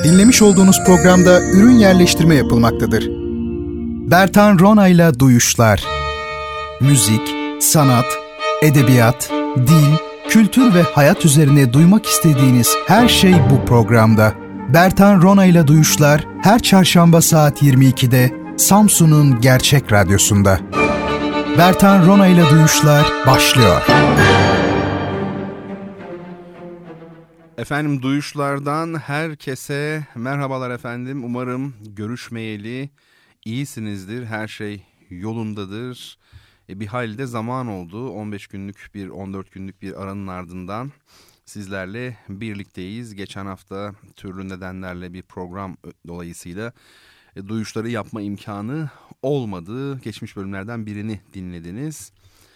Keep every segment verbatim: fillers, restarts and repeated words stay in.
Dinlemiş olduğunuz programda ürün yerleştirme yapılmaktadır. Bertan Ronay'la Duyuşlar. Müzik, sanat, edebiyat, dil, kültür ve hayat üzerine duymak istediğiniz her şey bu programda. Bertan Ronay'la Duyuşlar her çarşamba saat yirmi ikide Samsun'un Gerçek Radyosu'nda. Bertan Ronay'la Duyuşlar başlıyor. Efendim Duyuşlardan herkese merhabalar efendim. Umarım görüşmeyeli iyisinizdir. Her şey yolundadır. E, bir halde zaman oldu. on beş günlük bir on dört günlük bir aranın ardından sizlerle birlikteyiz. Geçen hafta türlü nedenlerle bir program dolayısıyla e, duyuşları yapma imkanı olmadı. Geçmiş bölümlerden birini dinlediniz.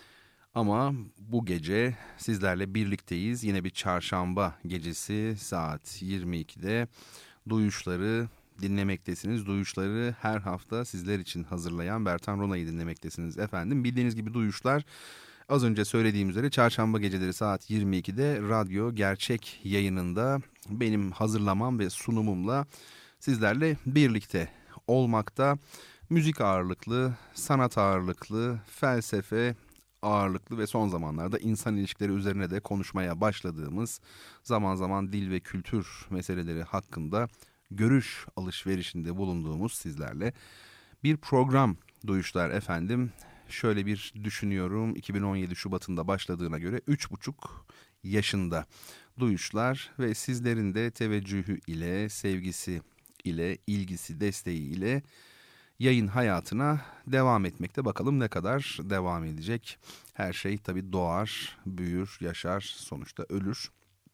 Ama bu gece sizlerle birlikteyiz. Yine bir çarşamba gecesi saat yirmi ikide duyuşları dinlemektesiniz. Duyuşları her hafta sizler için hazırlayan Bertan Ronay'ı dinlemektesiniz efendim. Bildiğiniz gibi duyuşlar az önce söylediğim üzere çarşamba geceleri saat yirmi ikide radyo gerçek yayınında benim hazırlamam ve sunumumla sizlerle birlikte olmakta. Müzik ağırlıklı, sanat ağırlıklı, felsefe ağırlıklı ve son zamanlarda insan ilişkileri üzerine de konuşmaya başladığımız, zaman zaman dil ve kültür meseleleri hakkında görüş alışverişinde bulunduğumuz sizlerle bir program Duyuşlar efendim. Şöyle bir düşünüyorum, iki bin on yedi Şubat'ında başladığına göre üç buçuk yaşında Duyuşlar ve sizlerin de teveccühü ile, sevgisi ile, ilgisi, desteği ile yayın hayatına devam etmekte. Bakalım ne kadar devam edecek. Her şey tabii doğar, büyür, yaşar, sonuçta ölür.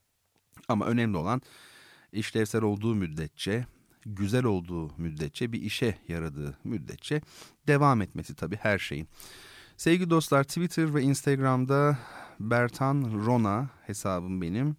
Ama önemli olan işlevsel olduğu müddetçe, güzel olduğu müddetçe, bir işe yaradığı müddetçe devam etmesi tabii her şeyin. Sevgili dostlar, Twitter ve Instagram'da Bertan Rona hesabım benim.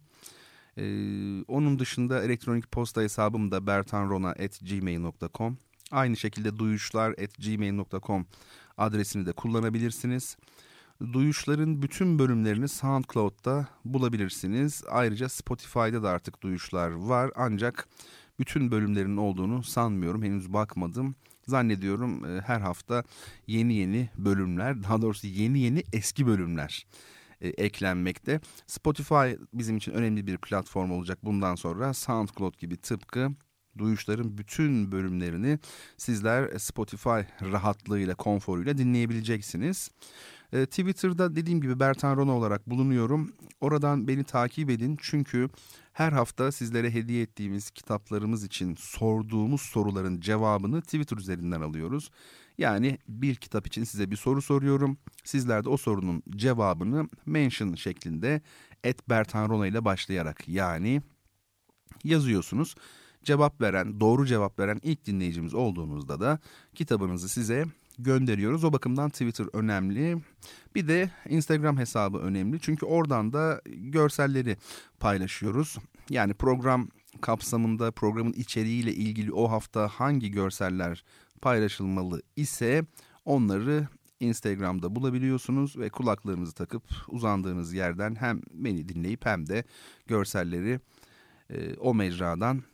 Ee, onun dışında elektronik posta hesabım da bertanrona at gmail nokta com. Aynı şekilde duyuşlar at gmail nokta com adresini de kullanabilirsiniz. Duyuşların bütün bölümlerini SoundCloud'da bulabilirsiniz. Ayrıca Spotify'da da artık duyuşlar var. Ancak bütün bölümlerin olduğunu sanmıyorum. Henüz bakmadım. Zannediyorum her hafta yeni yeni bölümler, daha doğrusu yeni yeni eski bölümler e, eklenmekte. Spotify bizim için önemli bir platform olacak bundan sonra. SoundCloud gibi tıpkı Duyuşların bütün bölümlerini sizler Spotify rahatlığıyla, konforuyla dinleyebileceksiniz. E, Twitter'da dediğim gibi Bertan Rona olarak bulunuyorum. Oradan beni takip edin çünkü her hafta sizlere hediye ettiğimiz kitaplarımız için sorduğumuz soruların cevabını Twitter üzerinden alıyoruz. Yani bir kitap için size bir soru soruyorum. Sizler de o sorunun cevabını mention şeklinde at Bertan Rona ile başlayarak yani yazıyorsunuz. Cevap veren, doğru cevap veren ilk dinleyicimiz olduğunuzda da kitabınızı size gönderiyoruz. O bakımdan Twitter önemli. Bir de Instagram hesabı önemli. Çünkü oradan da görselleri paylaşıyoruz. Yani program kapsamında programın içeriğiyle ilgili o hafta hangi görseller paylaşılmalı ise onları Instagram'da bulabiliyorsunuz ve kulaklarınızı takıp uzandığınız yerden hem beni dinleyip hem de görselleri e, o mecradan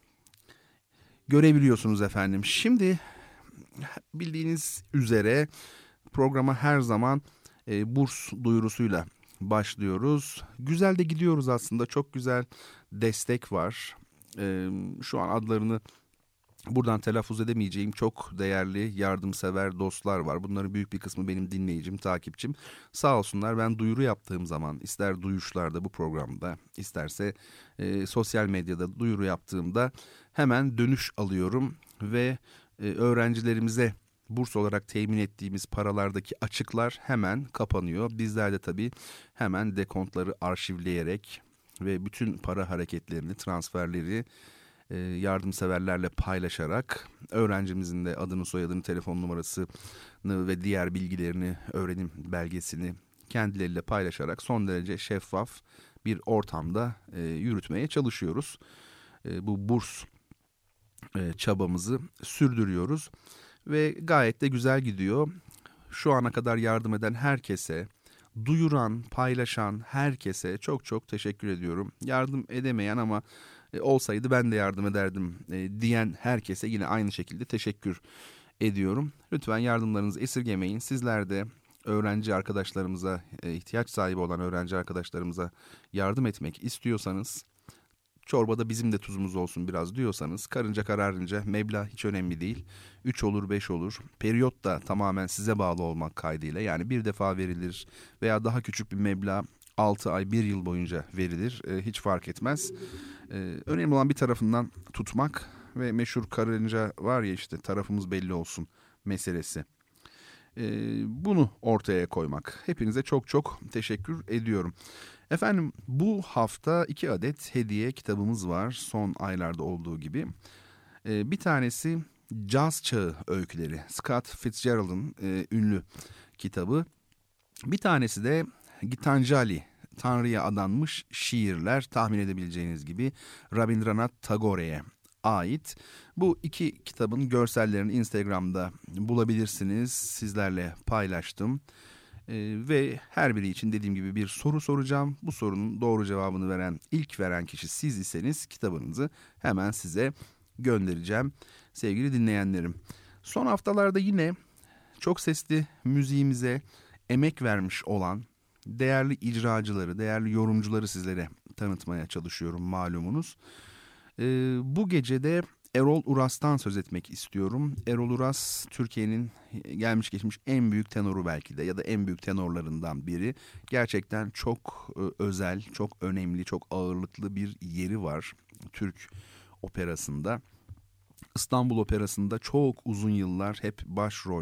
görebiliyorsunuz efendim. Şimdi bildiğiniz üzere programa her zaman e, burs duyurusuyla başlıyoruz. Güzel de gidiyoruz aslında. Çok güzel destek var. E, şu an adlarını buradan telaffuz edemeyeceğim çok değerli yardımsever dostlar var. Bunların büyük bir kısmı benim dinleyicim, takipçim. Sağ olsunlar, ben duyuru yaptığım zaman ister duyuşlarda bu programda isterse e, sosyal medyada duyuru yaptığımda hemen dönüş alıyorum ve e, öğrencilerimize burs olarak temin ettiğimiz paralardaki açıklar hemen kapanıyor. Bizler de tabii hemen dekontları arşivleyerek ve bütün para hareketlerini, transferleri yardımseverlerle paylaşarak öğrencimizin de adını, soyadını, telefon numarasını ve diğer bilgilerini, öğrenim belgesini kendileriyle paylaşarak son derece şeffaf bir ortamda e, yürütmeye çalışıyoruz. E, bu burs e, çabamızı sürdürüyoruz ve gayet de güzel gidiyor. Şu ana kadar yardım eden herkese, duyuran, paylaşan herkese çok çok teşekkür ediyorum. Yardım edemeyen ama E, olsaydı ben de yardım ederdim e, diyen herkese yine aynı şekilde teşekkür ediyorum. Lütfen yardımlarınızı esirgemeyin. Sizler de öğrenci arkadaşlarımıza, e, ihtiyaç sahibi olan öğrenci arkadaşlarımıza yardım etmek istiyorsanız, çorbada bizim de tuzumuz olsun biraz diyorsanız, karınca kararınca meblağ hiç önemli değil. üç olur, beş olur. Periyot da tamamen size bağlı olmak kaydıyla, yani bir defa verilir veya daha küçük bir meblağ altı ay, bir yıl boyunca verilir. E, hiç fark etmez. E, önemli olan bir tarafından tutmak ve meşhur karınca var ya, işte tarafımız belli olsun meselesi. E, bunu ortaya koymak. Hepinize çok çok teşekkür ediyorum. Efendim, bu hafta iki adet hediye kitabımız var, son aylarda olduğu gibi. E, bir tanesi Caz Çağı Öyküleri, Scott Fitzgerald'ın e, ünlü kitabı. Bir tanesi de Gitanjali, Tanrı'ya adanmış şiirler, tahmin edebileceğiniz gibi Rabindranath Tagore'ye ait. Bu iki kitabın görsellerini Instagram'da bulabilirsiniz. Sizlerle paylaştım. Ee, ve her biri için dediğim gibi bir soru soracağım. Bu sorunun doğru cevabını veren, ilk veren kişi siz iseniz kitabınızı hemen size göndereceğim sevgili dinleyenlerim. Son haftalarda yine çok sesli müziğimize emek vermiş olan değerli icracıları, değerli yorumcuları sizlere tanıtmaya çalışıyorum malumunuz. Ee, bu gece de Erol Uras'tan söz etmek istiyorum. Erol Uras, Türkiye'nin gelmiş geçmiş en büyük tenoru belki de, ya da en büyük tenorlarından biri. Gerçekten çok özel, çok önemli, çok ağırlıklı bir yeri var Türk operasında. İstanbul Operası'nda çok uzun yıllar hep başrol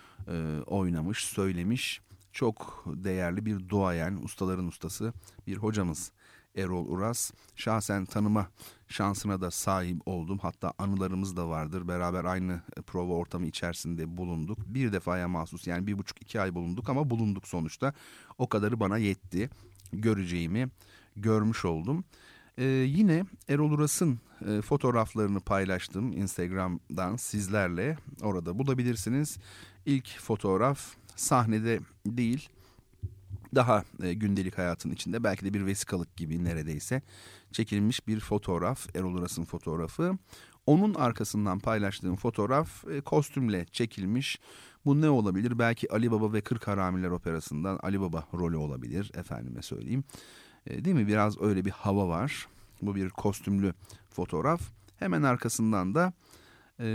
e, oynamış, söylemiş. Çok değerli bir duayen, ustaların ustası bir hocamız Erol Uras. Şahsen tanıma şansına da sahip oldum. Hatta anılarımız da vardır. Beraber aynı prova ortamı içerisinde bulunduk. Bir defaya mahsus, yani bir buçuk iki ay bulunduk ama bulunduk sonuçta. O kadarı bana yetti. Göreceğimi görmüş oldum. Ee, yine Erol Uras'ın e, fotoğraflarını paylaştım Instagram'dan sizlerle. Orada bulabilirsiniz. İlk fotoğraf sahnede değil, daha e, gündelik hayatın içinde, belki de bir vesikalık gibi neredeyse çekilmiş bir fotoğraf. Erol Uras'ın fotoğrafı. Onun arkasından paylaştığım fotoğraf e, kostümle çekilmiş. Bu ne olabilir? Belki Ali Baba ve Kırk Haramiler Operası'ndan Ali Baba rolü olabilir, efendime söyleyeyim. E, değil mi? Biraz öyle bir hava var. Bu bir kostümlü fotoğraf. Hemen arkasından da e,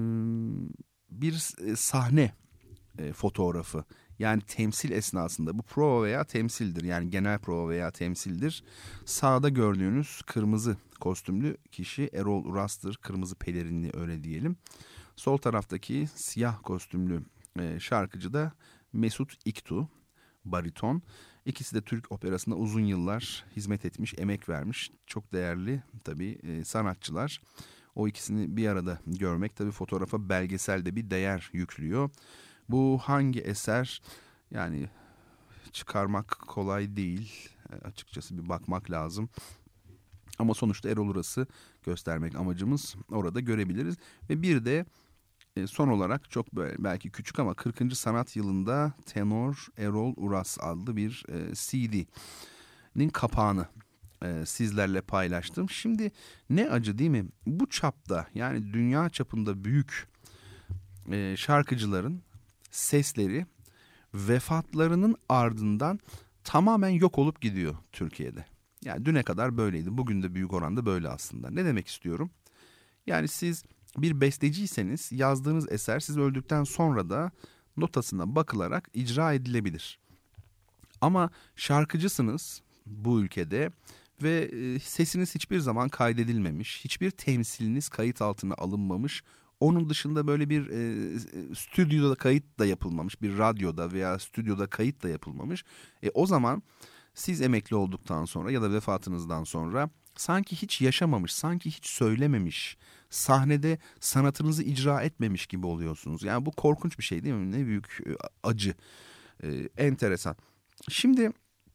bir e, sahne e, fotoğrafı. Yani temsil esnasında, bu prova veya temsildir. Yani genel prova veya temsildir. Sağda gördüğünüz kırmızı kostümlü kişi Erol Uras'tır. Kırmızı pelerinli, öyle diyelim. Sol taraftaki siyah kostümlü e, şarkıcı da Mesut İktu, bariton. İkisi de Türk operasında uzun yıllar hizmet etmiş, emek vermiş. Çok değerli tabii e, sanatçılar. O ikisini bir arada görmek tabii fotoğrafa belgeselde bir değer yüklüyor. Bu hangi eser, yani çıkarmak kolay değil, e, açıkçası bir bakmak lazım. Ama sonuçta Erol Uras'ı göstermek amacımız, orada görebiliriz. Ve bir de e, son olarak çok böyle belki küçük ama kırkıncı sanat yılında Tenor Erol Uras adlı bir e, C D'nin kapağını e, sizlerle paylaştım. Şimdi ne acı değil mi? Bu çapta, yani dünya çapında büyük e, şarkıcıların sesleri vefatlarının ardından tamamen yok olup gidiyor Türkiye'de. Yani düne kadar böyleydi. Bugün de büyük oranda böyle aslında. Ne demek istiyorum? Yani siz bir besteciyseniz yazdığınız eser siz öldükten sonra da notasına bakılarak icra edilebilir. Ama şarkıcısınız bu ülkede ve sesiniz hiçbir zaman kaydedilmemiş, hiçbir temsiliniz kayıt altına alınmamış. Onun dışında böyle bir e, stüdyoda kayıt da yapılmamış, bir radyoda veya stüdyoda kayıt da yapılmamış. E, o zaman siz emekli olduktan sonra ya da vefatınızdan sonra sanki hiç yaşamamış, sanki hiç söylememiş, sahnede sanatınızı icra etmemiş gibi oluyorsunuz. Yani bu korkunç bir şey değil mi? Ne büyük e, acı, e, enteresan. Şimdi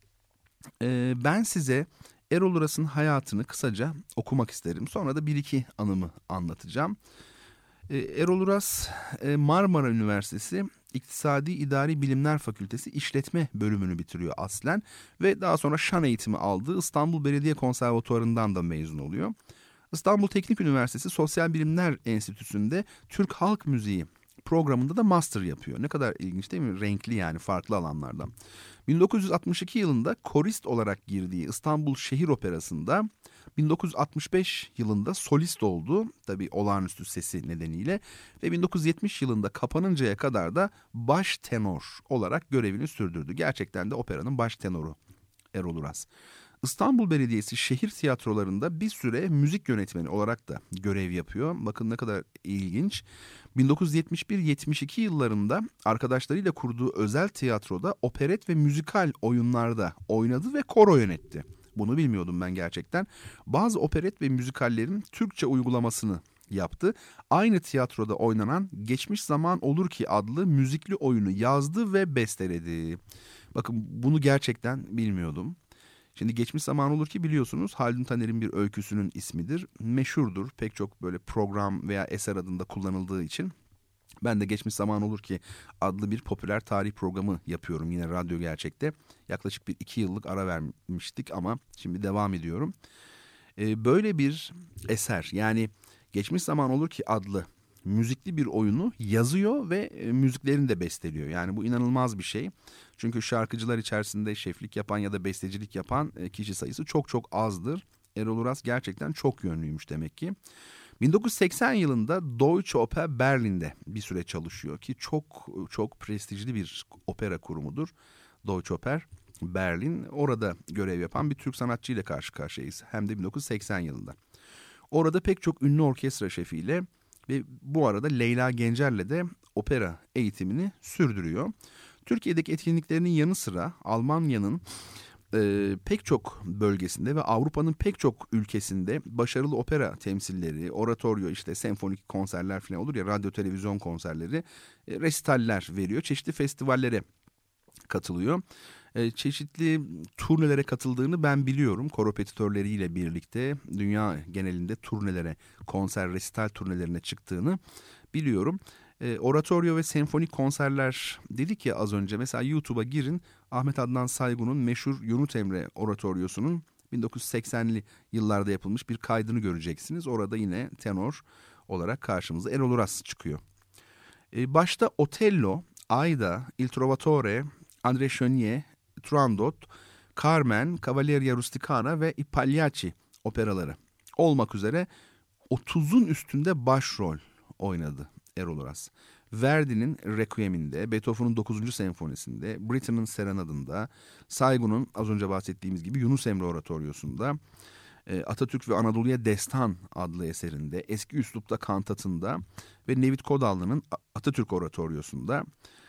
e, ben size Erol Uras'ın hayatını kısaca okumak isterim. Sonra da bir iki anımı anlatacağım. Erol Uras Marmara Üniversitesi İktisadi İdari Bilimler Fakültesi İşletme bölümünü bitiriyor aslen ve daha sonra şan eğitimi aldığı İstanbul Belediye Konservatuvarı'ndan da mezun oluyor. İstanbul Teknik Üniversitesi Sosyal Bilimler Enstitüsü'nde Türk Halk Müziği programında da master yapıyor. Ne kadar ilginç değil mi? Renkli yani, farklı alanlardan. bin dokuz yüz altmış iki yılında korist olarak girdiği İstanbul Şehir Operası'nda bin dokuz yüz altmış beş yılında solist oldu. Tabii olağanüstü sesi nedeniyle. Ve bin dokuz yüz yetmiş yılında kapanıncaya kadar da baş tenor olarak görevini sürdürdü. Gerçekten de operanın baş tenoru Erol Uras. İstanbul Belediyesi şehir tiyatrolarında bir süre müzik yönetmeni olarak da görev yapıyor. Bakın ne kadar ilginç. bin dokuz yüz yetmiş bir yetmiş iki yıllarında arkadaşlarıyla kurduğu özel tiyatroda operet ve müzikal oyunlarda oynadı ve koro yönetti. Bunu bilmiyordum ben gerçekten. Bazı operet ve müzikallerin Türkçe uygulamasını yaptı. Aynı tiyatroda oynanan Geçmiş Zaman Olur Ki adlı müzikli oyunu yazdı ve besteledi. Bakın bunu gerçekten bilmiyordum. Şimdi Geçmiş Zaman Olur Ki biliyorsunuz Haldun Taner'in bir öyküsünün ismidir. Meşhurdur, pek çok böyle program veya eser adında kullanıldığı için. Ben de Geçmiş Zaman Olur Ki adlı bir popüler tarih programı yapıyorum yine Radyo Gerçek'te. Yaklaşık bir iki yıllık ara vermiştik ama şimdi devam ediyorum. Ee, böyle bir eser, yani Geçmiş Zaman Olur Ki adlı müzikli bir oyunu yazıyor ve e, müziklerini de besteliyor. Yani bu inanılmaz bir şey. Çünkü şarkıcılar içerisinde şeflik yapan ya da bestecilik yapan e, kişi sayısı çok çok azdır. Erol Uras gerçekten çok yönlüymüş demek ki. bin dokuz yüz seksen yılında Deutsche Oper Berlin'de bir süre çalışıyor ki çok çok prestijli bir opera kurumudur. Deutsche Oper Berlin, orada görev yapan bir Türk sanatçıyla karşı karşıyayız. Hem de bin dokuz yüz seksen yılında. Orada pek çok ünlü orkestra şefiyle ve bu arada Leyla Gencer'le de opera eğitimini sürdürüyor. Türkiye'deki etkinliklerinin yanı sıra Almanya'nın e, pek çok bölgesinde ve Avrupa'nın pek çok ülkesinde başarılı opera temsilleri, oratoryo, işte senfonik konserler falan olur ya, radyo televizyon konserleri, e, resitaller veriyor. Çeşitli festivallere katılıyor. E, çeşitli turnelere katıldığını ben biliyorum. Koropetitörleriyle birlikte dünya genelinde turnelere, konser, resital turnelerine çıktığını biliyorum. E, oratoryo ve senfonik konserler dedik ya az önce. Mesela YouTube'a girin, Ahmet Adnan Saygun'un meşhur Yunus Emre oratoryosunun bin dokuz yüz seksenli yıllarda yapılmış bir kaydını göreceksiniz. Orada yine tenor olarak karşımıza Erol Uras çıkıyor. E, başta Otello, Aida, Il Trovatore, André Chenier, Turandot, Carmen, Cavalleria Rusticana ve I Pagliacci operaları olmak üzere otuzun üstünde başrol oynadı Erol Uras. Verdi'nin Requiem'inde, Beethoven'un dokuzuncu senfonisinde, Britten'ın Serenad'ında, Saygun'un az önce bahsettiğimiz gibi Yunus Emre Oratoryosu'nda, Atatürk ve Anadolu'ya Destan adlı eserinde, Eski Üslup'ta kantatında ve Nevit Kodallı'nın Atatürk Oratoryosunda,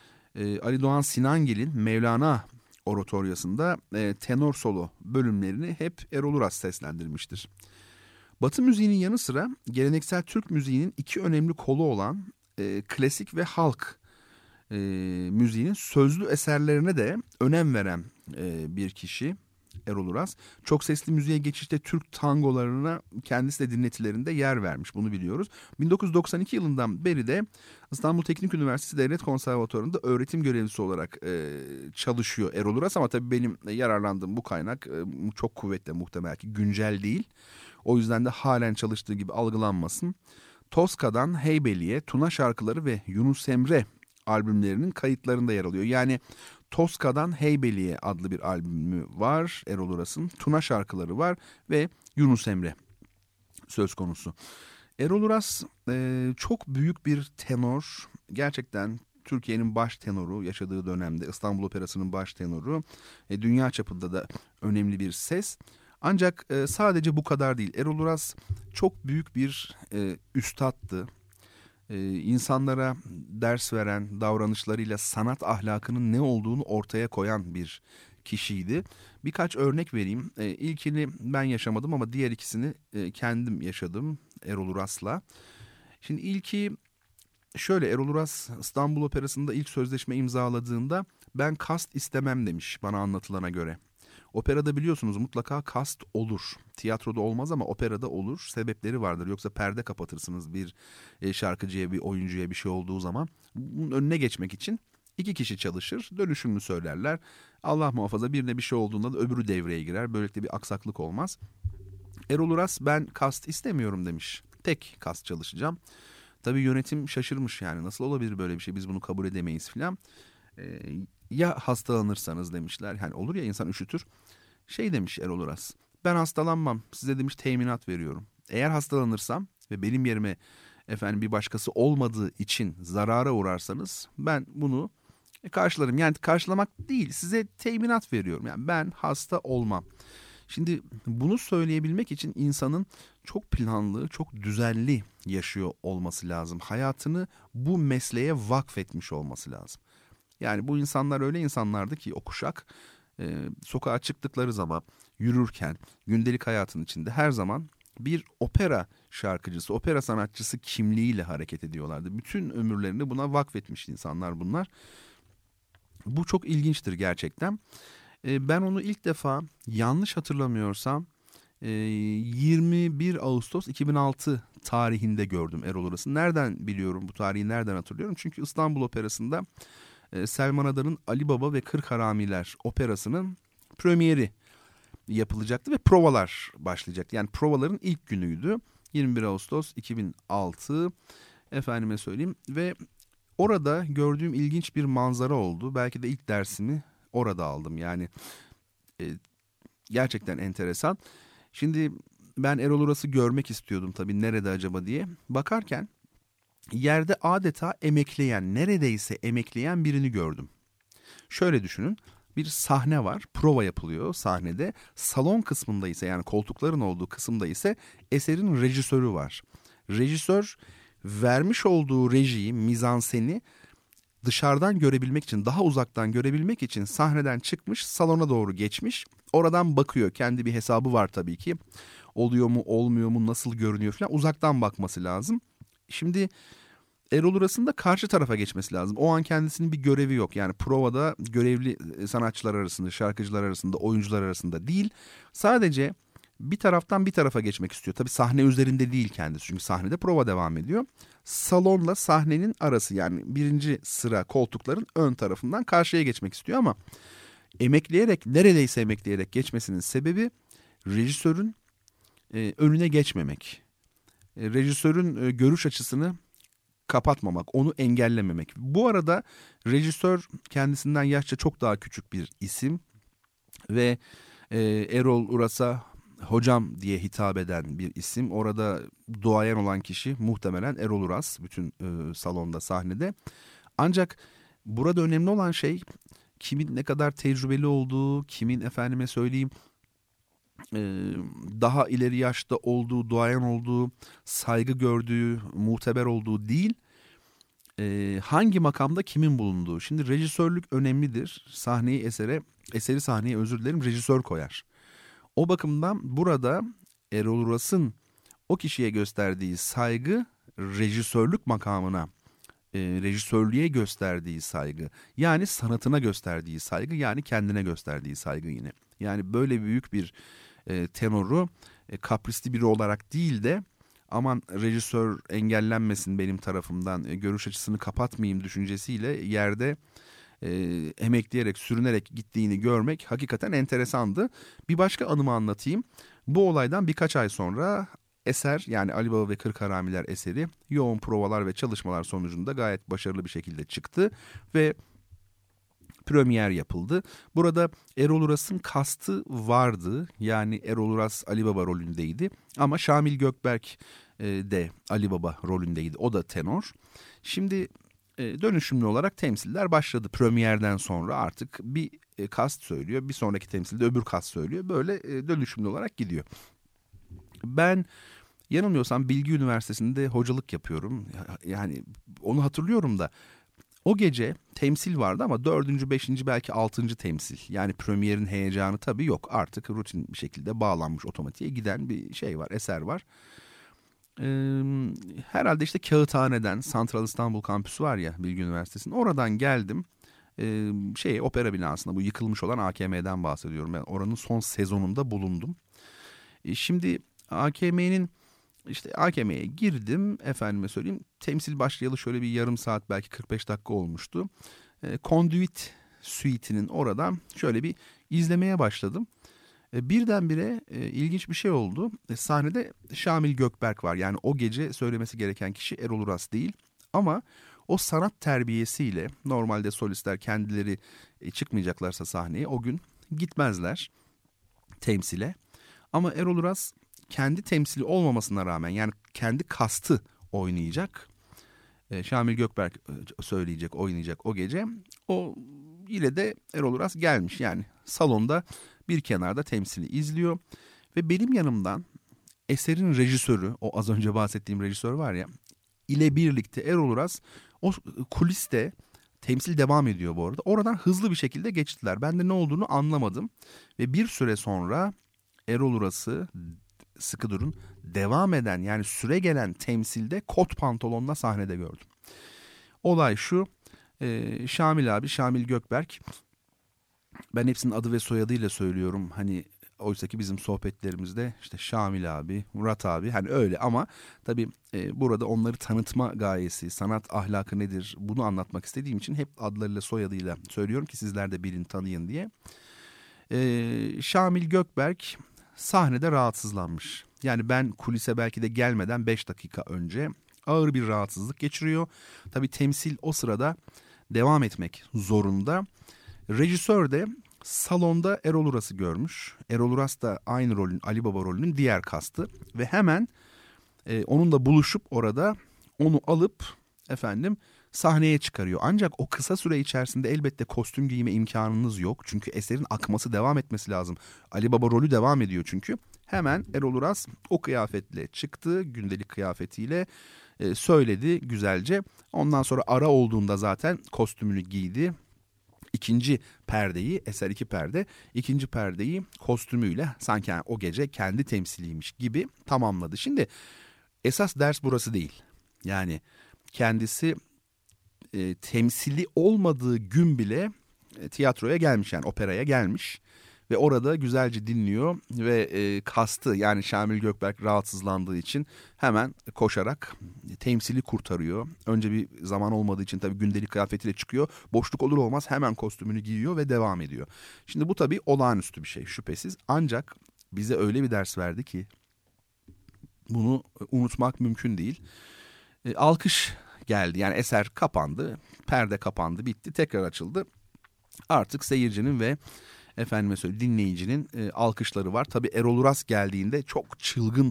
Ali Doğan Sinangil'in Mevlana Oratoryosunda tenor solo bölümlerini hep Erol Uras seslendirmiştir. Batı müziğinin yanı sıra geleneksel Türk müziğinin iki önemli kolu olan e, klasik ve halk e, müziğinin sözlü eserlerine de önem veren e, bir kişi Erol Uras. Çok sesli müziğe geçişte Türk tangolarına kendisi de dinletilerinde yer vermiş, bunu biliyoruz. bin dokuz yüz doksan iki yılından beri de İstanbul Teknik Üniversitesi Devlet Konservatuvarı'nda öğretim görevlisi olarak e, çalışıyor Erol Uras. Ama tabii benim yararlandığım bu kaynak e, çok kuvvetli, muhtemel ki güncel değil. O yüzden de halen çalıştığı gibi algılanmasın. Tosca'dan Heybeli'ye, Tuna şarkıları ve Yunus Emre albümlerinin kayıtlarında yer alıyor. Yani Tosca'dan Heybeli'ye adlı bir albümü var Erol Uras'ın. Tuna şarkıları var ve Yunus Emre söz konusu. Erol Uras e, çok büyük bir tenor. Gerçekten Türkiye'nin baş tenoru, yaşadığı dönemde İstanbul Operası'nın baş tenoru. E, dünya çapında da önemli bir ses. Ancak e, sadece bu kadar değil. Erol Uras çok büyük bir e, üstattı. E, insanlara ders veren, davranışlarıyla sanat ahlakının ne olduğunu ortaya koyan bir kişiydi. Birkaç örnek vereyim. E, ilkini ben yaşamadım ama diğer ikisini e, kendim yaşadım Erol Uras'la. Şimdi ilki şöyle: Erol Uras İstanbul Operası'nda ilk sözleşme imzaladığında ben kast istemem demiş bana anlatılana göre. Operada biliyorsunuz mutlaka kast olur. Tiyatroda olmaz ama operada olur. Sebepleri vardır. Yoksa perde kapatırsınız bir şarkıcıya, bir oyuncuya bir şey olduğu zaman. Bunun önüne geçmek için iki kişi çalışır. Dönüşümlü söylerler. Allah muhafaza birine bir şey olduğunda da öbürü devreye girer. Böylelikle bir aksaklık olmaz. Erol Uras ben kast istemiyorum demiş. Tek kast çalışacağım. Tabii yönetim şaşırmış, yani nasıl olabilir böyle bir şey, biz bunu kabul edemeyiz filan. Ee, ya hastalanırsanız demişler. Yani olur ya, insan üşütür. Şey demiş Erol Uras, ben hastalanmam, size demiş teminat veriyorum. Eğer hastalanırsam ve benim yerime efendim bir başkası olmadığı için zarara uğrarsanız ben bunu karşılarım. Yani karşılamak değil, size teminat veriyorum. Yani ben hasta olmam. Şimdi bunu söyleyebilmek için insanın çok planlı, çok düzenli yaşıyor olması lazım. Hayatını bu mesleğe vakfetmiş olması lazım. Yani bu insanlar öyle insanlardı ki, o kuşak e, sokağa çıktıkları zaman, yürürken, gündelik hayatın içinde her zaman bir opera şarkıcısı, opera sanatçısı kimliğiyle hareket ediyorlardı. Bütün ömürlerini buna vakfetmiş insanlar bunlar. Bu çok ilginçtir gerçekten. E, ben onu ilk defa, yanlış hatırlamıyorsam e, yirmi bir Ağustos iki bin altı tarihinde gördüm Erol Uras'ı. Nereden biliyorum bu tarihi, nereden hatırlıyorum? Çünkü İstanbul Operası'nda e, Selman Adar'ın Ali Baba ve Kırk Haramiler operasının premieri yapılacaktı ve provalar başlayacaktı. Yani provaların ilk günüydü. yirmi bir Ağustos iki bin altı, efendime söyleyeyim, ve orada gördüğüm ilginç bir manzara oldu. Belki de ilk dersimi orada aldım. Yani e, gerçekten enteresan. Şimdi ben Erol Uras'ı görmek istiyordum tabii, nerede acaba diye. Bakarken yerde adeta emekleyen, neredeyse emekleyen birini gördüm. Şöyle düşünün, bir sahne var, prova yapılıyor sahnede. Salon kısmında ise, yani koltukların olduğu kısımda ise eserin rejisörü var. Rejisör vermiş olduğu rejiyi, mizanseni dışarıdan görebilmek için, daha uzaktan görebilmek için sahneden çıkmış, salona doğru geçmiş. Oradan bakıyor. Kendi bir hesabı var tabii ki. Oluyor mu, olmuyor mu, nasıl görünüyor falan, uzaktan bakması lazım. Şimdi Erol Uras'ın da karşı tarafa geçmesi lazım. O an kendisinin bir görevi yok. Yani provada görevli sanatçılar arasında, şarkıcılar arasında, oyuncular arasında değil. Sadece bir taraftan bir tarafa geçmek istiyor. Tabii sahne üzerinde değil kendisi, çünkü sahnede prova devam ediyor. Salonla sahnenin arası, yani birinci sıra koltukların ön tarafından karşıya geçmek istiyor ama emekleyerek, neredeyse emekleyerek geçmesinin sebebi rejisörün e, önüne geçmemek. E, rejisörün e, görüş açısını kapatmamak, onu engellememek. Bu arada rejisör kendisinden yaşça çok daha küçük bir isim ve e, Erol Uras'a hocam diye hitap eden bir isim. Orada duayen olan kişi muhtemelen Erol Uras, bütün e, salonda, sahnede. Ancak burada önemli olan şey kimin ne kadar tecrübeli olduğu, kimin efendime söyleyeyim e, daha ileri yaşta olduğu, duayen olduğu, saygı gördüğü, muteber olduğu değil, e, hangi makamda kimin bulunduğu. Şimdi rejisörlük önemlidir. Sahneyi esere, eseri sahneye özür dilerim, rejisör koyar. O bakımdan burada Erol Uras'ın o kişiye gösterdiği saygı, rejisörlük makamına, e, rejisörlüğe gösterdiği saygı, yani sanatına gösterdiği saygı, yani kendine gösterdiği saygı yine. Yani böyle büyük bir e, tenoru e, kaprisli biri olarak değil de, aman rejisör engellenmesin benim tarafımdan, e, görüş açısını kapatmayayım düşüncesiyle yerde e, emekleyerek, sürünerek gittiğini görmek hakikaten enteresandı. Bir başka anımı anlatayım. Bu olaydan birkaç ay sonra eser, yani Ali Baba ve Kırk Haramiler eseri yoğun provalar ve çalışmalar sonucunda gayet başarılı bir şekilde çıktı ve premier yapıldı. Burada Erol Uras'ın kastı vardı. Yani Erol Uras Ali Baba rolündeydi. Ama Şamil Gökberk e, de Ali Baba rolündeydi. O da tenor. Şimdi e, dönüşümlü olarak temsiller başladı. Premierden sonra artık bir e, kast söylüyor. Bir sonraki temsilde öbür kast söylüyor. Böyle e, dönüşümlü olarak gidiyor. Ben yanılmıyorsam Bilgi Üniversitesi'nde hocalık yapıyorum. Yani onu hatırlıyorum da. O gece temsil vardı ama dördüncü, beşinci, belki altıncı temsil. Yani premierin heyecanı tabii yok. Artık rutin bir şekilde bağlanmış, otomatiğe giden bir şey var, eser var. Ee, herhalde işte Kağıthane'den, Santral İstanbul kampüsü var ya Bilgi Üniversitesi'nin. Oradan geldim. Ee, şey opera binasında, bu yıkılmış olan A K M'den bahsediyorum. Ben oranın son sezonunda bulundum. Ee, şimdi A K M'nin İşte A K M'ye girdim, efendime söyleyeyim, temsil başlayalı şöyle bir yarım saat, belki kırk beş dakika olmuştu. E, Conduit Suite'inin oradan şöyle bir izlemeye başladım. E, birdenbire e, ilginç bir şey oldu. E, sahnede Şamil Gökberk var. Yani o gece söylemesi gereken kişi Erol Uras değil. Ama o sanat terbiyesiyle normalde solistler kendileri e, çıkmayacaklarsa sahneye o gün gitmezler temsile. Ama Erol Uras kendi temsili olmamasına rağmen yani kendi kastı oynayacak. E, Şamil Gökberk e, söyleyecek, oynayacak o gece. O yine de Erol Uras gelmiş yani salonda bir kenarda temsili izliyor. Ve benim yanımdan eserin rejisörü, o az önce bahsettiğim rejisör var ya, ile birlikte Erol Uras o kuliste temsil devam ediyor bu arada. Oradan hızlı bir şekilde geçtiler. Ben de ne olduğunu anlamadım. Ve bir süre sonra Erol Uras'ı, sıkı durun, devam eden yani süre gelen temsilde kot pantolonla sahnede gördüm. Olay şu, e, Şamil abi, Şamil Gökberk, ben hepsinin adı ve soyadıyla söylüyorum. Hani oysa ki bizim sohbetlerimizde işte Şamil abi, Murat abi hani öyle ama tabii e, burada onları tanıtma gayesi, sanat ahlakı nedir bunu anlatmak istediğim için hep adlarıyla soyadıyla söylüyorum ki sizler de bilin, tanıyın diye. E, Şamil Gökberk sahnede rahatsızlanmış. Yani ben kulise belki de gelmeden beş dakika önce ağır bir rahatsızlık geçiriyor. Tabii temsil o sırada devam etmek zorunda. Rejisör de salonda Erol Uras'ı görmüş. Erol Uras da aynı rolün, Ali Baba rolünün diğer kastı. Ve hemen e, onunla buluşup orada onu alıp efendim sahneye çıkarıyor. Ancak o kısa süre içerisinde elbette kostüm giyme imkanınız yok. Çünkü eserin akması devam etmesi lazım. Ali Baba rolü devam ediyor çünkü. Hemen Erol Uras o kıyafetle çıktı, gündelik kıyafetiyle e, söyledi güzelce. Ondan sonra ara olduğunda zaten kostümünü giydi. İkinci perdeyi, eser iki perde, ikinci perdeyi kostümüyle sanki yani o gece kendi temsiliymiş gibi tamamladı. Şimdi esas ders burası değil. Yani kendisi e, temsili olmadığı gün bile e, tiyatroya gelmiş, yani operaya gelmiş. Ve orada güzelce dinliyor ve e, kastı yani Şamil Gökberk rahatsızlandığı için hemen koşarak temsili kurtarıyor. Önce bir zaman olmadığı için tabii gündelik kıyafetiyle çıkıyor. Boşluk olur olmaz hemen kostümünü giyiyor ve devam ediyor. Şimdi bu tabii olağanüstü bir şey şüphesiz. Ancak bize öyle bir ders verdi ki bunu unutmak mümkün değil. E, alkış geldi, yani eser kapandı, perde kapandı, bitti, tekrar açıldı. Artık seyircinin ve efendime söyleyeyim dinleyicinin e, alkışları var. Tabii Erol Uras geldiğinde çok çılgın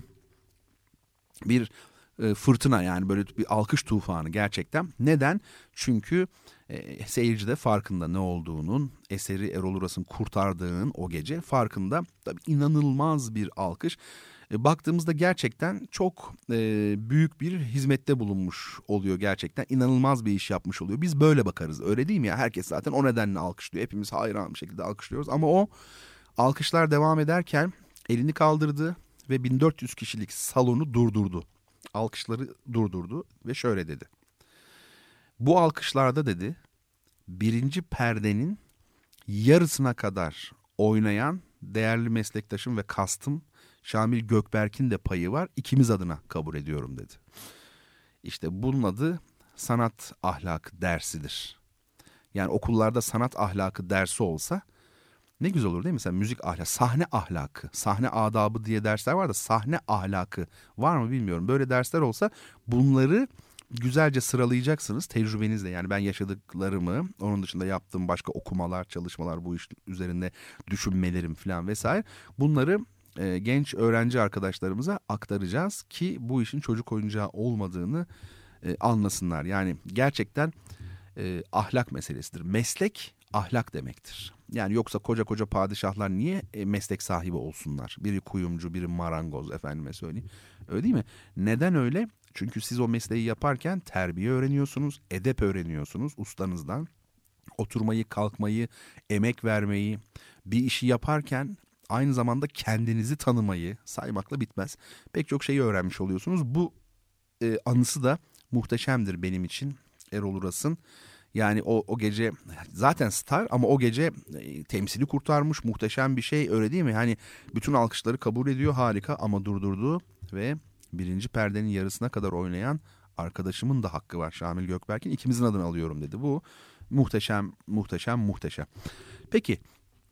bir e, fırtına, yani böyle bir alkış tufanı gerçekten. Neden? Çünkü e, seyirci de farkında ne olduğunun, eseri Erol Uras'ın kurtardığının o gece farkında. Tabii inanılmaz bir alkış. E, baktığımızda gerçekten çok e, büyük bir hizmette bulunmuş oluyor gerçekten. İnanılmaz bir iş yapmış oluyor. Biz böyle bakarız, öyle değil mi ya? Herkes zaten o nedenle alkışlıyor. Hepimiz hayran bir şekilde alkışlıyoruz. Ama o alkışlar devam ederken elini kaldırdı ve bin dört yüz kişilik salonu durdurdu. Alkışları durdurdu ve şöyle dedi. Bu alkışlarda dedi, birinci perdenin yarısına kadar oynayan değerli meslektaşım ve kastım Şamil Gökberk'in de payı var. İkimiz adına kabul ediyorum dedi. İşte bunun adı sanat ahlakı dersidir. Yani okullarda sanat ahlakı dersi olsa ne güzel olur değil mi? Mesela müzik ahlakı, sahne ahlakı, sahne adabı diye dersler var da sahne ahlakı var mı bilmiyorum. Böyle dersler olsa bunları güzelce sıralayacaksınız tecrübenizle. Yani ben yaşadıklarımı, onun dışında yaptığım başka okumalar, çalışmalar, bu iş üzerinde düşünmelerim falan vesaire. Bunları e, genç öğrenci arkadaşlarımıza aktaracağız ki bu işin çocuk oyuncağı olmadığını e, anlasınlar. Yani gerçekten e, ahlak meselesidir. Meslek ahlak demektir. Yani yoksa koca koca padişahlar niye e, meslek sahibi olsunlar? Biri kuyumcu, biri marangoz, efendime söyleyeyim. Öyle değil mi? Neden öyle? Çünkü siz o mesleği yaparken terbiye öğreniyorsunuz, edep öğreniyorsunuz ustanızdan. Oturmayı, kalkmayı, emek vermeyi, bir işi yaparken aynı zamanda kendinizi tanımayı, saymakla bitmez. Pek çok şeyi öğrenmiş oluyorsunuz. Bu e, anısı da muhteşemdir benim için Erol Uras'ın. Yani o, o gece zaten star ama o gece e, temsili kurtarmış, muhteşem bir şey, öyle değil mi? Hani bütün alkışları kabul ediyor, harika, ama durdurdu ve birinci perdenin yarısına kadar oynayan arkadaşımın da hakkı var, Şamil Gökberk'in, ikimizin adını alıyorum dedi. Bu muhteşem, muhteşem, muhteşem. Peki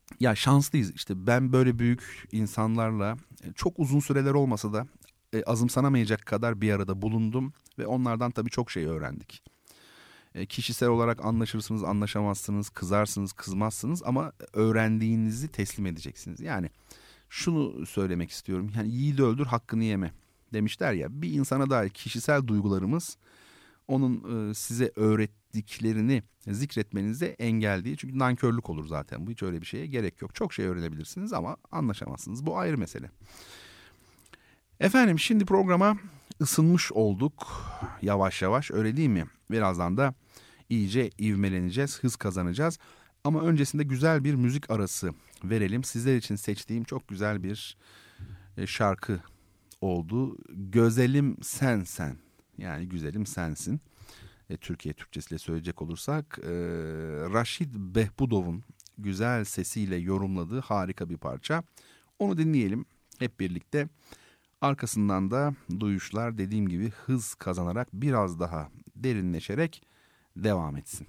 Ya şanslıyız işte, ben böyle büyük insanlarla çok uzun süreler olmasa da e, azımsanamayacak kadar bir arada bulundum ve onlardan tabii çok şey öğrendik. E, kişisel olarak anlaşırsınız, anlaşamazsınız, kızarsınız, kızmazsınız ama öğrendiğinizi teslim edeceksiniz. Yani şunu söylemek istiyorum, yani yiğidi öldür hakkını yeme demişler ya, bir insana dair kişisel duygularımız onun e, size öğrettiklerini zikretmenize engel değil. Çünkü nankörlük olur zaten, bu hiç öyle bir şeye gerek yok. Çok şey öğrenebilirsiniz ama anlaşamazsınız, bu ayrı mesele. Efendim şimdi programa ısınmış olduk yavaş yavaş, öyle değil mi? Birazdan da iyice ivmeleneceğiz, hız kazanacağız. Ama öncesinde güzel bir müzik arası verelim. Sizler için seçtiğim çok güzel bir şarkı oldu. Gözelim sen sen, yani güzelim sensin. E, Türkiye Türkçesiyle söyleyecek olursak e, Raşid Behbudov'un güzel sesiyle yorumladığı harika bir parça. Onu dinleyelim hep birlikte. Arkasından da duyuşlar dediğim gibi hız kazanarak biraz daha derinleşerek devam etsin.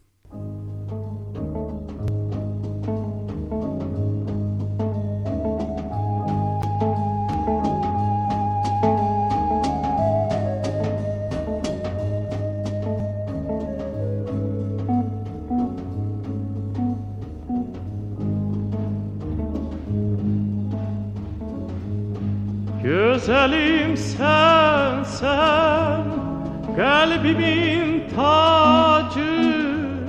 Güzelim sen sen, kalbimin tacı,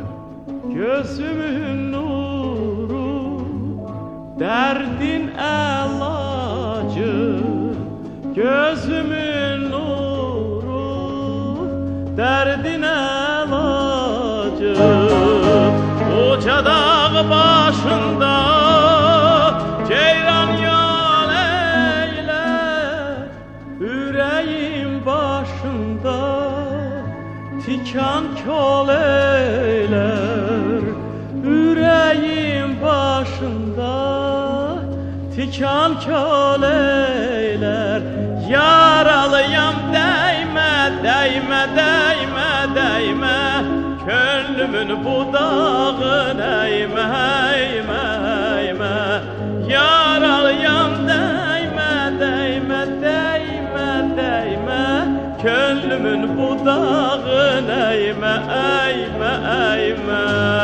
gözümün nuru, derdin elacı. Gözümün nuru, derdin elacı. Koca dağ başında ceyran yal eyler, yüreğim başında tikan kol eyler. Yüreğim başında tikan kol eyler. Yaralıyam değme, değme, değme, değme, gönlümün budağına eğme, eğme, eğme. Yaralıyam değme, değme, değme, değme, gönlümün budağına eğme, eğme, eğme.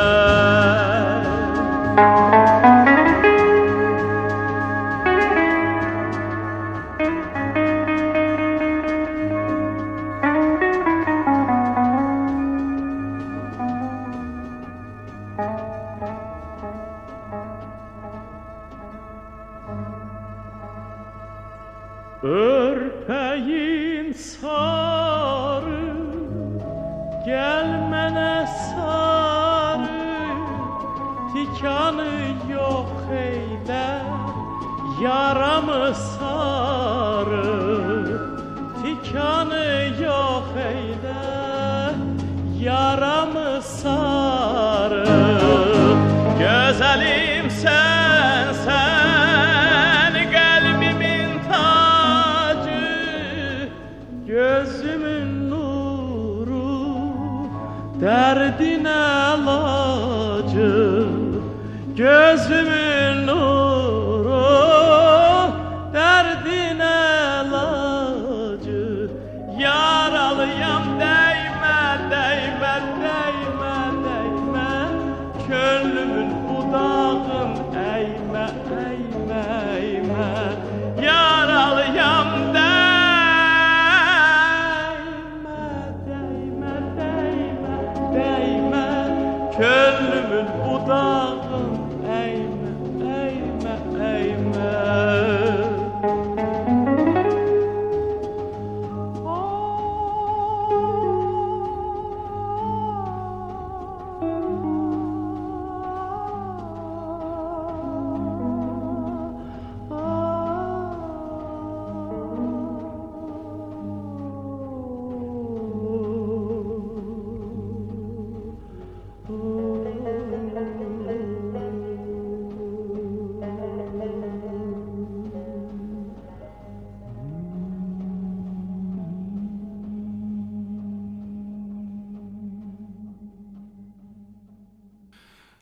Örpeğin sarı, gelmene sarı, tikanı yok eyle, yaramı sarı. Tikanı yok eyle, yaramı sarı. Güzelim sen sen, kalbimin tacı, gözümün nuru, derdin elacı. Gözümün nuru, derdin elacı. Yaralıyam değme, değme, değme, değme, gönlümün budağın eğme, eğme, eğme. Yaralıyam değme, değme, değme, değme, gönlümün budağın eğme, eğme, eğme. Oh,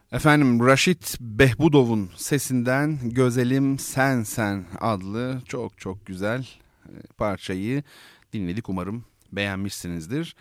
Efendim Raşit Behbudov'un sesinden Gözelim Sen Sen adlı çok çok güzel parçayı dinledik. Umarım beğenmişsinizdir.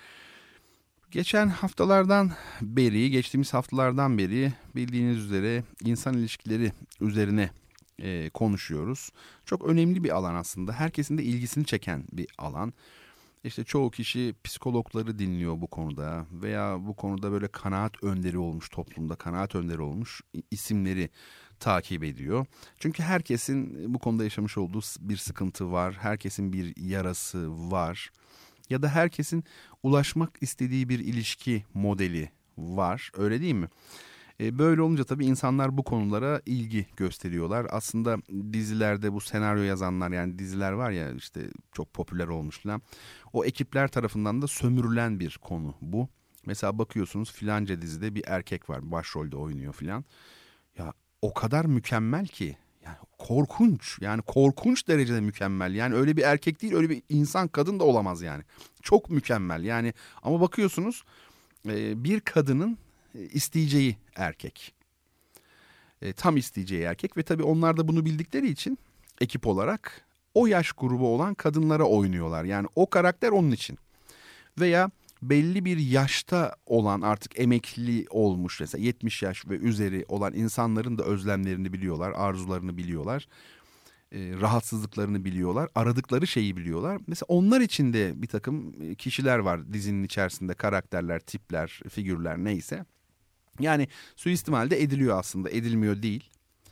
Geçen haftalardan beri, geçtiğimiz haftalardan beri bildiğiniz üzere insan ilişkileri üzerine e, konuşuyoruz. Çok önemli bir alan aslında. Herkesin de ilgisini çeken bir alan. İşte çoğu kişi psikologları dinliyor bu konuda veya bu konuda böyle kanaat önderi olmuş, toplumda kanaat önderi olmuş isimleri takip ediyor. Çünkü herkesin bu konuda yaşamış olduğu bir sıkıntı var, herkesin bir yarası var ya da herkesin ulaşmak istediği bir ilişki modeli var, öyle değil mi? Böyle olunca tabii insanlar bu konulara ilgi gösteriyorlar. Aslında dizilerde bu senaryo yazanlar, yani diziler var ya işte çok popüler olmuş falan. O ekipler tarafından da sömürülen bir konu bu. Mesela bakıyorsunuz filanca dizide bir erkek var, başrolde oynuyor falan. Ya o kadar mükemmel ki, yani korkunç, yani korkunç derecede mükemmel. Yani öyle bir erkek değil, öyle bir insan, kadın da olamaz yani. Çok mükemmel yani, ama bakıyorsunuz bir kadının isteyeceği erkek. E, tam isteyeceği erkek ve tabii onlar da bunu bildikleri için ekip olarak o yaş grubu olan kadınlara oynuyorlar. Yani o karakter onun için. Veya belli bir yaşta olan, artık emekli olmuş, mesela yetmiş yaş ve üzeri olan insanların da özlemlerini biliyorlar, arzularını biliyorlar. E, rahatsızlıklarını biliyorlar, aradıkları şeyi biliyorlar. Mesela onlar için de bir takım kişiler var dizinin içerisinde, karakterler, tipler, figürler neyse. Yani suistimal de ediliyor aslında, edilmiyor değil.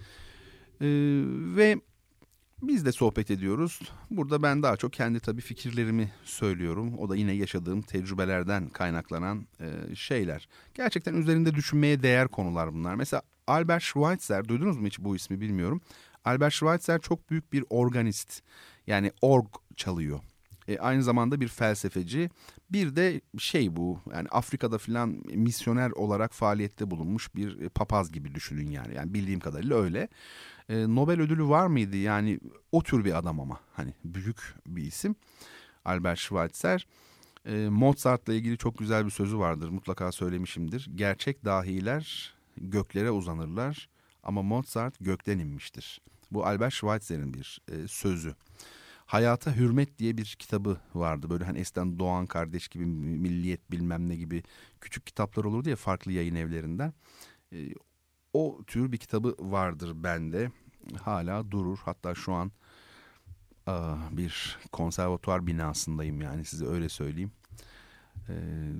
Ee, ve biz de sohbet ediyoruz. Burada ben daha çok kendi tabii fikirlerimi söylüyorum. O da yine yaşadığım tecrübelerden kaynaklanan e, şeyler. Gerçekten üzerinde düşünmeye değer konular bunlar. Mesela Albert Schweitzer, duydunuz mu hiç bu ismi bilmiyorum. Albert Schweitzer çok büyük bir organist. Yani org çalıyor. E, aynı zamanda bir felsefeci, bir de şey bu, yani Afrika'da filan misyoner olarak faaliyette bulunmuş bir e, papaz gibi düşünün yani. Yani bildiğim kadarıyla öyle. E, Nobel ödülü var mıydı? Yani o tür bir adam, ama hani büyük bir isim Albert Schweitzer. E, Mozart'la ilgili çok güzel bir sözü vardır, mutlaka söylemişimdir. Gerçek dahiler göklere uzanırlar ama Mozart gökten inmiştir. Bu Albert Schweitzer'in bir e, sözü. Hayata Hürmet diye bir kitabı vardı. Böyle hani eskiden Doğan Kardeş gibi, Milliyet bilmem ne gibi küçük kitaplar olurdu ya farklı yayın evlerinden. E, o tür bir kitabı vardır bende. Hala durur. Hatta şu an a, bir konservatuvar binasındayım, yani size öyle söyleyeyim. E,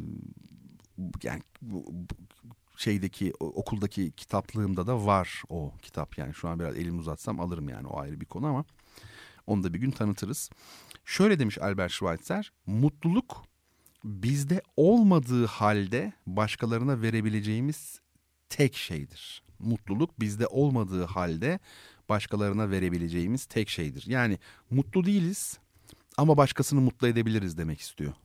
yani bu, bu şeydeki, okuldaki kitaplığımda da var o kitap. Yani şu an biraz elimi uzatsam alırım, yani o ayrı bir konu, ama onu da bir gün tanıtırız. Şöyle demiş Albert Schweitzer, mutluluk bizde olmadığı halde başkalarına verebileceğimiz tek şeydir. Mutluluk bizde olmadığı halde başkalarına verebileceğimiz tek şeydir. Yani mutlu değiliz ama başkasını mutlu edebiliriz demek istiyor.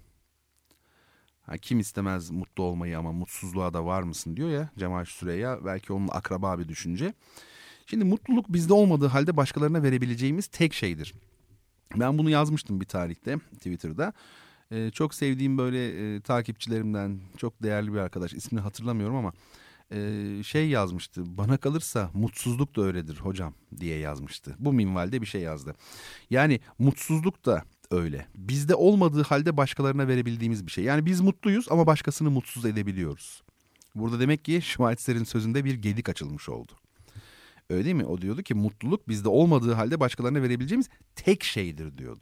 Ha, kim istemez mutlu olmayı ama mutsuzluğa da var mısın diyor ya Cemal Süreyya, belki onun akraba bir düşünce. Şimdi mutluluk bizde olmadığı halde başkalarına verebileceğimiz tek şeydir. Ben bunu yazmıştım bir tarihte Twitter'da. Ee, çok sevdiğim böyle e, takipçilerimden çok değerli bir arkadaş, ismini hatırlamıyorum ama e, şey yazmıştı. Bana kalırsa mutsuzluk da öyledir hocam diye yazmıştı. Bu minvalde bir şey yazdı. Yani mutsuzluk da öyle. Bizde olmadığı halde başkalarına verebildiğimiz bir şey. Yani biz mutluyuz ama başkasını mutsuz edebiliyoruz. Burada demek ki Schweitzer'in sözünde bir gedik açılmış oldu. Öyle değil mi? O diyordu ki mutluluk bizde olmadığı halde başkalarına verebileceğimiz tek şeydir diyordu.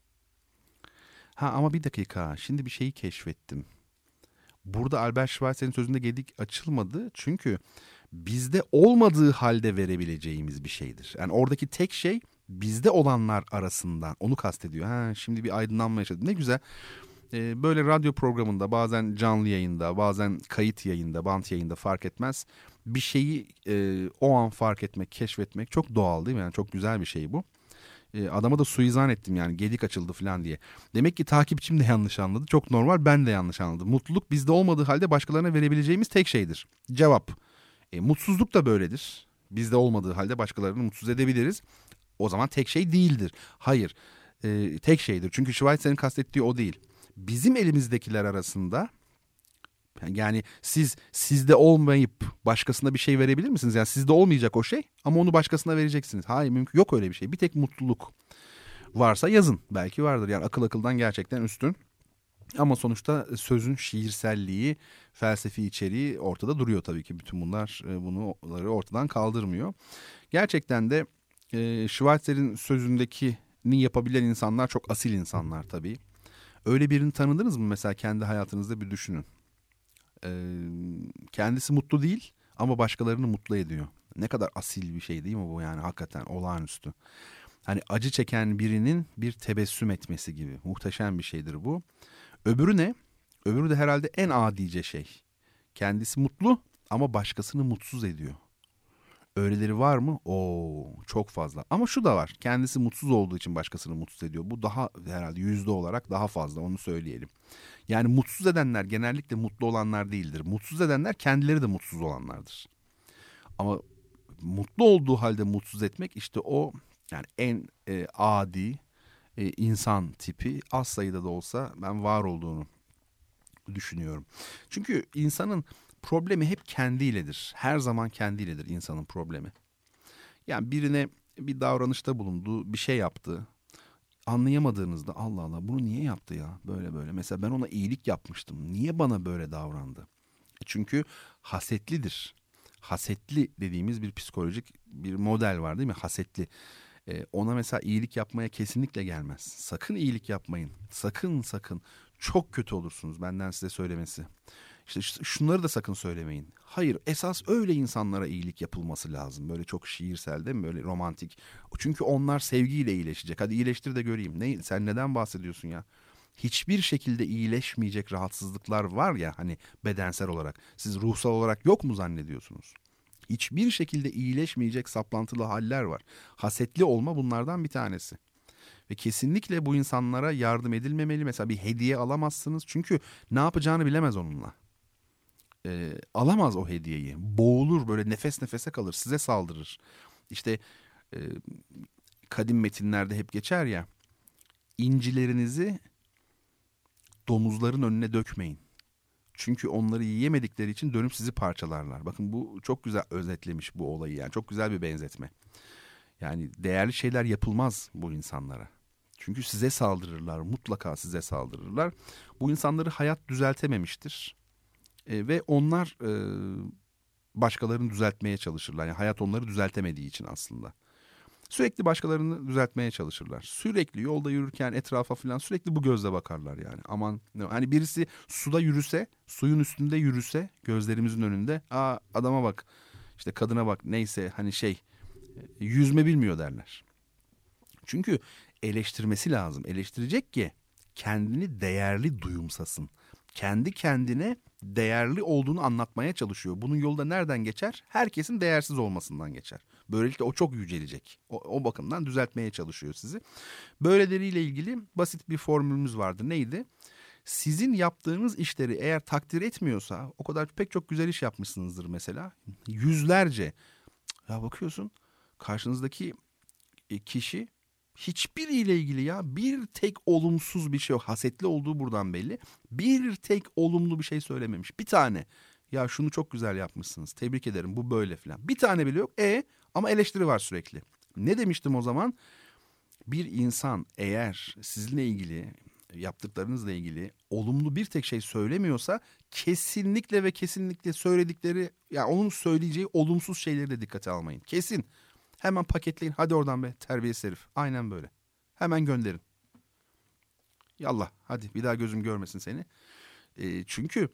Ha ama bir dakika, şimdi bir şeyi keşfettim. Burada Albert Schweitzer'in sözünde gedik açılmadı. Çünkü bizde olmadığı halde verebileceğimiz bir şeydir. Yani oradaki tek şey bizde olanlar arasından, onu kastediyor. Ha, şimdi bir aydınlanma yaşadım. Ne güzel. Ee, böyle radyo programında, bazen canlı yayında, bazen kayıt yayında, bant yayında fark etmez. Bir şeyi e, o an fark etmek, keşfetmek çok doğal değil mi? Yani çok güzel bir şey bu. E, adama da suizan ettim, yani gedik açıldı falan diye. Demek ki takipçim de yanlış anladı. Çok normal, ben de yanlış anladım. Mutluluk bizde olmadığı halde başkalarına verebileceğimiz tek şeydir. Cevap. E, mutsuzluk da böyledir. Bizde olmadığı halde başkalarını mutsuz edebiliriz. O zaman tek şey değildir. Hayır. E, tek şeydir. Çünkü Schweitzer'in kastettiği o değil. Bizim elimizdekiler arasında Yani siz sizde olmayıp başkasına bir şey verebilir misiniz? Yani sizde olmayacak o şey ama onu başkasına vereceksiniz. Hayır, mümkün yok öyle bir şey. Bir tek mutluluk varsa yazın. Belki vardır. Yani akıl akıldan gerçekten üstün. Ama sonuçta sözün şiirselliği, felsefi içeriği ortada duruyor tabii ki. Bütün bunlar e, bunları ortadan kaldırmıyor. Gerçekten de e, Schweitzer'in sözündekini yapabilen insanlar çok asil insanlar tabii. Öyle birini tanıdınız mı mesela kendi hayatınızda, bir düşünün. Ee, kendisi mutlu değil ama başkalarını mutlu ediyor. Ne kadar asil bir şey değil mi bu, yani hakikaten olağanüstü. Hani acı çeken birinin bir tebessüm etmesi gibi muhteşem bir şeydir bu. Öbürü ne? Öbürü de herhalde en adice şey. Kendisi mutlu ama başkasını mutsuz ediyor. Öyleleri var mı? Oo, çok fazla. Ama şu da var. Kendisi mutsuz olduğu için başkasını mutsuz ediyor. Bu daha herhalde yüzde olarak daha fazla, onu söyleyelim. Yani mutsuz edenler genellikle mutlu olanlar değildir. Mutsuz edenler kendileri de mutsuz olanlardır. Ama mutlu olduğu halde mutsuz etmek, işte o yani en e, adi e, insan tipi, az sayıda da olsa ben var olduğunu düşünüyorum. Çünkü insanın problemi hep kendiyledir. Her zaman kendiyledir insanın problemi. Yani birine bir davranışta bulundu, bir şey yaptı. Anlayamadığınızda Allah Allah bunu niye yaptı ya böyle böyle. Mesela ben ona iyilik yapmıştım. Niye bana böyle davrandı? Çünkü hasetlidir. Hasetli dediğimiz bir psikolojik bir model var değil mi? Hasetli. Ee, ona mesela iyilik yapmaya kesinlikle gelmez. Sakın iyilik yapmayın. Sakın sakın. Çok kötü olursunuz, benden size söylemesi. İşte şunları da sakın söylemeyin. Hayır, esas öyle insanlara iyilik yapılması lazım. Böyle çok şiirsel değil mi? Böyle romantik. Çünkü onlar sevgiyle iyileşecek. Hadi iyileştir de göreyim. Ne, sen neden bahsediyorsun ya? Hiçbir şekilde iyileşmeyecek rahatsızlıklar var ya hani bedensel olarak. Siz ruhsal olarak yok mu zannediyorsunuz? Hiçbir şekilde iyileşmeyecek saplantılı haller var. Hasetli olma bunlardan bir tanesi. Ve kesinlikle bu insanlara yardım edilmemeli. Mesela bir hediye alamazsınız. Çünkü ne yapacağını bilemez onunla. Ee, alamaz o hediyeyi. Boğulur, böyle nefes nefese kalır. Size saldırır. İşte e, kadim metinlerde hep geçer ya. İncilerinizi domuzların önüne dökmeyin. Çünkü onları yiyemedikleri için dönüp sizi parçalarlar. Bakın bu çok güzel özetlemiş bu olayı yani. Çok güzel bir benzetme. Yani değerli şeyler yapılmaz bu insanlara. Çünkü size saldırırlar, mutlaka size saldırırlar. Bu insanları hayat düzeltememiştir. E, ve onlar e, başkalarını düzeltmeye çalışırlar. Yani hayat onları düzeltemediği için aslında. Sürekli başkalarını düzeltmeye çalışırlar. Sürekli yolda yürürken etrafa falan sürekli bu gözle bakarlar yani. Aman hani birisi suda yürüse, suyun üstünde yürüse gözlerimizin önünde, aa adama bak, işte kadına bak, neyse hani şey, yüzme bilmiyor derler. Çünkü eleştirmesi lazım. Eleştirecek ki kendini değerli duyumsasın. Kendi kendine değerli olduğunu anlatmaya çalışıyor. Bunun yolu da nereden geçer? Herkesin değersiz olmasından geçer. Böylelikle o çok yücelecek. O, o bakımdan düzeltmeye çalışıyor sizi. Böyleleriyle ilgili basit bir formülümüz vardı. Neydi? Sizin yaptığınız işleri eğer takdir etmiyorsa, o kadar pek çok güzel iş yapmışsınızdır mesela. Yüzlerce. Ya bakıyorsun karşınızdaki kişi hiçbiriyle ilgili ya bir tek olumsuz bir şey yok. Hasetli olduğu buradan belli. Bir tek olumlu bir şey söylememiş. Bir tane. Ya şunu çok güzel yapmışsınız. Tebrik ederim. Bu böyle falan. Bir tane bile yok. E ama eleştiri var sürekli. Ne demiştim o zaman? Bir insan eğer sizinle ilgili, yaptıklarınızla ilgili olumlu bir tek şey söylemiyorsa, kesinlikle ve kesinlikle söyledikleri, yani onun söyleyeceği olumsuz şeyleri de dikkate almayın. Kesin. Hemen paketleyin. Hadi oradan be terbiyesiz herif. Aynen böyle. Hemen gönderin. Yallah hadi bir daha gözüm görmesin seni. E, çünkü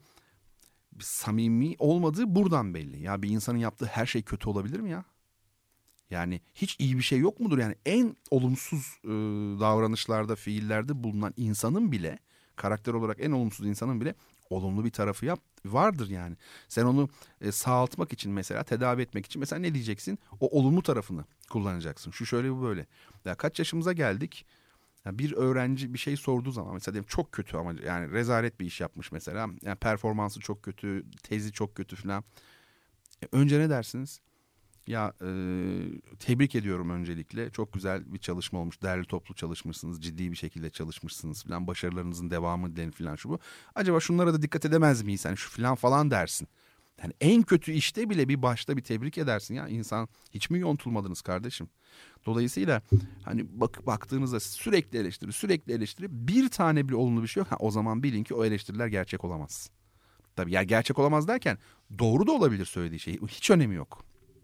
samimi olmadığı buradan belli. Ya bir insanın yaptığı her şey kötü olabilir mi ya? Yani hiç iyi bir şey yok mudur? Yani en olumsuz e, davranışlarda, fiillerde bulunan insanın bile, karakter olarak en olumsuz insanın bile olumlu bir tarafı yap vardır yani. Sen onu e, sağaltmak için, mesela tedavi etmek için mesela ne diyeceksin? O olumlu tarafını kullanacaksın. Şu şöyle, bu böyle. Ya kaç yaşımıza geldik? Ya bir öğrenci bir şey sorduğu zaman mesela diyelim çok kötü, ama yani rezalet bir iş yapmış mesela. Yani performansı çok kötü, tezi çok kötü falan. E, önce ne dersiniz? Ya e, tebrik ediyorum öncelikle. Çok güzel bir çalışma olmuş. Değerli toplu çalışmışsınız. Ciddi bir şekilde çalışmışsınız falan. Başarılarınızın devamı dilerim falan şu bu. Acaba şunlara da dikkat edemez miyiz? Hani şu falan falan dersin. Yani en kötü işte bile bir başta bir tebrik edersin ya. İnsan hiç mi yontulmadınız kardeşim? Dolayısıyla hani bak baktığınızda sürekli eleştiri, sürekli eleştiri, bir tane bile olumlu bir şey yok. Ha, o zaman bilin ki o eleştiriler gerçek olamaz. Tabii ya, gerçek olamaz derken doğru da olabilir söylediği şey. Hiç önemi yok.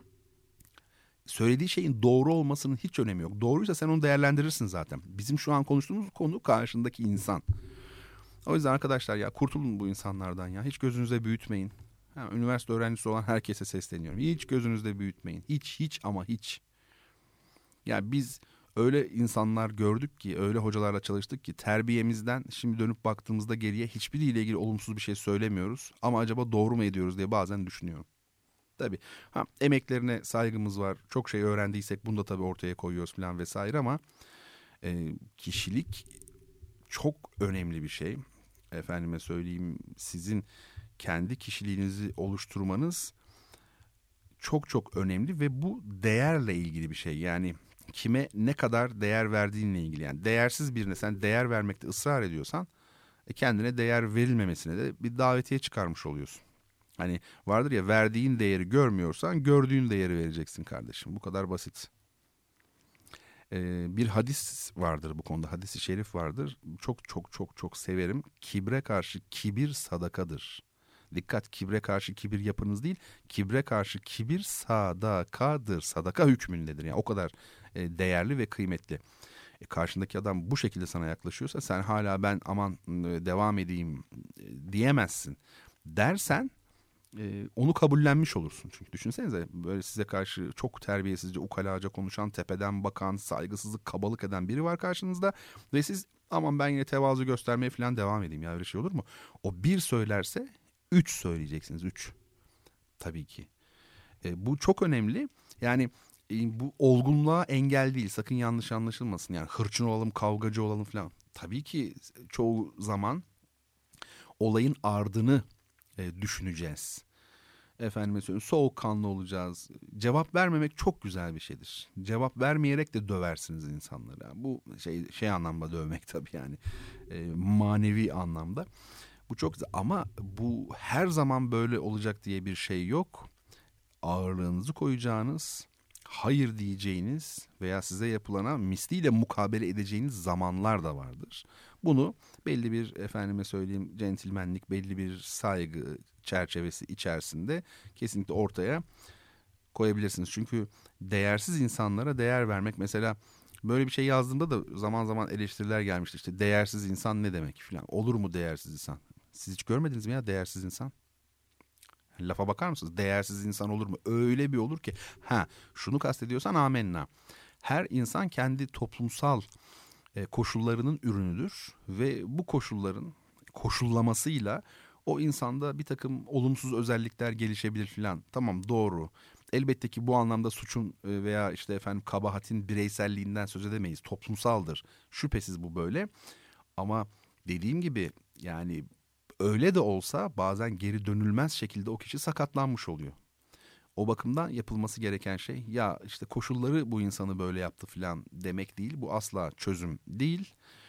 Söylediği şeyin doğru olmasının hiç önemi yok. Doğruysa sen onu değerlendirirsin zaten. Bizim şu an konuştuğumuz konu karşındaki insan. O yüzden arkadaşlar ya, kurtulun bu insanlardan ya. Hiç gözünüzde büyütmeyin. Ha, üniversite öğrencisi olan herkese sesleniyorum. Hiç gözünüzde büyütmeyin. Hiç hiç ama hiç. Ya biz öyle insanlar gördük ki, öyle hocalarla çalıştık ki terbiyemizden şimdi dönüp baktığımızda geriye hiçbiriyle ilgili olumsuz bir şey söylemiyoruz. Ama acaba doğru mu ediyoruz diye bazen düşünüyorum. Tabii ha, emeklerine saygımız var. Çok şey öğrendiysek bunu da tabii ortaya koyuyoruz falan vesaire ama e, kişilik çok önemli bir şey. Efendime söyleyeyim, sizin kendi kişiliğinizi oluşturmanız çok çok önemli ve bu değerle ilgili bir şey. Yani kime ne kadar değer verdiğinle ilgili. Yani değersiz birine sen değer vermekte ısrar ediyorsan e, kendine değer verilmemesine de bir davetiye çıkarmış oluyorsun. Hani vardır ya, verdiğin değeri görmüyorsan gördüğün değeri vereceksin kardeşim. Bu kadar basit. Ee, bir hadis vardır bu konuda. Hadis-i şerif vardır. Çok çok çok çok severim. Kibre karşı kibir sadakadır. Dikkat, kibre karşı kibir yapınız değil. Kibre karşı kibir sadakadır. Sadaka hükmündedir. Yani o kadar e, değerli ve kıymetli. E, karşındaki adam bu şekilde sana yaklaşıyorsa sen hala ben aman e, devam edeyim e, diyemezsin. Dersen Ee, onu kabullenmiş olursun. Çünkü düşünsenize, böyle size karşı çok terbiyesizce, ukalaca konuşan, tepeden bakan, saygısızlık, kabalık eden biri var karşınızda ve siz aman ben yine tevazu göstermeye falan devam edeyim, ya öyle şey olur mu? O bir söylerse üç söyleyeceksiniz, üç. Tabii ki. E, bu çok önemli. Yani e, bu olgunluğa engel değil, sakın yanlış anlaşılmasın. Yani hırçın olalım, kavgacı olalım falan. Tabii ki çoğu zaman olayın ardını e, düşüneceğiz. Efendime söyleyeyim, soğukkanlı olacağız. Cevap vermemek çok güzel bir şeydir. Cevap vermeyerek de döversiniz insanları. Bu şey şey anlamda dövmek tabii, yani e, manevi anlamda. Bu çok güzel ama bu her zaman böyle olacak diye bir şey yok. Ağırlığınızı koyacağınız, hayır diyeceğiniz veya size yapılana misliyle mukabele edeceğiniz zamanlar da vardır. Bunu belli bir, efendime söyleyeyim, centilmenlik, belli bir saygı çerçevesi içerisinde kesinlikle ortaya koyabilirsiniz. Çünkü değersiz insanlara değer vermek, mesela böyle bir şey yazdığımda da zaman zaman eleştiriler gelmişti. İşte değersiz insan ne demek falan. Olur mu değersiz insan? Siz hiç görmediniz mi ya değersiz insan? Lafa bakar mısınız? Değersiz insan olur mu? Öyle bir olur ki. Ha, şunu kastediyorsan amenna. Her insan kendi toplumsal e, koşullarının ürünüdür ve bu koşulların koşullamasıyla o insanda bir takım olumsuz özellikler gelişebilir filan. Tamam, doğru. Elbette ki bu anlamda suçun e, veya işte efendim kabahatin bireyselliğinden söz edemeyiz. Toplumsaldır. Şüphesiz bu böyle. Ama dediğim gibi yani öyle de olsa bazen geri dönülmez şekilde o kişi sakatlanmış oluyor. O bakımdan yapılması gereken şey, ya işte koşulları bu insanı böyle yaptı falan demek değil. Bu asla çözüm değil.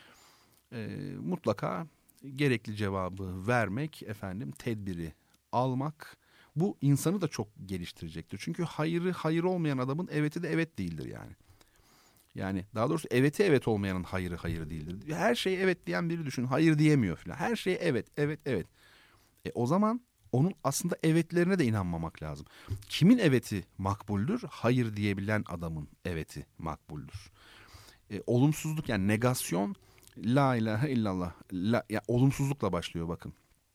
E, mutlaka gerekli cevabı vermek, efendim tedbiri almak, bu insanı da çok geliştirecektir. Çünkü hayırı hayır olmayan adamın eveti de evet değildir yani. Yani daha doğrusu eveti evet olmayanın hayırı hayır değildir. Her şeye evet diyen biri düşün, hayır diyemiyor falan. Her şeye evet, evet, evet. E o zaman onun aslında evetlerine de inanmamak lazım. Kimin eveti makbuldür? Hayır diyebilen adamın eveti makbuldür. E, olumsuzluk, yani negasyon, la ilahe illallah. La, ya, olumsuzlukla başlıyor bakın.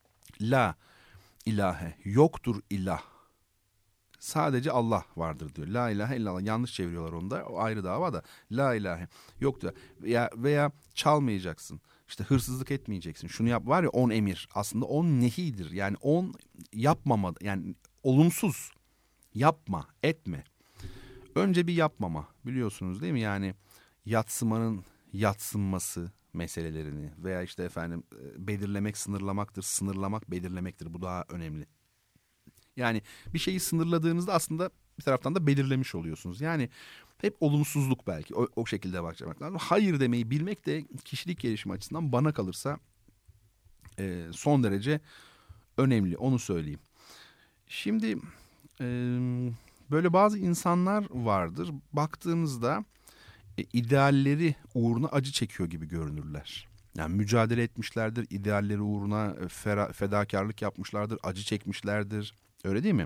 La ilahe, yoktur ilah. Sadece Allah vardır diyor. La ilahe illallah. Yanlış çeviriyorlar onu da. O ayrı dava da. La ilahe yoktur. Veya, veya çalmayacaksın. İşte hırsızlık etmeyeceksin. Şunu yap, var ya on emir. Aslında on nehidir. Yani on yapmama. Yani olumsuz. Yapma, etme. Önce bir yapmama. Biliyorsunuz değil mi? Yani yatsımanın yatsınması meselelerini veya işte efendim belirlemek sınırlamaktır. Sınırlamak belirlemektir. Bu daha önemli. Yani bir şeyi sınırladığınızda aslında bir taraftan da belirlemiş oluyorsunuz. Yani hep olumsuzluk belki o, o şekilde bakmak lazım. Hayır demeyi bilmek de kişilik gelişimi açısından bana kalırsa e, son derece önemli, onu söyleyeyim. Şimdi e, böyle bazı insanlar vardır, baktığınızda e, idealleri uğruna acı çekiyor gibi görünürler. Yani mücadele etmişlerdir, idealleri uğruna e, fera, fedakarlık yapmışlardır, acı çekmişlerdir, öyle değil mi?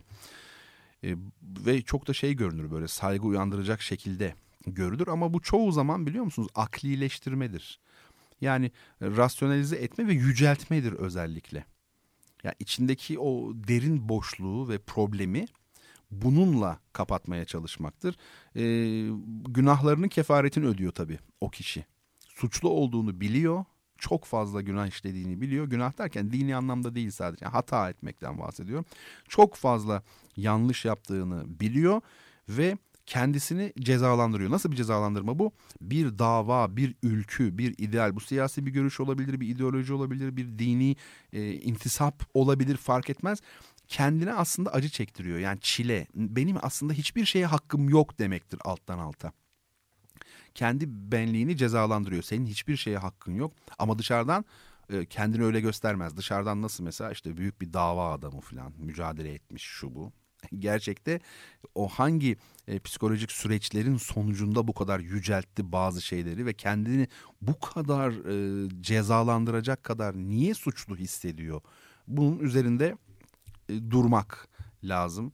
E, ve çok da şey görünür, böyle saygı uyandıracak şekilde görülür ama bu çoğu zaman biliyor musunuz aklileştirmedir. Yani e, rasyonalize etme ve yüceltmedir özellikle. Yani içindeki o derin boşluğu ve problemi bununla kapatmaya çalışmaktır. E, günahlarının kefaretini ödüyor tabii o kişi. Suçlu olduğunu biliyor, çok fazla günah işlediğini biliyor. Günah derken dini anlamda değil sadece, yani hata etmekten bahsediyorum. Çok fazla yanlış yaptığını biliyor ve kendisini cezalandırıyor. Nasıl bir cezalandırma bu? Bir dava, bir ülkü, bir ideal. Bu siyasi bir görüş olabilir, bir ideoloji olabilir, bir dini e, intisap olabilir, fark etmez. Kendine aslında acı çektiriyor. Yani çile. Benim aslında hiçbir şeye hakkım yok demektir alttan alta. Kendi benliğini cezalandırıyor. Senin hiçbir şeye hakkın yok. Ama dışarıdan e, kendini öyle göstermez. Dışarıdan nasıl mesela işte büyük bir dava adamı falan mücadele etmiş şu bu. Gerçekte o hangi e, psikolojik süreçlerin sonucunda bu kadar yüceltti bazı şeyleri ve kendini bu kadar e, cezalandıracak kadar niye suçlu hissediyor? Bunun üzerinde e, durmak lazım.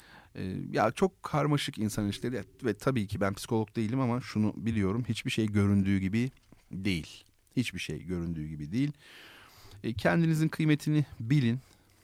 E, ya çok karmaşık insan ilişkileri ve tabii ki ben psikolog değilim ama şunu biliyorum, hiçbir şey göründüğü gibi değil. Hiçbir şey göründüğü gibi değil. E, kendinizin kıymetini bilin.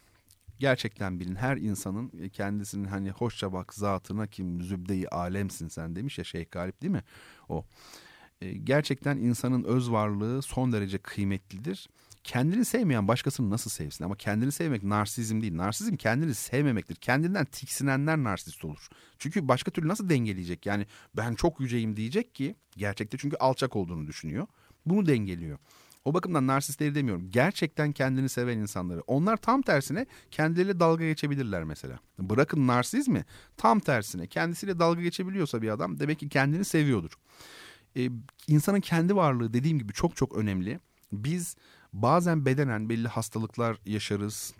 Gerçekten bilin, her insanın kendisinin hani hoşça bak zatına kim zübde-i alemsin sen demiş ya Şeyh Galip, değil mi? O. E, gerçekten insanın öz varlığı son derece kıymetlidir. Kendini sevmeyen başkasını nasıl sevsin? Ama kendini sevmek narsizm değil. Narsizm kendini sevmemektir. Kendinden tiksinenler narsist olur. Çünkü başka türlü nasıl dengeleyecek? Yani ben çok yüceyim diyecek ki gerçekte, çünkü alçak olduğunu düşünüyor. Bunu dengeliyor. O bakımdan narsistleri demiyorum. Gerçekten kendini seven insanları. Onlar tam tersine kendileriyle dalga geçebilirler mesela. Bırakın narsizmi, tam tersine kendisiyle dalga geçebiliyorsa bir adam demek ki kendini seviyordur. Ee, insanın kendi varlığı dediğim gibi çok çok önemli. Biz bazen bedenen belli hastalıklar yaşarız,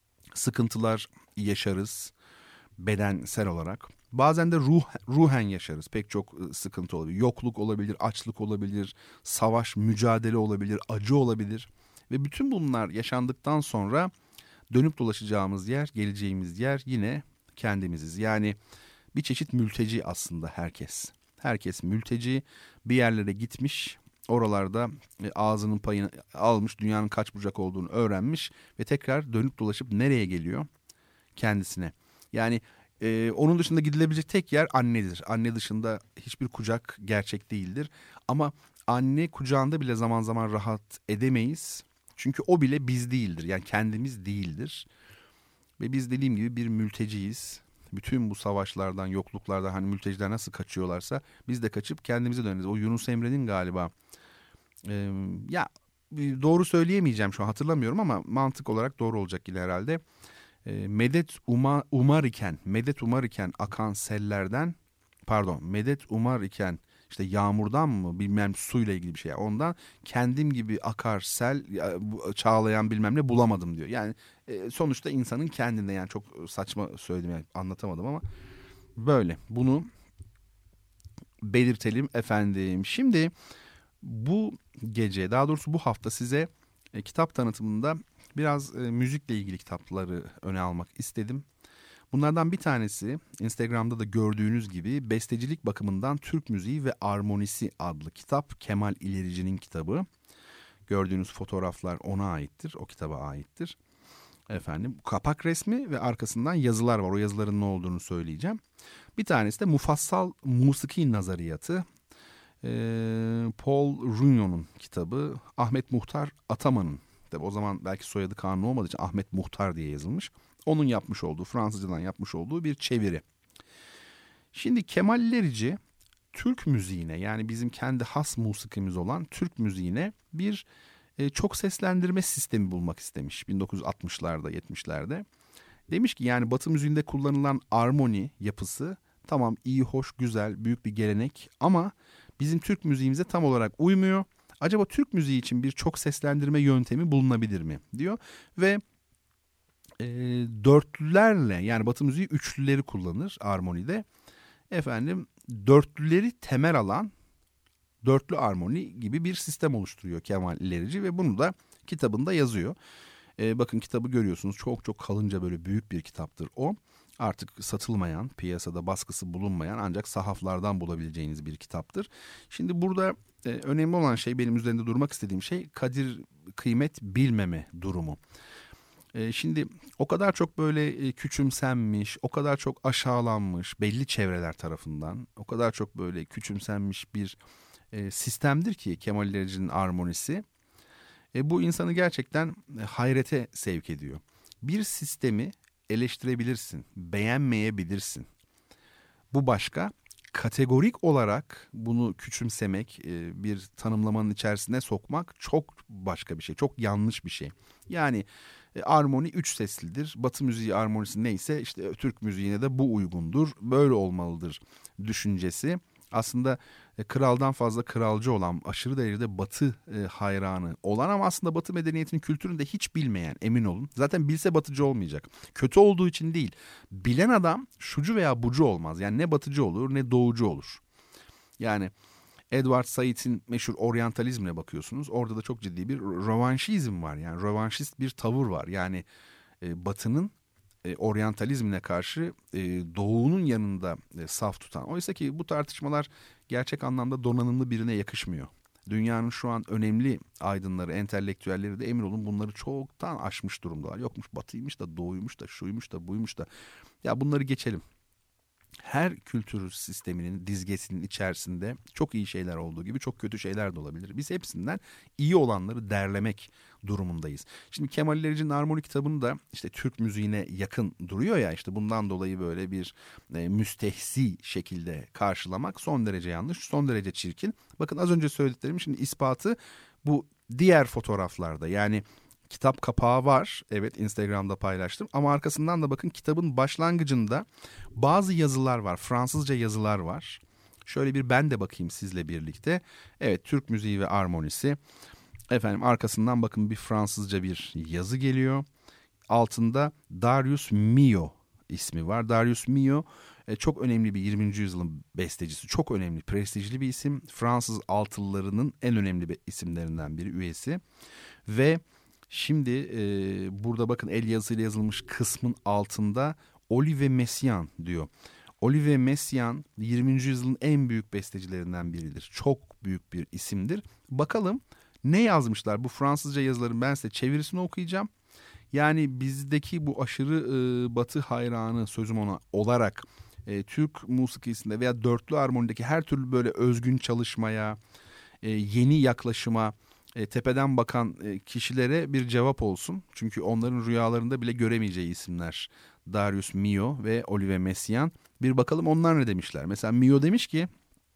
sıkıntılar yaşarız bedensel olarak. Bazen de ruh, ruhen yaşarız. Pek çok sıkıntı olabilir. Yokluk olabilir, açlık olabilir, savaş, mücadele olabilir, acı olabilir. Ve bütün bunlar yaşandıktan sonra dönüp dolaşacağımız yer, geleceğimiz yer yine kendimiziz. Yani bir çeşit mülteci aslında herkes. Herkes mülteci, bir yerlere gitmiş, oralarda ağzının payını almış, dünyanın kaç bucak olduğunu öğrenmiş ve tekrar dönüp dolaşıp nereye geliyor? Kendisine. Yani Ee, onun dışında gidilebilecek tek yer annedir. Anne dışında hiçbir kucak gerçek değildir. Ama anne kucağında bile zaman zaman rahat edemeyiz. Çünkü o bile biz değildir. Yani kendimiz değildir. Ve biz dediğim gibi bir mülteciyiz. Bütün bu savaşlardan, yokluklardan, hani mülteciler nasıl kaçıyorlarsa biz de kaçıp kendimize döneriz. O Yunus Emre'nin galiba e, ya doğru söyleyemeyeceğim şu an, hatırlamıyorum ama mantık olarak doğru olacak yine herhalde. Medet uma, umar iken, medet umar iken akan sellerden, pardon, medet umar iken işte yağmurdan mı bilmem suyla ilgili bir şey. Ondan kendim gibi akar sel çağlayan bilmem ne bulamadım diyor. Yani sonuçta insanın kendinde, yani çok saçma söyledim yani anlatamadım ama böyle bunu belirtelim efendim. Şimdi bu gece, daha doğrusu bu hafta size e, kitap tanıtımında biraz e, müzikle ilgili kitapları öne almak istedim. Bunlardan bir tanesi Instagram'da da gördüğünüz gibi Bestecilik Bakımından Türk Müziği ve Armonisi adlı kitap. Kemal İlerici'nin kitabı. Gördüğünüz fotoğraflar ona aittir, o kitaba aittir. Efendim, kapak resmi ve arkasından yazılar var. O yazıların ne olduğunu söyleyeceğim. Bir tanesi de Mufassal Musiki Nazariyatı. Ee, Paul Rugnon'un kitabı. Ahmet Muhtar Ataman'ın. Tabii o zaman belki soyadı kanunu olmadığı için Ahmet Muhtar diye yazılmış. Onun yapmış olduğu, Fransızcadan yapmış olduğu bir çeviri. Şimdi Kemal İlerici Türk müziğine, yani bizim kendi has musikimiz olan Türk müziğine bir e, çok seslendirme sistemi bulmak istemiş bin dokuz yüz altmışlarda, yetmişlerde. Demiş ki yani Batı müziğinde kullanılan armoni yapısı Tamam, iyi, hoş, güzel, büyük bir gelenek ama bizim Türk müziğimize tam olarak uymuyor. Acaba Türk müziği için bir çok seslendirme yöntemi bulunabilir mi diyor ve e, dörtlülerle, yani Batı müziği üçlüleri kullanır armonide. Efendim dörtlüleri temel alan dörtlü armoni gibi bir sistem oluşturuyor Kemal İlerici ve bunu da kitabında yazıyor. E, bakın kitabı görüyorsunuz, çok çok kalınca böyle büyük bir kitaptır o. Artık satılmayan, piyasada baskısı bulunmayan ancak sahaflardan bulabileceğiniz bir kitaptır. Şimdi burada e, önemli olan şey, benim üzerinde durmak istediğim şey kadir kıymet bilmeme durumu. E, şimdi o kadar çok böyle e, küçümsenmiş, o kadar çok aşağılanmış belli çevreler tarafından, o kadar çok böyle küçümsenmiş bir e, sistemdir ki Kemal İlerici'nin armonisi. E, bu insanı gerçekten e, hayrete sevk ediyor. Bir sistemi eleştirebilirsin, beğenmeyebilirsin. Bu başka. Kategorik olarak bunu küçümsemek, e, bir tanımlamanın içerisine sokmak çok başka bir şey, çok yanlış bir şey. Yani e, armoni üç seslidir. Batı müziği armonisi neyse işte Türk müziğine de bu uygundur, böyle olmalıdır düşüncesi. Aslında e, kraldan fazla kralcı olan, aşırı derecede Batı e, hayranı olan ama aslında Batı medeniyetinin kültürünü de hiç bilmeyen, emin olun. Zaten bilse batıcı olmayacak. Kötü olduğu için değil. Bilen adam şucu veya bucu olmaz. Yani ne batıcı olur ne doğucu olur. Yani Edward Said'in meşhur oryantalizmine bakıyorsunuz. Orada da çok ciddi bir rövanşizm var. Yani rövanşist bir tavır var. Yani e, Batı'nın E, oryantalizmine karşı e, doğunun yanında e, saf tutan. Oysa ki bu tartışmalar gerçek anlamda donanımlı birine yakışmıyor. Dünyanın şu an önemli aydınları, entelektüelleri de emin olun bunları çoktan aşmış durumdalar. Yokmuş batıymış da doğuymuş da şuymuş da buymuş da. Ya bunları geçelim. Her kültür sisteminin dizgesinin içerisinde çok iyi şeyler olduğu gibi çok kötü şeyler de olabilir. Biz hepsinden iyi olanları derlemek durumundayız. Şimdi Kemal İlerici'nin armoni kitabını da işte Türk müziğine yakın duruyor ya, işte bundan dolayı böyle bir e, müstehzi şekilde karşılamak son derece yanlış, son derece çirkin. Bakın az önce söylediklerim şimdi ispatı bu diğer fotoğraflarda. Yani kitap kapağı var. Evet, Instagram'da paylaştım. Ama arkasından da bakın kitabın başlangıcında bazı yazılar var. Fransızca yazılar var. Şöyle bir ben de bakayım sizle birlikte. Evet, Türk müziği ve armonisi. Efendim arkasından bakın bir Fransızca bir yazı geliyor. Altında Darius Milhaud ismi var. Darius Milhaud e, çok önemli bir yirminci yüzyılın bestecisi. Çok önemli, prestijli bir isim. Fransız altılılarının en önemli isimlerinden biri, üyesi. Ve şimdi e, burada bakın el yazısıyla yazılmış kısmın altında Olivier Messiaen diyor. Olivier Messiaen yirminci yüzyılın en büyük bestecilerinden biridir. Çok büyük bir isimdir. Bakalım ne yazmışlar? Bu Fransızca yazıların ben size çevirisini okuyacağım. Yani bizdeki bu aşırı e, Batı hayranı sözüm ona olarak e, Türk musikisinde veya dörtlü armonideki her türlü böyle özgün çalışmaya, e, yeni yaklaşıma, E, tepeden bakan e, kişilere bir cevap olsun. Çünkü onların rüyalarında bile göremeyeceği isimler Darius Milhaud ve Olivier Messiaen. Bir bakalım onlar ne demişler. Mesela Milhaud demiş ki,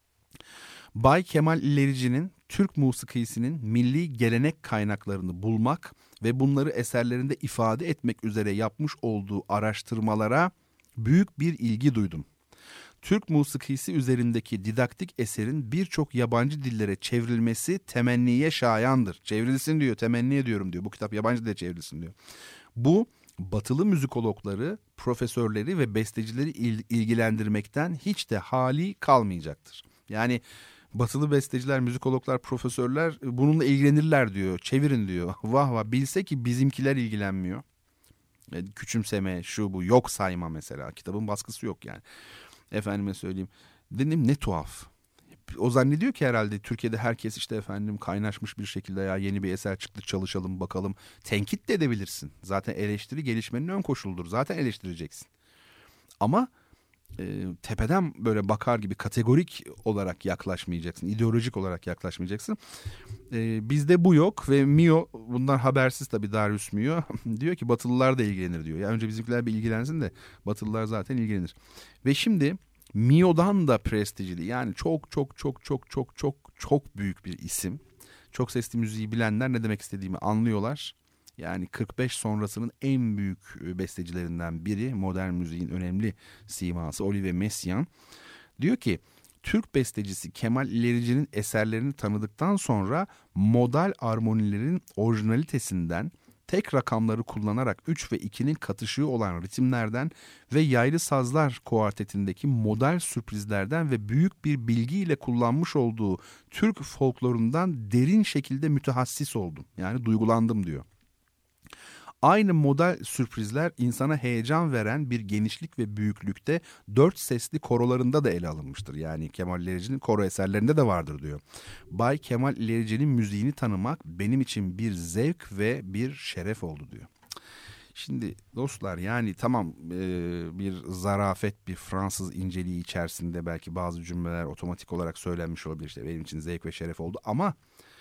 Bay Kemal İlerici'nin Türk musikisinin milli gelenek kaynaklarını bulmak ve bunları eserlerinde ifade etmek üzere yapmış olduğu araştırmalara büyük bir ilgi duydum. Türk musikisi üzerindeki didaktik eserin birçok yabancı dillere çevrilmesi temenniye şayandır. Çevrilsin diyor, temenni ediyorum diyor. Bu kitap yabancı dile çevrilsin diyor. Bu batılı müzikologları, profesörleri ve bestecileri il- ilgilendirmekten hiç de hali kalmayacaktır. Yani batılı besteciler, müzikologlar, profesörler bununla ilgilenirler diyor. Çevirin diyor. Vah vah, bilse ki bizimkiler ilgilenmiyor. E, küçümseme, şu bu, yok sayma mesela. Kitabın baskısı yok yani. Efendime söyleyeyim. Dedim ne tuhaf. O zannediyor ki herhalde Türkiye'de herkes işte efendim kaynaşmış bir şekilde ya yeni bir eser çıktı çalışalım bakalım. Tenkit de edebilirsin. Zaten eleştiri gelişmenin ön koşuludur. Zaten eleştireceksin. Ama e, tepeden böyle bakar gibi kategorik olarak yaklaşmayacaksın. İdeolojik olarak yaklaşmayacaksın. E, bizde bu yok ve Milhaud bundan habersiz tabii, Darius Milhaud diyor ki Batılılar da ilgilenir diyor. Yani önce bizimkiler bir ilgilensin de Batılılar zaten ilgilenir. Ve şimdi Milhaud'dan da prestijli, yani çok çok çok çok çok çok çok büyük bir isim. Çok sesli müziği bilenler ne demek istediğimi anlıyorlar. Yani kırk beş sonrasının en büyük bestecilerinden biri, modern müziğin önemli siması Olivier Messiaen diyor ki Türk bestecisi Kemal İlerici'nin eserlerini tanıdıktan sonra modal armonilerin orijinalitesinden, tek rakamları kullanarak üç ve ikinin katışığı olan ritimlerden ve yaylı sazlar kuartetindeki modal sürprizlerden ve büyük bir bilgiyle kullanmış olduğu Türk folklorundan derin şekilde mütehassis oldum. Yani duygulandım diyor. Aynı modal sürprizler insana heyecan veren bir genişlik ve büyüklükte dört sesli korolarında da ele alınmıştır. Yani Kemal İlerici'nin koro eserlerinde de vardır diyor. Bay Kemal İlerici'nin müziğini tanımak benim için bir zevk ve bir şeref oldu diyor. Şimdi dostlar yani tamam e, bir zarafet, bir Fransız inceliği içerisinde belki bazı cümleler otomatik olarak söylenmiş olabilir. İşte benim için zevk ve şeref oldu ama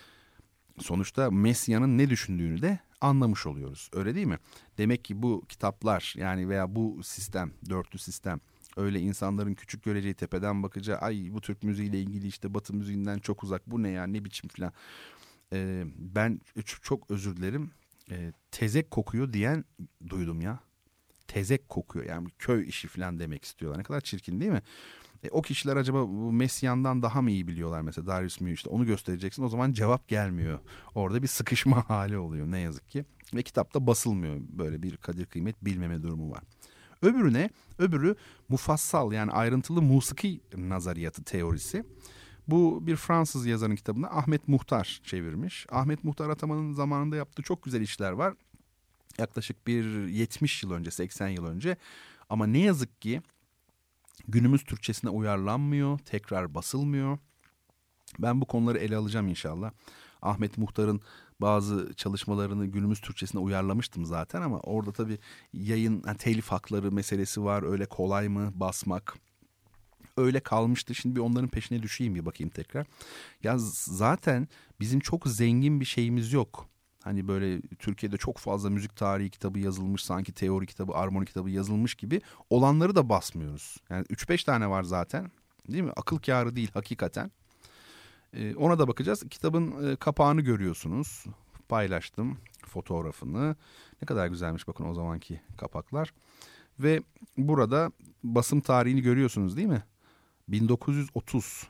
sonuçta Messiaen'in ne düşündüğünü de anlamış oluyoruz. Öyle değil mi? Demek ki bu kitaplar yani veya bu sistem, dörtlü sistem öyle insanların küçük göreceği, tepeden bakacağı ay bu Türk müziğiyle ilgili işte Batı müziğinden çok uzak, bu ne ya, ne biçim falan. Ee, ben çok özür dilerim. Ee, tezek kokuyor diyen duydum ya. Tezek kokuyor yani köy işi falan demek istiyorlar. Ne kadar çirkin değil mi? E, o kişiler acaba bu Messiaen'dan daha mı iyi biliyorlar mesela Darius Milhaud, işte onu göstereceksin, o zaman cevap gelmiyor. Orada bir sıkışma hali oluyor ne yazık ki. Ve kitapta basılmıyor, böyle bir kadir kıymet bilmeme durumu var. Öbürü ne? Öbürü mufassal yani ayrıntılı musiki nazariyatı teorisi. Bu bir Fransız yazarın kitabını Ahmet Muhtar çevirmiş. Ahmet Muhtar Ataman'ın zamanında yaptığı çok güzel işler var. Yaklaşık bir yetmiş yıl önce, seksen yıl önce. Ama ne yazık ki günümüz Türkçesine uyarlanmıyor, tekrar basılmıyor. Ben bu konuları ele alacağım inşallah. Ahmet Muhtar'ın bazı çalışmalarını günümüz Türkçesine uyarlamıştım zaten ama orada tabii yayın, yani telif hakları meselesi var. Öyle kolay mı basmak? Öyle kalmıştı. Şimdi bir onların peşine düşeyim, bir bakayım tekrar. Ya zaten bizim çok zengin bir şeyimiz yok. Hani böyle Türkiye'de çok fazla müzik tarihi kitabı yazılmış, sanki teori kitabı, armoni kitabı yazılmış gibi olanları da basmıyoruz. Yani üç beş tane var zaten, değil mi? Akıl kârı değil hakikaten. Ee, ona da bakacağız. Kitabın e, kapağını görüyorsunuz. Paylaştım fotoğrafını. Ne kadar güzelmiş bakın o zamanki kapaklar. Ve burada basım tarihini görüyorsunuz değil mi? bin dokuz yüz otuz.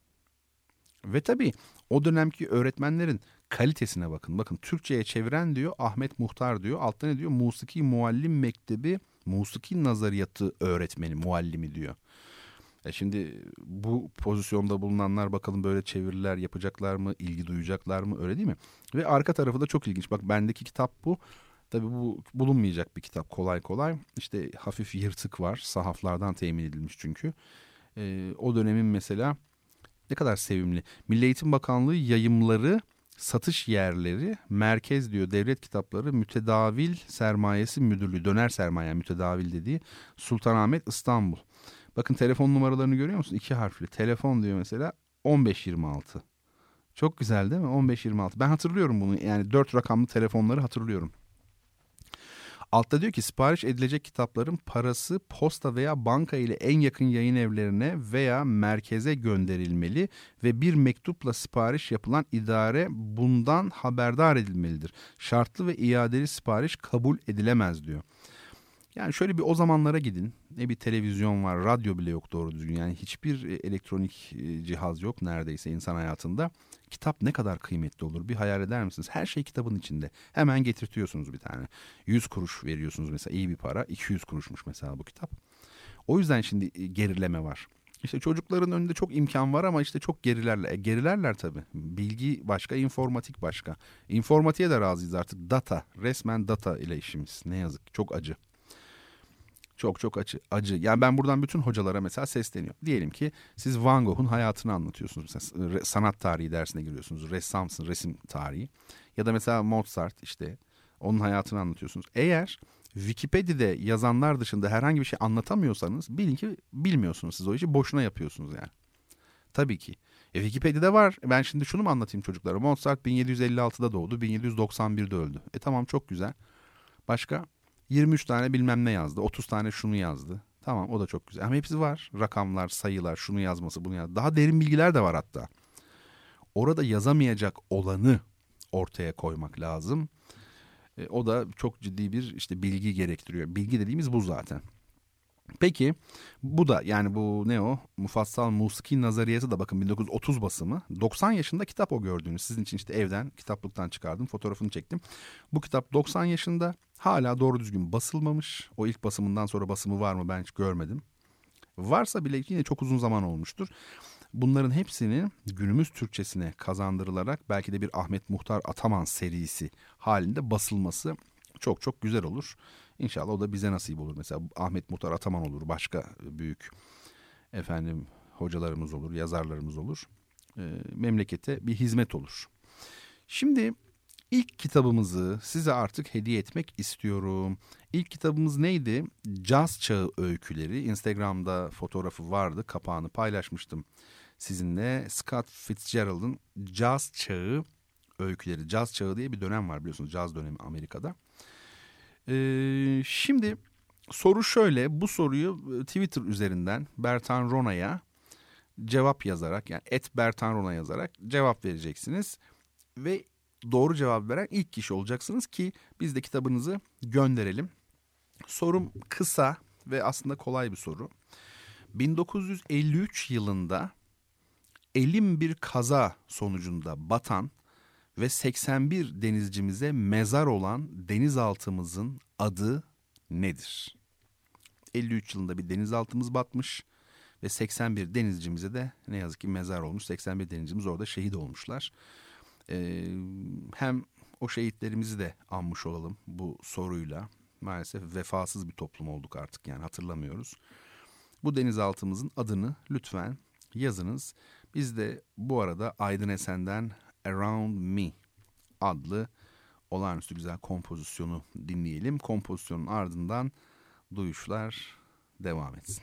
Ve tabii o dönemki öğretmenlerin kalitesine bakın. Bakın Türkçe'ye çeviren diyor Ahmet Muhtar diyor. Altta ne diyor? Musiki Muallim Mektebi Musiki Nazariyatı öğretmeni, muallimi diyor. E şimdi bu pozisyonda bulunanlar bakalım böyle çeviriler yapacaklar mı? İlgi duyacaklar mı? Öyle değil mi? Ve arka tarafı da çok ilginç. Bak bendeki kitap bu. Tabii bu bulunmayacak bir kitap kolay kolay. İşte hafif yırtık var. Sahaflardan temin edilmiş çünkü. E, o dönemin mesela ne kadar sevimli. Milli Eğitim Bakanlığı yayımları, satış yerleri, merkez diyor devlet kitapları, mütedavil sermayesi müdürlüğü, döner sermaye mütedavil dediği Sultanahmet İstanbul. Bakın telefon numaralarını görüyor musun? İki harfli. Telefon diyor mesela on beş yirmi altı. Çok güzel değil mi? on beş yirmi altı. Ben hatırlıyorum bunu. Yani dört rakamlı telefonları hatırlıyorum. Altta diyor ki sipariş edilecek kitapların parası posta veya banka ile en yakın yayın evlerine veya merkeze gönderilmeli ve bir mektupla sipariş yapılan idare bundan haberdar edilmelidir. Şartlı ve iadeli sipariş kabul edilemez diyor. Yani şöyle bir o zamanlara gidin. Ne bir televizyon var, radyo bile yok doğru düzgün. Yani hiçbir elektronik cihaz yok neredeyse insan hayatında. Kitap ne kadar kıymetli olur bir hayal eder misiniz? Her şey kitabın içinde. Hemen getirtiyorsunuz bir tane. yüz kuruş veriyorsunuz mesela, iyi bir para. iki yüz kuruşmuş mesela bu kitap. O yüzden şimdi gerileme var. İşte çocukların önünde çok imkan var ama işte çok gerilerler. E, gerilerler tabii. Bilgi başka, informatik başka. İnformatiğe de razıyız artık. Data, resmen data ile işimiz. Ne yazık ki çok acı. Çok çok acı, acı. Yani ben buradan bütün hocalara mesela sesleniyorum. Diyelim ki siz Van Gogh'un hayatını anlatıyorsunuz. Mesela sanat tarihi dersine giriyorsunuz. Ressamsın, resim tarihi. Ya da mesela Mozart, işte onun hayatını anlatıyorsunuz. Eğer Wikipedia'da yazanlar dışında herhangi bir şey anlatamıyorsanız bilin ki bilmiyorsunuz. Siz o işi boşuna yapıyorsunuz yani. Tabii ki. E, Wikipedia'da var. Ben şimdi şunu mu anlatayım çocuklara? Mozart bin yedi yüz elli altıda doğdu, bin yedi yüz doksan birde öldü. E tamam, çok güzel. Başka? yirmi üç tane bilmem ne yazdı. otuz tane şunu yazdı. Tamam, o da çok güzel. Ama hepsi var. Rakamlar, sayılar, şunu yazması, bunu yazması. Daha derin bilgiler de var hatta. Orada yazamayacak olanı ortaya koymak lazım. E, o da çok ciddi bir işte bilgi gerektiriyor. Bilgi dediğimiz bu zaten. Peki bu da yani bu ne o? Mufassal Musiki Nazariyatı da bakın bin dokuz yüz otuz basımı. doksan yaşında kitap o gördüğünüz. Sizin için işte evden kitaplıktan çıkardım, fotoğrafını çektim. Bu kitap doksan yaşında, hala doğru düzgün basılmamış. O ilk basımından sonra basımı var mı ben hiç görmedim. Varsa bile yine çok uzun zaman olmuştur. Bunların hepsini günümüz Türkçesine kazandırılarak belki de bir Ahmet Muhtar Ataman serisi halinde basılması çok çok güzel olur. İnşallah o da bize nasip olur. Mesela Ahmet Muhtar Ataman olur, başka büyük efendim hocalarımız olur, yazarlarımız olur. E, memlekete bir hizmet olur. Şimdi ilk kitabımızı size artık hediye etmek istiyorum. İlk kitabımız neydi? Caz Çağı Öyküleri. Instagram'da fotoğrafı vardı, kapağını paylaşmıştım sizinle. Scott Fitzgerald'ın Caz Çağı Öyküleri. Caz Çağı diye bir dönem var biliyorsunuz, caz dönemi Amerika'da. Ee, şimdi soru şöyle, bu soruyu Twitter üzerinden Bertan Rona'ya cevap yazarak, yani et Bertan Rona yazarak cevap vereceksiniz. Ve doğru cevap veren ilk kişi olacaksınız ki biz de kitabınızı gönderelim. Sorum kısa ve aslında kolay bir soru. bin dokuz yüz elli üç yılında elim bir kaza sonucunda batan ve seksen bir denizcimize mezar olan denizaltımızın adı nedir? elli üç yılında bir denizaltımız batmış ve seksen bir denizcimize de ne yazık ki mezar olmuş. seksen bir denizcimiz orada şehit olmuşlar. Ee, hem o şehitlerimizi de anmış olalım bu soruyla. Maalesef vefasız bir toplum olduk artık, yani hatırlamıyoruz. Bu denizaltımızın adını lütfen yazınız. Biz de bu arada Aydın Esen'den Around Me adlı olağanüstü güzel kompozisyonu dinleyelim. Kompozisyonun ardından duyuşlar devam etsin.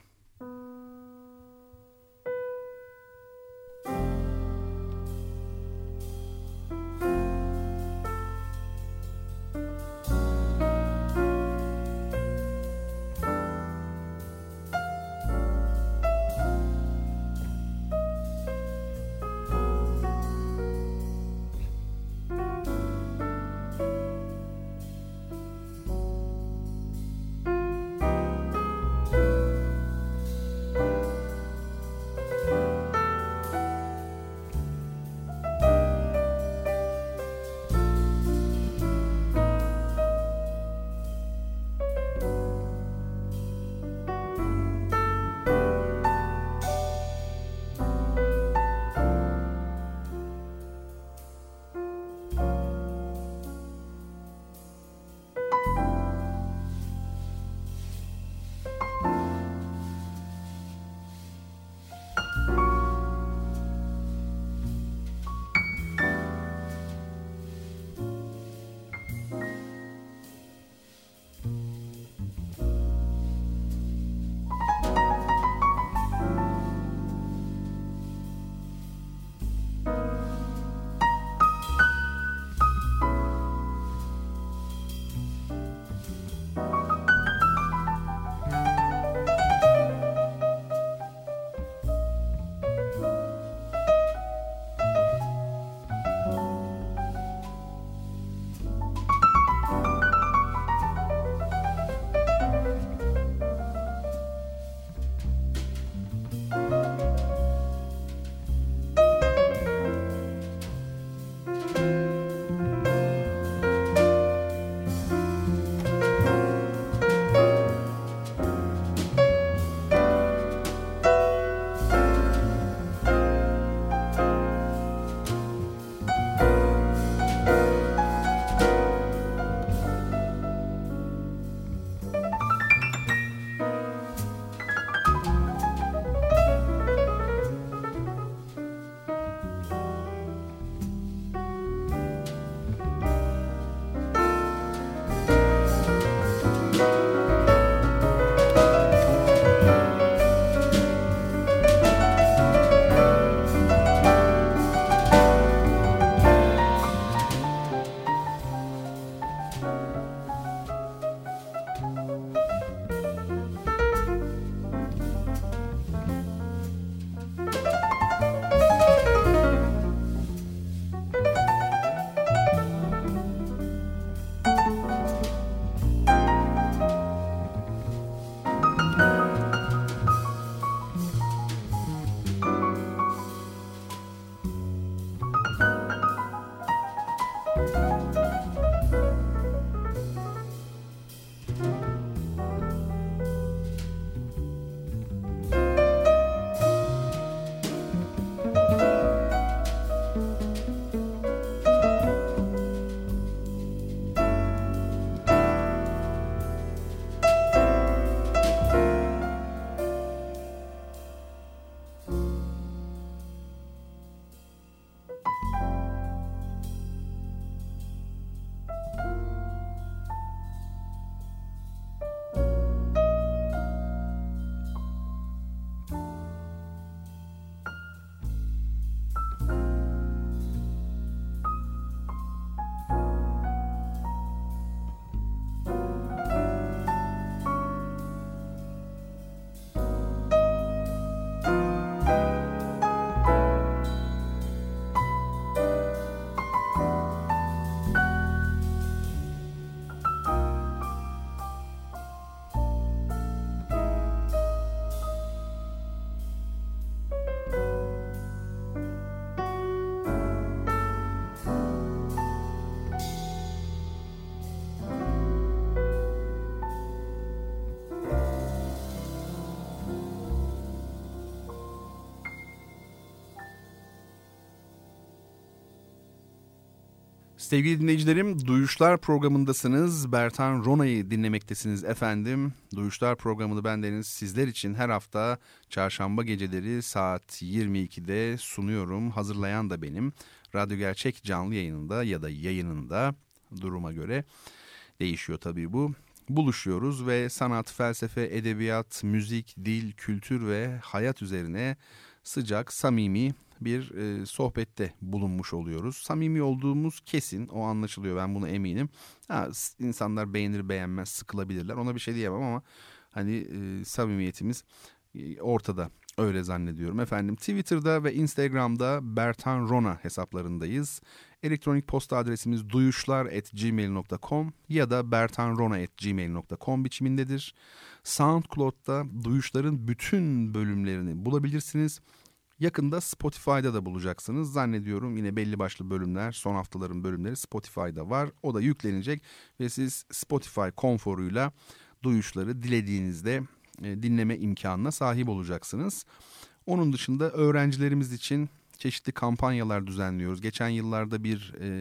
Sevgili dinleyicilerim, Duyuşlar programındasınız. Bertan Rona'yı dinlemektesiniz efendim. Duyuşlar programını bendeniz sizler için her hafta çarşamba geceleri saat yirmi ikide sunuyorum. Hazırlayan da benim. Radyo Gerçek canlı yayınında ya da yayınında, duruma göre değişiyor tabii bu. Buluşuyoruz ve sanat, felsefe, edebiyat, müzik, dil, kültür ve hayat üzerine sıcak, samimi bir e, sohbette bulunmuş oluyoruz. Samimi olduğumuz kesin, o anlaşılıyor, ben buna eminim. Ha, insanlar beğenir beğenmez, sıkılabilirler, ona bir şey diyemem ama hani e, samimiyetimiz e, ortada, öyle zannediyorum efendim. Twitter'da ve Instagram'da Bertan Rona hesaplarındayız. Elektronik posta adresimiz duyuşlar at gmail nokta com ya da bertanrona at gmail nokta com biçimindedir. SoundCloud'da Duyuşlar'ın bütün bölümlerini bulabilirsiniz. Yakında Spotify'da da bulacaksınız. Zannediyorum yine belli başlı bölümler, son haftaların bölümleri Spotify'da var. O da yüklenecek ve siz Spotify konforuyla Duyuşlar'ı dilediğinizde e, dinleme imkanına sahip olacaksınız. Onun dışında öğrencilerimiz için çeşitli kampanyalar düzenliyoruz. Geçen yıllarda bir e,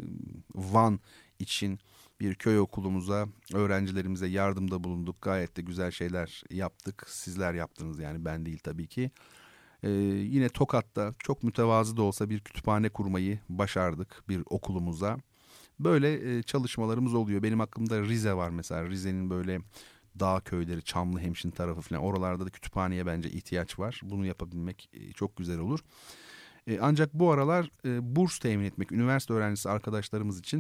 Van için bir köy okulumuza, öğrencilerimize yardımda bulunduk. Gayet de güzel şeyler yaptık. Sizler yaptınız, yani ben değil tabii ki. Ee, yine Tokat'ta çok mütevazı da olsa bir kütüphane kurmayı başardık bir okulumuza. Böyle e, çalışmalarımız oluyor. Benim aklımda Rize var mesela. Rize'nin böyle dağ köyleri, Çamlıhemşin tarafı falan, oralarda da kütüphaneye bence ihtiyaç var. Bunu yapabilmek e, çok güzel olur. E, ancak bu aralar e, burs temin etmek, üniversite öğrencisi arkadaşlarımız için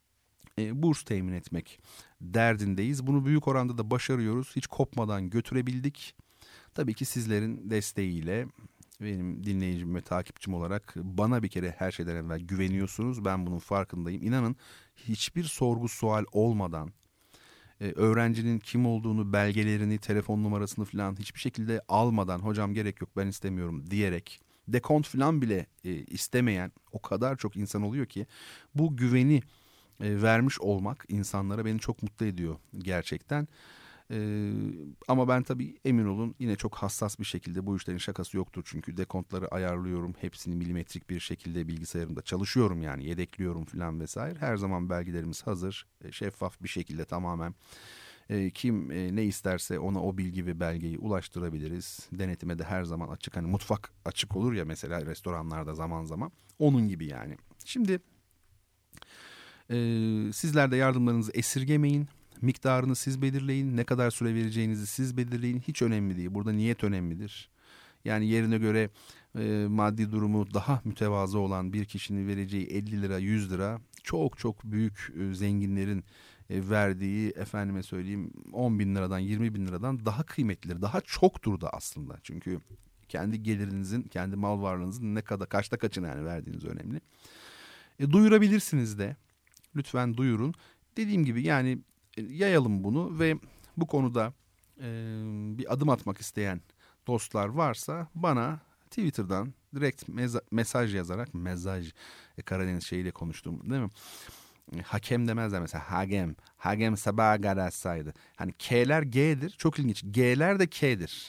e, burs temin etmek derdindeyiz. Bunu büyük oranda da başarıyoruz. Hiç kopmadan götürebildik. Tabii ki sizlerin desteğiyle, benim dinleyicim ve takipçim olarak bana bir kere her şeyden evvel güveniyorsunuz. Ben bunun farkındayım. İnanın, hiçbir sorgu sual olmadan, e, öğrencinin kim olduğunu, belgelerini, telefon numarasını falan hiçbir şekilde almadan, hocam gerek yok ben istemiyorum diyerek, dekont falan bile e, istemeyen o kadar çok insan oluyor ki bu güveni e, vermiş olmak insanlara beni çok mutlu ediyor gerçekten. Ee, ama ben tabii emin olun yine çok hassas bir şekilde, bu işlerin şakası yoktur çünkü dekontları ayarlıyorum, hepsini milimetrik bir şekilde bilgisayarımda çalışıyorum, yani yedekliyorum falan vesaire. Her zaman belgelerimiz hazır, şeffaf bir şekilde tamamen e, kim e, ne isterse ona o bilgi ve belgeyi ulaştırabiliriz. Denetime de her zaman açık, hani mutfak açık olur ya mesela restoranlarda zaman zaman, onun gibi yani. Şimdi e, sizler de yardımlarınızı esirgemeyin. Miktarını siz belirleyin. Ne kadar süre vereceğinizi siz belirleyin. Hiç önemli değil. Burada niyet önemlidir. Yani yerine göre e, maddi durumu daha mütevazı olan bir kişinin vereceği elli lira, yüz lira çok çok büyük e, zenginlerin e, verdiği, efendime söyleyeyim, on bin liradan, yirmi bin liradan daha kıymetlidir. Daha çoktur da aslında. Çünkü kendi gelirinizin, kendi mal varlığınızın ne kadar, kaçta kaçını yani verdiğiniz önemli. E, duyurabilirsiniz de. Lütfen duyurun. Dediğim gibi yani yayalım bunu ve bu konuda e, bir adım atmak isteyen dostlar varsa bana Twitter'dan direkt meza- mesaj yazarak, mesaj e, Karadeniz şeyiyle konuştum değil mi? E, hakem demezler mesela, hagem, hagem sabah garassaydı. Hani K'ler G'dir, çok ilginç. G'ler de K'dir.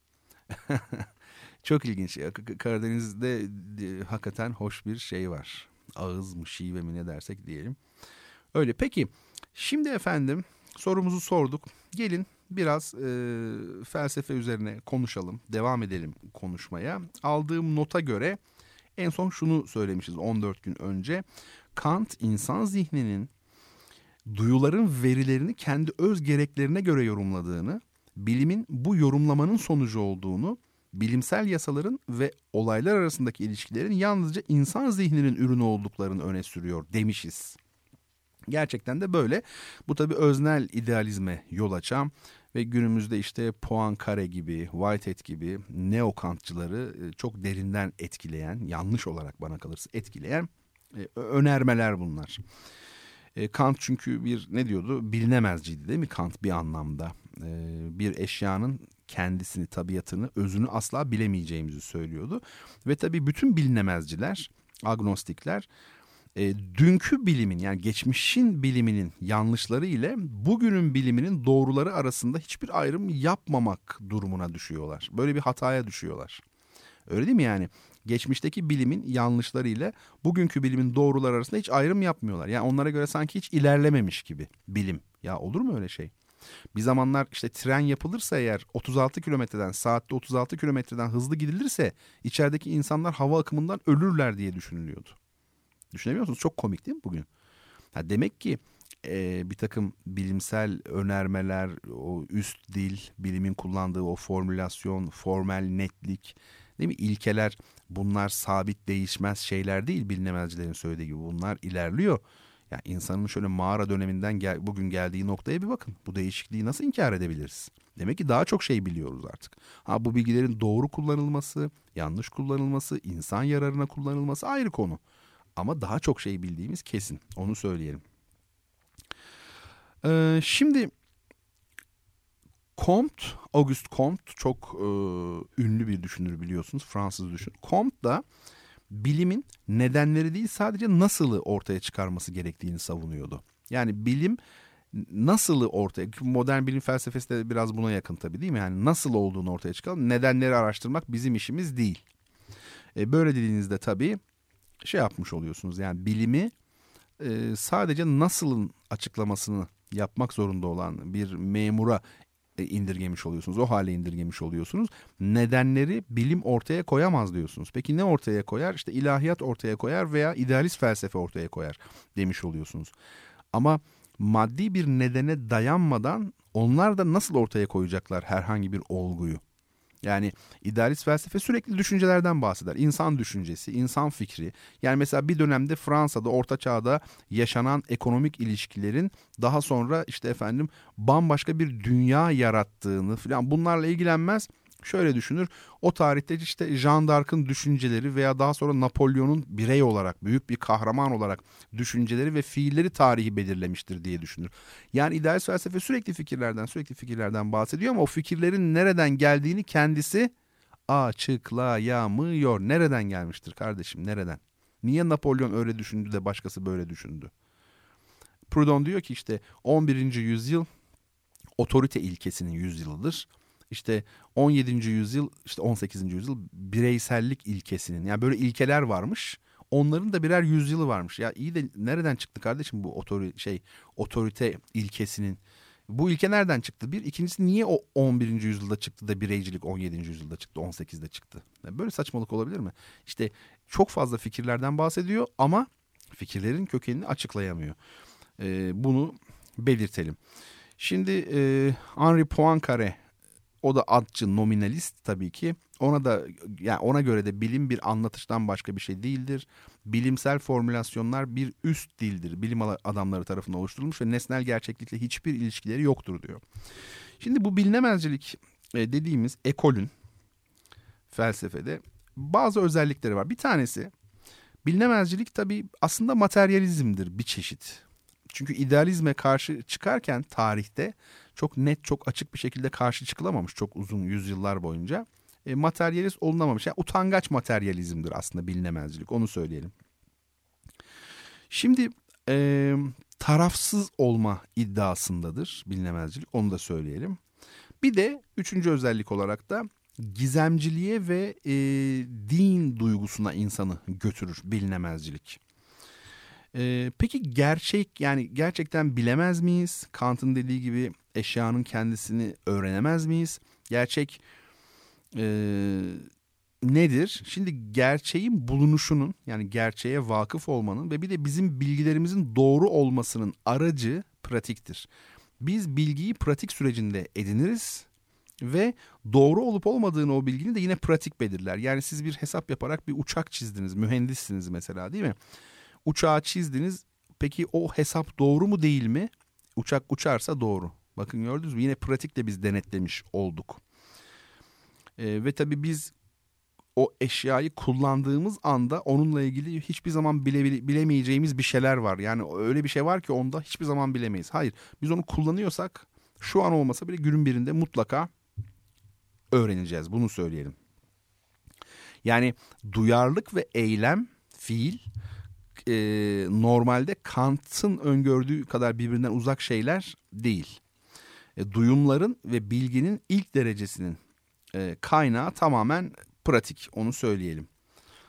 Çok ilginç. Karadeniz'de e, hakikaten hoş bir şey var. Ağız mı, şive mi ne dersek diyelim. Öyle. Peki şimdi efendim sorumuzu sorduk. Gelin biraz e, felsefe üzerine konuşalım. Devam edelim konuşmaya. Aldığım nota göre en son şunu söylemişiz on dört gün önce. Kant insan zihninin duyuların verilerini kendi öz gereklerine göre yorumladığını, bilimin bu yorumlamanın sonucu olduğunu, bilimsel yasaların ve olaylar arasındaki ilişkilerin yalnızca insan zihninin ürünü olduklarını öne sürüyor demişiz. Gerçekten de böyle. Bu tabii öznel idealizme yol açan ve günümüzde işte Poincaré gibi, Whitehead gibi neo-Kantçıları çok derinden etkileyen, yanlış olarak bana kalırsa etkileyen önermeler bunlar. Kant çünkü bir, ne diyordu? Bilinemezciydi değil mi Kant bir anlamda? Bir eşyanın kendisini, tabiatını, özünü asla bilemeyeceğimizi söylüyordu. Ve tabii bütün bilinemezciler, agnostikler, E, dünkü bilimin, yani geçmişin biliminin yanlışları ile bugünün biliminin doğruları arasında hiçbir ayrım yapmamak durumuna düşüyorlar. Böyle bir hataya düşüyorlar. Öyle değil mi yani? geçmişteki bilimin yanlışlarıyla bugünkü bilimin doğruları arasında hiç ayrım yapmıyorlar. Yani onlara göre sanki hiç ilerlememiş gibi bilim. Ya olur mu öyle şey? Bir zamanlar işte tren yapılırsa eğer otuz altı kilometreden saatte otuz altı kilometreden hızlı gidilirse içerideki insanlar hava akımından ölürler diye düşünülüyordu. Düşünebiliyor musunuz? Çok komik değil mi bugün? Ha demek ki e, bir takım bilimsel önermeler, o üst dil, bilimin kullandığı o formülasyon, formel netlik, değil mi? İlkeler, bunlar sabit değişmez şeyler değil, bilinemezcilerin söylediği gibi. Bunlar ilerliyor. Yani insanın şöyle mağara döneminden gel, bugün geldiği noktaya bir bakın. Bu değişikliği nasıl inkar edebiliriz? Demek ki daha çok şey biliyoruz artık. Ha bu bilgilerin doğru kullanılması, yanlış kullanılması, insan yararına kullanılması ayrı konu. Ama daha çok şey bildiğimiz kesin. Onu söyleyelim. Ee, şimdi Comte, Auguste Comte çok e, ünlü bir düşünür biliyorsunuz. Fransız düşünür. Comte da bilimin nedenleri değil sadece nasılı ortaya çıkarması gerektiğini savunuyordu. Yani bilim nasılı ortaya, modern bilim felsefesi de biraz buna yakın tabii değil mi? Yani nasıl olduğunu ortaya çıkaralım. Nedenleri araştırmak bizim işimiz değil. E, böyle dediğinizde tabii şey yapmış oluyorsunuz. Yani bilimi e, sadece nasılın açıklamasını yapmak zorunda olan bir memura e, indirgemiş oluyorsunuz. O hale indirgemiş oluyorsunuz. Nedenleri bilim ortaya koyamaz diyorsunuz. Peki ne ortaya koyar? İşte ilahiyat ortaya koyar veya idealist felsefe ortaya koyar demiş oluyorsunuz. Ama maddi bir nedene dayanmadan onlar da nasıl ortaya koyacaklar herhangi bir olguyu? Yani idealist felsefe sürekli düşüncelerden bahseder. İnsan düşüncesi, insan fikri. Yani mesela bir dönemde Fransa'da, Orta Çağ'da yaşanan ekonomik ilişkilerin daha sonra işte efendim bambaşka bir dünya yarattığını falan bunlarla ilgilenmez. Şöyle düşünür, o tarihte işte Jeanne d'Arc'ın düşünceleri veya daha sonra Napolyon'un birey olarak, büyük bir kahraman olarak düşünceleri ve fiilleri tarihi belirlemiştir diye düşünür. Yani idealist felsefe sürekli fikirlerden, sürekli fikirlerden bahsediyor ama o fikirlerin nereden geldiğini kendisi açıklayamıyor. Nereden gelmiştir kardeşim, nereden? Niye Napolyon öyle düşündü de başkası böyle düşündü? Proudhon diyor ki işte on birinci yüzyıl otorite ilkesinin yüzyılıdır. İşte on yedinci yüzyıl, işte on sekizinci yüzyıl bireysellik ilkesinin. Yani böyle ilkeler varmış. Onların da birer yüzyılı varmış. Ya iyi de nereden çıktı kardeşim bu otori, şey otorite ilkesinin? Bu ilke nereden çıktı? Bir, ikincisi niye o on birinci yüzyılda çıktı da bireycilik on yedinci yüzyılda çıktı, on sekizde çıktı? Yani böyle saçmalık olabilir mi? İşte çok fazla fikirlerden bahsediyor ama fikirlerin kökenini açıklayamıyor. Ee, bunu belirtelim. Şimdi e, Henri Poincaré, o da adçı, nominalist tabii ki. Ona da yani ona göre de bilim bir anlatıştan başka bir şey değildir. Bilimsel formülasyonlar bir üst dildir. Bilim adamları tarafından oluşturulmuş ve nesnel gerçeklikle hiçbir ilişkileri yoktur diyor. Şimdi bu bilinemezcilik dediğimiz ekolün felsefede bazı özellikleri var. Bir tanesi, bilinemezcilik tabii aslında materyalizmdir bir çeşit. Çünkü idealizme karşı çıkarken tarihte çok net, çok açık bir şekilde karşı çıkılamamış çok uzun yüzyıllar boyunca. E, materyalist olunamamış. Yani utangaç materyalizmdir aslında bilinemezcilik, onu söyleyelim. Şimdi e, tarafsız olma iddiasındadır bilinemezcilik, onu da söyleyelim. Bir de üçüncü özellik olarak da gizemciliğe ve e, din duygusuna insanı götürür bilinemezcilik. Ee, peki gerçek, yani gerçekten bilemez miyiz? Kant'ın dediği gibi eşyanın kendisini öğrenemez miyiz? Gerçek e, nedir? Şimdi gerçeğin bulunuşunun, yani gerçeğe vakıf olmanın ve bir de bizim bilgilerimizin doğru olmasının aracı pratiktir. Biz bilgiyi pratik sürecinde ediniriz ve doğru olup olmadığını o bilginin de yine pratik belirler. Yani siz bir hesap yaparak bir uçak çizdiniz, mühendissiniz mesela, değil mi? Uçağı çizdiniz. Peki o hesap doğru mu değil mi? Uçak uçarsa doğru. Bakın gördünüz mü? Yine pratikle biz denetlemiş olduk. Ee, ve tabii biz o eşyayı kullandığımız anda onunla ilgili hiçbir zaman bile, bile, bilemeyeceğimiz bir şeyler var. Yani öyle bir şey var ki onda hiçbir zaman bilemeyiz. Hayır, biz onu kullanıyorsak şu an olmasa bile günün birinde mutlaka öğreneceğiz. Bunu söyleyelim. Yani duyarlılık ve eylem, fiil e, normalde Kant'ın öngördüğü kadar birbirinden uzak şeyler değil. E, duyumların ve bilginin ilk derecesinin e, kaynağı tamamen pratik, onu söyleyelim.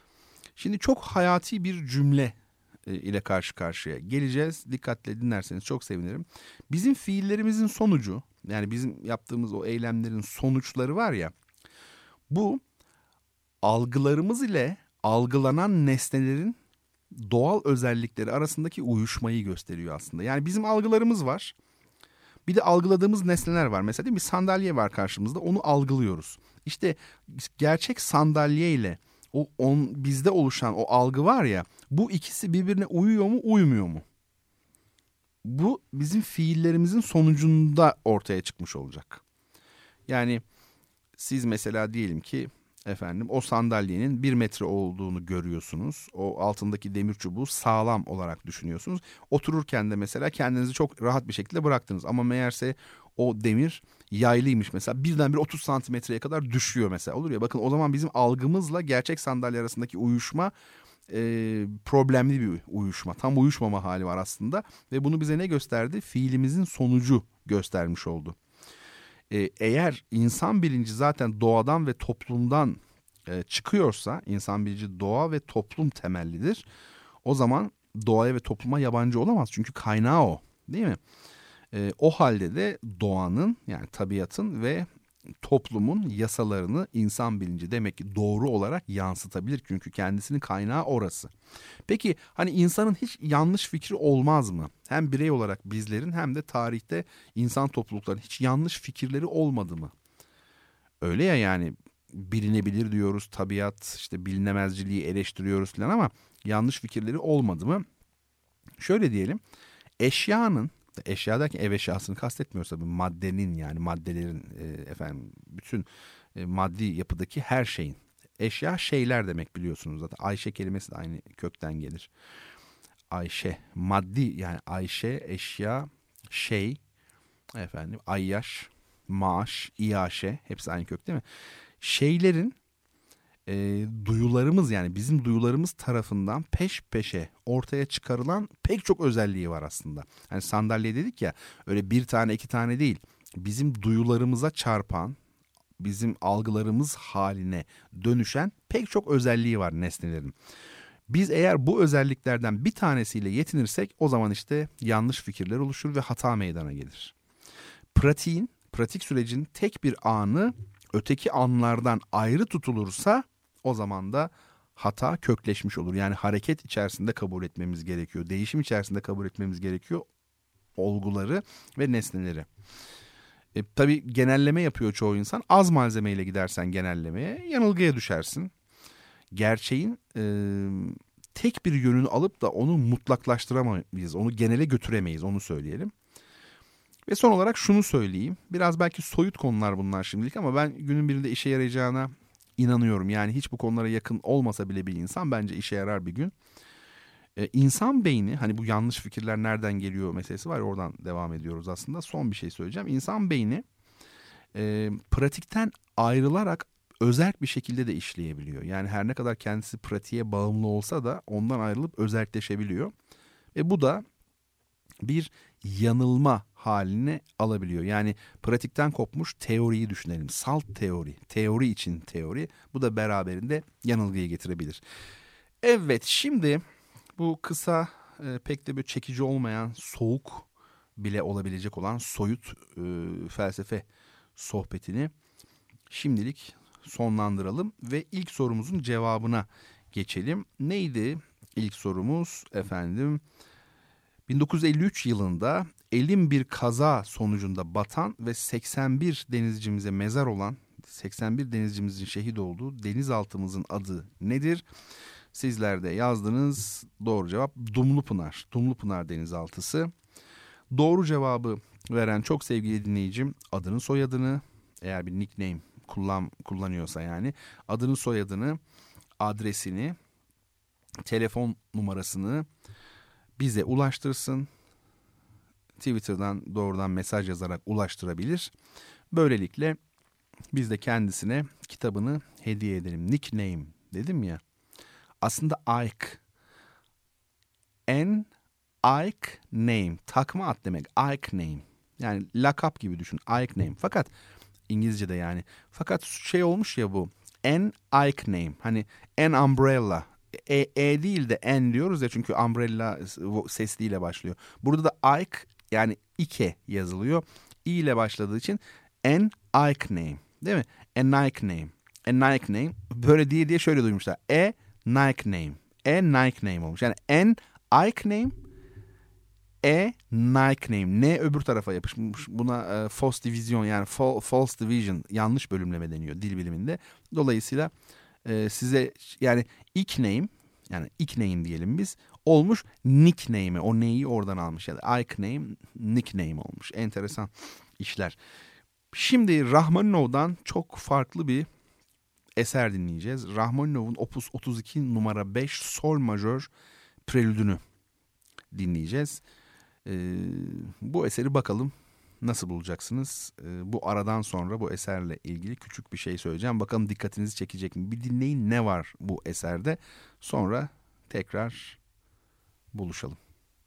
Şimdi çok hayati bir cümle ile karşı karşıya geleceğiz. Dikkatle dinlerseniz çok sevinirim. Bizim fiillerimizin sonucu, yani bizim yaptığımız o eylemlerin sonuçları var ya, bu algılarımız ile algılanan nesnelerin doğal özellikleri arasındaki uyuşmayı gösteriyor aslında. Yani bizim algılarımız var. Bir de algıladığımız nesneler var. Mesela değil mi? Bir sandalye var karşımızda, onu algılıyoruz. İşte gerçek sandalye ile o on, bizde oluşan o algı var ya, bu ikisi birbirine uyuyor mu, uymuyor mu? Bu bizim fiillerimizin sonucunda ortaya çıkmış olacak. Yani siz mesela diyelim ki efendim o sandalyenin bir metre olduğunu görüyorsunuz. O altındaki demir çubuğu sağlam olarak düşünüyorsunuz. Otururken de mesela kendinizi çok rahat bir şekilde bıraktınız. Ama meğerse o demir yaylıymış mesela. Birdenbire otuz santimetreye kadar düşüyor mesela. Olur ya, bakın o zaman bizim algımızla gerçek sandalye arasındaki uyuşma e, problemli bir uyuşma. Tam uyuşmama hali var aslında. Ve bunu bize ne gösterdi? Fiilimizin sonucu göstermiş oldu. Eğer insan bilinci zaten doğadan ve toplumdan çıkıyorsa, insan bilinci doğa ve toplum temellidir. O zaman doğaya ve topluma yabancı olamaz. Çünkü kaynağı o, değil mi? O halde de doğanın, yani tabiatın ve toplumun yasalarını insan bilinci demek ki doğru olarak yansıtabilir. Çünkü kendisinin kaynağı orası. Peki hani insanın hiç yanlış fikri olmaz mı? Hem birey olarak bizlerin hem de tarihte insan topluluklarının hiç yanlış fikirleri olmadı mı? Öyle ya, yani bilinebilir diyoruz, tabiat işte bilinemezciliği eleştiriyoruz falan, ama yanlış fikirleri olmadı mı? Şöyle diyelim, eşyanın, eşya derken ev eşyasını kastetmiyoruz tabii, maddenin, yani maddelerin e, efendim bütün e, maddi yapıdaki her şeyin. Eşya şeyler demek, biliyorsunuz zaten. Ayşe kelimesi de aynı kökten gelir. Ayşe maddi, yani Ayşe eşya, şey efendim ayyaş, maaş, iaşe, hepsi aynı kök değil mi? Şeylerin e, duyularımız, yani bizim duyularımız tarafından peş peşe ortaya çıkarılan pek çok özelliği var aslında. Hani sandalye dedik ya, öyle bir tane iki tane değil, bizim duyularımıza çarpan, bizim algılarımız haline dönüşen pek çok özelliği var nesnelerin. Biz eğer bu özelliklerden bir tanesiyle yetinirsek o zaman işte yanlış fikirler oluşur ve hata meydana gelir. Pratiğin, pratik sürecin tek bir anı öteki anlardan ayrı tutulursa o zaman da hata kökleşmiş olur. Yani hareket içerisinde kabul etmemiz gerekiyor. Değişim içerisinde kabul etmemiz gerekiyor olguları ve nesneleri. E, tabii genelleme yapıyor çoğu insan. Az malzemeyle gidersen genellemeye yanılgıya düşersin. Gerçeğin e, tek bir yönünü alıp da onu mutlaklaştıramayız. Onu genele götüremeyiz, onu söyleyelim. Ve son olarak şunu söyleyeyim. Biraz belki soyut konular bunlar şimdilik ama ben günün birinde işe yarayacağına inanıyorum. Yani hiç bu konulara yakın olmasa bile bir insan bence işe yarar bir gün. Ee, insan beyni, hani bu yanlış fikirler nereden geliyor meselesi var ya, oradan devam ediyoruz aslında. Son bir şey söyleyeceğim. İnsan beyni e, pratikten ayrılarak özerk bir şekilde de işleyebiliyor. Yani her ne kadar kendisi pratiğe bağımlı olsa da ondan ayrılıp özerkleşebiliyor. Ve bu da bir yanılma haline alabiliyor. Yani pratikten kopmuş teoriyi düşünelim. Salt teori, teori için teori. Bu da beraberinde yanılgıyı getirebilir. Evet, şimdi bu kısa, e, pek de böyle çekici olmayan, soğuk bile olabilecek olan soyut e, felsefe sohbetini şimdilik sonlandıralım ve ilk sorumuzun cevabına geçelim. Neydi ilk sorumuz efendim? bin dokuz yüz elli üç yılında elin bir kaza sonucunda batan ve seksen bir denizcimize mezar olan, seksen bir denizcimizin şehit olduğu denizaltımızın adı nedir? Sizler de yazdınız. Doğru cevap Dumlupınar. Dumlupınar denizaltısı. Doğru cevabı veren çok sevgili dinleyicim, adını soyadını, eğer bir nickname kullan, kullanıyorsa yani, adını soyadını, adresini, telefon numarasını bize ulaştırsın. Twitter'dan doğrudan mesaj yazarak ulaştırabilir. Böylelikle biz de kendisine kitabını hediye edelim. Nickname dedim ya. Aslında Ike. N Ike name. Takma ad demek. Ike name. Yani lakap gibi düşün. Ike name. Fakat İngilizce'de yani. Fakat şey olmuş ya bu. An Ike name. Hani an umbrella E, e değil de en diyoruz ya, çünkü umbrella sesliyle başlıyor. Burada da Ike, yani Ike yazılıyor. İ ile başladığı için an Ike name, değil mi? A Nike name. A Nike name. Böyle diye diye şöyle duymuşlar. A Nike name. A Nike name olmuş. Yani an Ike name, A Nike name. N öbür tarafa yapışmış. Buna e, false division, yani fal, false division, yanlış bölümleme deniyor dil biliminde. Dolayısıyla e, size yani ilk name, yani ilk name diyelim biz, olmuş nickname'i. O neyi oradan almış. Yani Ike name, nickname olmuş. Enteresan işler. Şimdi Rahmaninov'dan çok farklı bir eser dinleyeceğiz. Rahmaninov'un Opus otuz iki numara beş sol majör prelüdünü dinleyeceğiz. Ee, bu eseri bakalım nasıl bulacaksınız? Ee, bu aradan sonra bu eserle ilgili küçük bir şey söyleyeceğim. Bakalım dikkatinizi çekecek mi? Bir dinleyin, ne var bu eserde. Sonra tekrar buluşalım.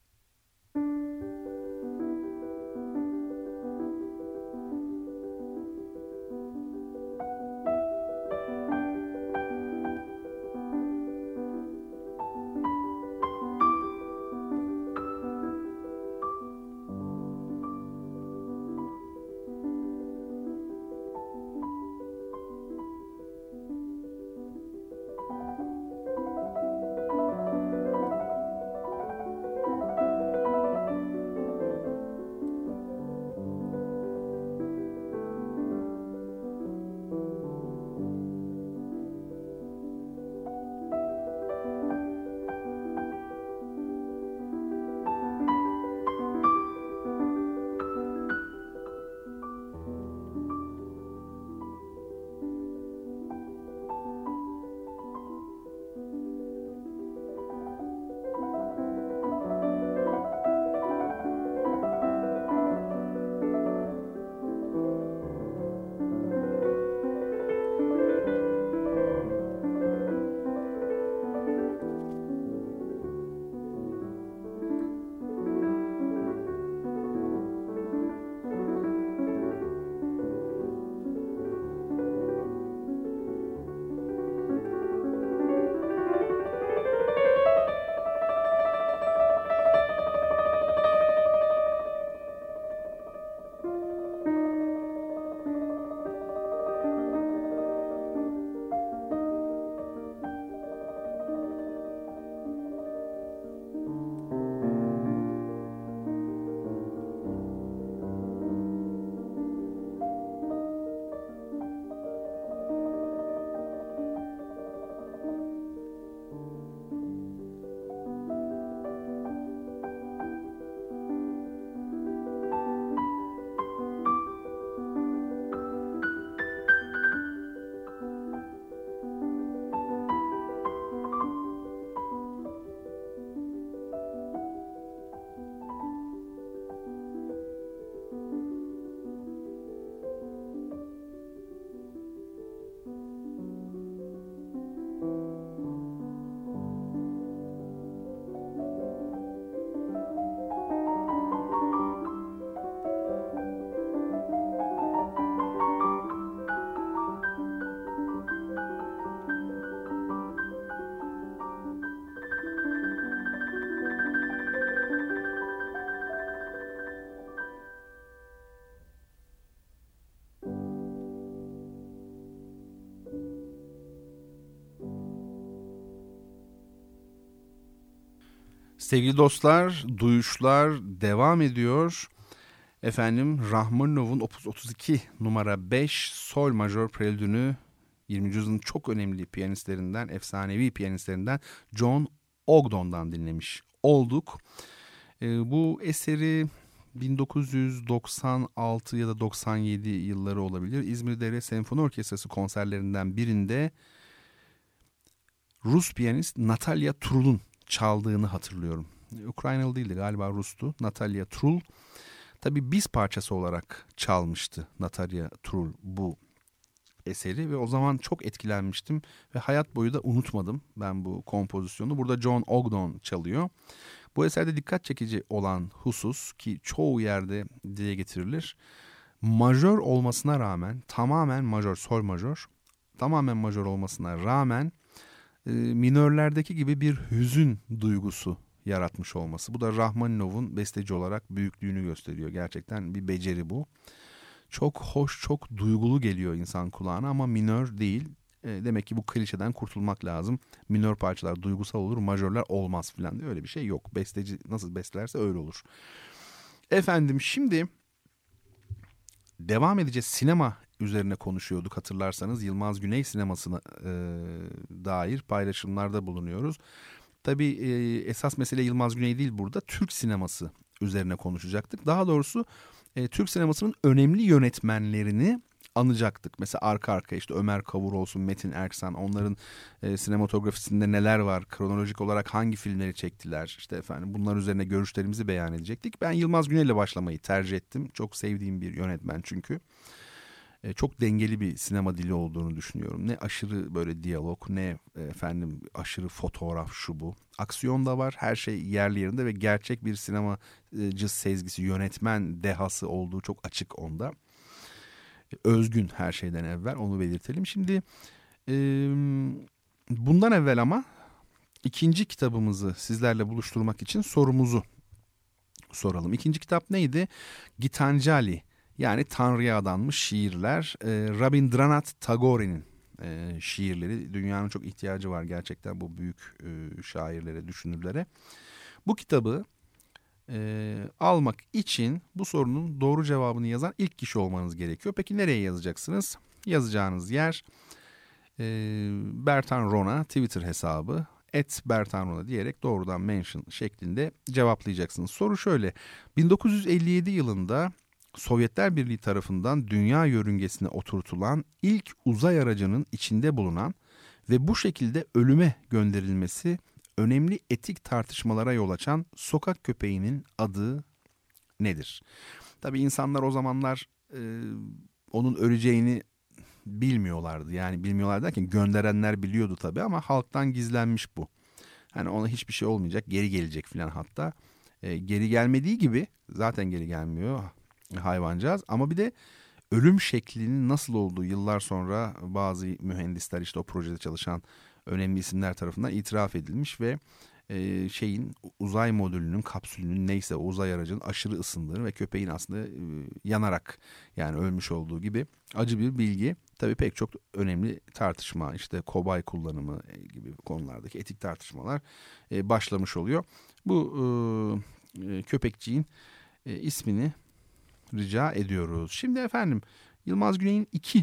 Sevgili dostlar, duyuşlar devam ediyor. Efendim, Rahmaninov'un Opus otuz iki numara beş sol majör prelüdünü yirminci yüzyılın çok önemli piyanistlerinden, efsanevi piyanistlerinden John Ogdon'dan dinlemiş olduk. Ee, bu eseri bin dokuz yüz doksan altı ya da doksan yedi yılları olabilir. İzmir Devlet Senfoni Orkestrası konserlerinden birinde Rus piyanist Natalya Trul'un çaldığını hatırlıyorum. Ukraynalı değildi galiba, Rus'tu. Natalya Trul. Tabii biz parçası olarak çalmıştı Natalya Trul bu eseri ve o zaman çok etkilenmiştim ve hayat boyu da unutmadım ben bu kompozisyonu. Burada John Ogdon çalıyor. Bu eserde dikkat çekici olan husus, ki çoğu yerde dile getirilir, majör olmasına rağmen, tamamen majör, sol majör, tamamen majör olmasına rağmen e, minörlerdeki gibi bir hüzün duygusu yaratmış olması. Bu da Rahmaninov'un besteci olarak büyüklüğünü gösteriyor. Gerçekten bir beceri bu. Çok hoş, çok duygulu geliyor insan kulağına ama minör değil. E, demek ki bu klişeden kurtulmak lazım. Minör parçalar duygusal olur, majörler olmaz falan diye öyle bir şey yok. Besteci nasıl bestelerse öyle olur. Efendim şimdi devam edeceğiz. Sinema üzerine konuşuyorduk hatırlarsanız. Yılmaz Güney sinemasına e, dair paylaşımlarda bulunuyoruz. Tabii e, esas mesele Yılmaz Güney değil burada. Türk sineması üzerine konuşacaktık. Daha doğrusu e, Türk sinemasının önemli yönetmenlerini anacaktık. Mesela arka arkaya işte Ömer Kavur olsun, Metin Erksan, onların e, sinematografisinde neler var, kronolojik olarak hangi filmleri çektiler, işte efendim bunlar üzerine görüşlerimizi beyan edecektik. Ben Yılmaz Güney'le başlamayı tercih ettim. Çok sevdiğim bir yönetmen çünkü. E, çok dengeli bir sinema dili olduğunu düşünüyorum. Ne aşırı böyle diyalog, ne e, efendim aşırı fotoğraf şu bu. Aksiyon da var, her şey yerli yerinde ve gerçek bir sinemacı sezgisi, yönetmen dehası olduğu çok açık onda. Özgün her şeyden evvel, onu belirtelim. Şimdi e, bundan evvel ama ikinci kitabımızı sizlerle buluşturmak için sorumuzu soralım. İkinci kitap neydi? Gitanjali, yani Tanrı'ya adanmış şiirler. E, Rabindranath Tagore'nin e, şiirleri. Dünyanın çok ihtiyacı var gerçekten bu büyük e, şairlere, düşünürlere. Bu kitabı e, almak için bu sorunun doğru cevabını yazan ilk kişi olmanız gerekiyor. Peki nereye yazacaksınız? Yazacağınız yer e, Bertan Rona Twitter hesabı. et Bertan Rona diyerek doğrudan mention şeklinde cevaplayacaksınız. Soru şöyle: bin dokuz yüz elli yedi yılında Sovyetler Birliği tarafından dünya yörüngesine oturtulan ilk uzay aracının içinde bulunan ve bu şekilde ölüme gönderilmesi önemli etik tartışmalara yol açan sokak köpeğinin adı nedir? Tabii insanlar o zamanlar e, onun öleceğini bilmiyorlardı. Yani bilmiyorlar derken gönderenler biliyordu tabii ama halktan gizlenmiş bu. Hani ona hiçbir şey olmayacak, geri gelecek falan hatta. E, geri gelmediği gibi zaten geri gelmiyor hayvancağız, ama bir de ölüm şeklinin nasıl olduğu yıllar sonra bazı mühendisler, işte o projede çalışan önemli isimler tarafından itiraf edilmiş ve e, şeyin uzay modülünün, kapsülünün, neyse o uzay aracının aşırı ısındığını ve köpeğin aslında e, yanarak yani ölmüş olduğu gibi acı bir bilgi. Tabii pek çok önemli tartışma, işte kobay kullanımı gibi konulardaki etik tartışmalar e, başlamış oluyor. Bu e, köpekçiğin e, ismini rica ediyoruz. Şimdi efendim Yılmaz Güney'in iki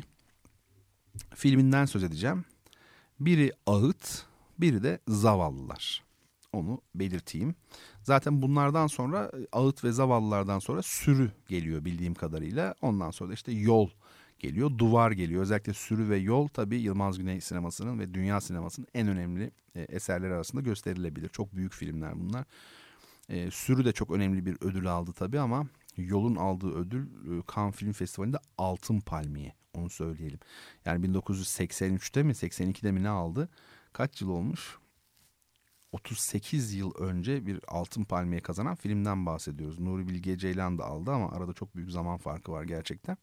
filminden söz edeceğim. Biri Ağıt, biri de Zavallılar. Onu belirteyim. Zaten bunlardan sonra Ağıt ve Zavallılardan sonra Sürü geliyor bildiğim kadarıyla. Ondan sonra da işte Yol geliyor, Duvar geliyor. Özellikle Sürü ve Yol tabii Yılmaz Güney sinemasının ve dünya sinemasının en önemli e, eserleri arasında gösterilebilir. Çok büyük filmler bunlar. E, Sürü de çok önemli bir ödül aldı tabii ama Yol'un aldığı ödül Cannes Film Festivali'nde Altın Palmiye, onu söyleyelim. Yani bin dokuz yüz seksen üçte mi seksen ikide mi ne aldı? Kaç yıl olmuş? otuz sekiz yıl önce bir Altın Palmiye kazanan filmden bahsediyoruz. Nuri Bilge Ceylan da aldı ama arada çok büyük zaman farkı var gerçekten.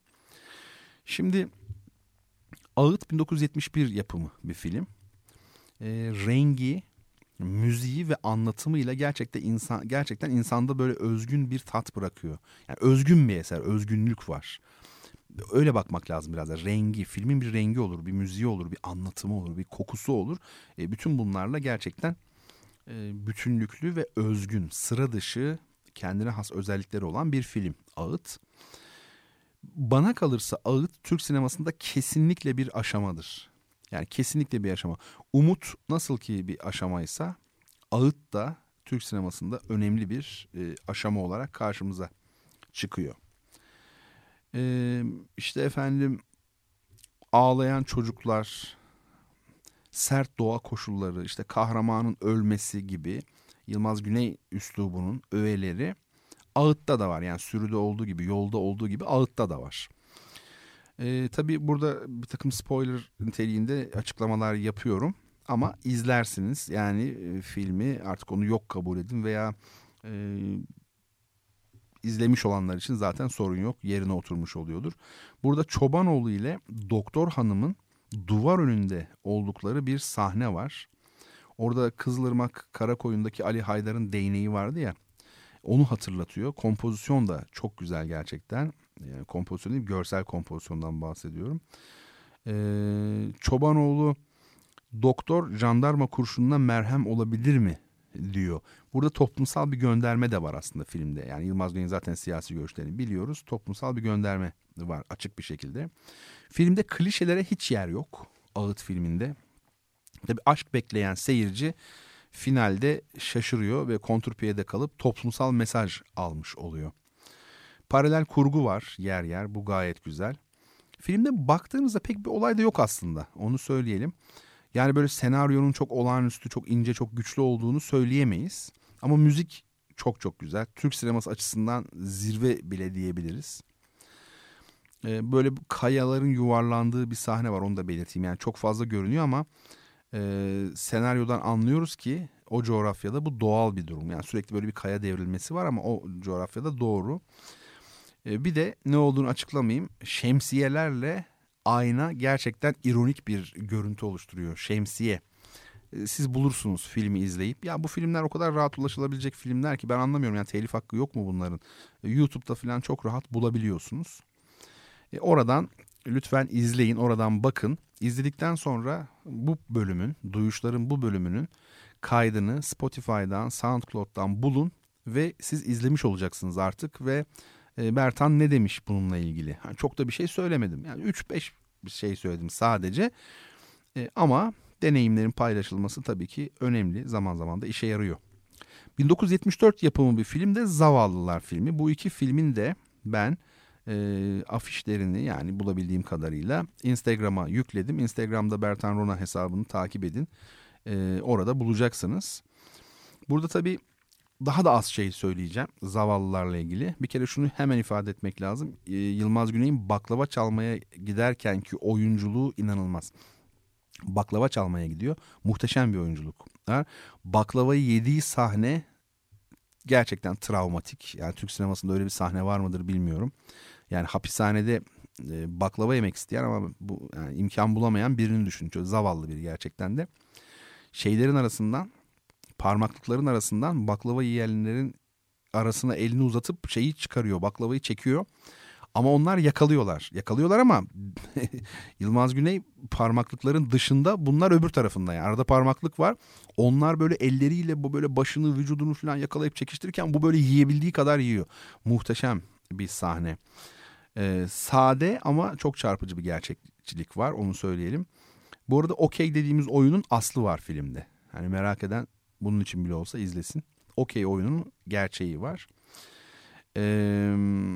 Şimdi Ağıt bin dokuz yüz yetmiş bir yapımı bir film. E, rengi, müziği ve anlatımıyla gerçekten insan gerçekten insanda böyle özgün bir tat bırakıyor. Yani özgün bir eser, özgünlük var. Öyle bakmak lazım biraz da. Rengi, filmin bir rengi olur, bir müziği olur, bir anlatımı olur, bir kokusu olur. E, bütün bunlarla gerçekten e, bütünlüklü ve özgün, sıra dışı, kendine has özellikleri olan bir film Ağıt. Bana kalırsa Ağıt Türk sinemasında kesinlikle bir aşamadır. Yani kesinlikle bir aşama. Umut nasıl ki bir aşamaysa, Ağıt da Türk sinemasında önemli bir e, aşama olarak karşımıza çıkıyor. E, işte efendim ağlayan çocuklar, sert doğa koşulları, işte kahramanın ölmesi gibi Yılmaz Güney üslubunun öğeleri Ağıt'ta da var. Yani Sürü'de olduğu gibi, Yolda olduğu gibi Ağıt'ta da var. Ee, tabii burada bir takım spoiler niteliğinde açıklamalar yapıyorum ama izlersiniz. Yani e, filmi artık onu yok kabul edin veya e, izlemiş olanlar için zaten sorun yok, yerine oturmuş oluyordur. Burada Çobanoğlu ile Doktor Hanım'ın duvar önünde oldukları bir sahne var. Orada Kızılırmak Karakoyun'daki Ali Haydar'ın değneği vardı ya. Onu hatırlatıyor. Kompozisyon da çok güzel gerçekten. Yani kompozisyon değil, görsel kompozisyondan bahsediyorum. Ee, Çobanoğlu doktor jandarma kurşununa merhem olabilir mi diyor. Burada toplumsal bir gönderme de var aslında filmde. Yani Yılmaz Güney'in zaten siyasi görüşlerini biliyoruz. Toplumsal bir gönderme var açık bir şekilde. Filmde klişelere hiç yer yok. Ağıt filminde. Tabii aşk bekleyen seyirci finalde şaşırıyor ve kontrpiyede kalıp toplumsal mesaj almış oluyor. Paralel kurgu var yer yer, bu gayet güzel. Filmde baktığınızda pek bir olay da yok aslında, onu söyleyelim. Yani böyle senaryonun çok olağanüstü, çok ince, çok güçlü olduğunu söyleyemeyiz. Ama müzik çok çok güzel. Türk sineması açısından zirve bile diyebiliriz. Ee, böyle kayaların yuvarlandığı bir sahne var, onu da belirteyim. Yani çok fazla görünüyor ama e, senaryodan anlıyoruz ki o coğrafyada bu doğal bir durum. Yani sürekli böyle bir kaya devrilmesi var ama o coğrafyada doğru. Ee, bir de ne olduğunu açıklamayayım. Şemsiyelerle ayna gerçekten ironik bir görüntü oluşturuyor. Şemsiye. Ee, siz bulursunuz filmi izleyip. Ya bu filmler o kadar rahat ulaşılabilecek filmler ki ben anlamıyorum. Yani telif hakkı yok mu bunların? Ee, YouTube'da falan çok rahat bulabiliyorsunuz. Ee, oradan lütfen izleyin, oradan bakın. İzledikten sonra bu bölümün, Duyuşların bu bölümünün kaydını Spotify'dan, SoundCloud'dan bulun ve siz izlemiş olacaksınız artık ve Bertan ne demiş bununla ilgili? Yani çok da bir şey söylemedim. Yani üç beş bir şey söyledim sadece. E, ama deneyimlerin paylaşılması tabii ki önemli. Zaman zaman da işe yarıyor. bin dokuz yüz yetmiş dört yapımı bir film de Zavallılar filmi. Bu iki filmin de ben e, afişlerini, yani bulabildiğim kadarıyla Instagram'a yükledim. Instagram'da Bertan Rona hesabını takip edin. E, orada bulacaksınız. Burada tabii daha da az şey söyleyeceğim zavallılarla ilgili. Bir kere şunu hemen ifade etmek lazım. Ee, Yılmaz Güney'in baklava çalmaya giderkenki oyunculuğu inanılmaz. Baklava çalmaya gidiyor. Muhteşem bir oyunculuk. Ha? Baklavayı yediği sahne gerçekten travmatik. Yani Türk sinemasında öyle bir sahne var mıdır bilmiyorum. Yani hapishanede e, baklava yemek isteyen ama bu yani imkan bulamayan birini düşün. Çok zavallı biri gerçekten de. Şeylerin arasından, parmaklıkların arasından baklava yiyenlerin arasına elini uzatıp şeyi çıkarıyor, baklavayı çekiyor. Ama onlar yakalıyorlar. Yakalıyorlar ama Yılmaz Güney parmaklıkların dışında, bunlar öbür tarafında. Yani arada parmaklık var. Onlar böyle elleriyle bu böyle başını, vücudunu falan yakalayıp çekiştirirken bu böyle yiyebildiği kadar yiyor. Muhteşem bir sahne. Ee, sade ama çok çarpıcı bir gerçekçilik var, onu söyleyelim. Bu arada Okey dediğimiz oyunun aslı var filmde. Hani merak eden bunun için bile olsa izlesin. Okey oyunun gerçeği var. Ee,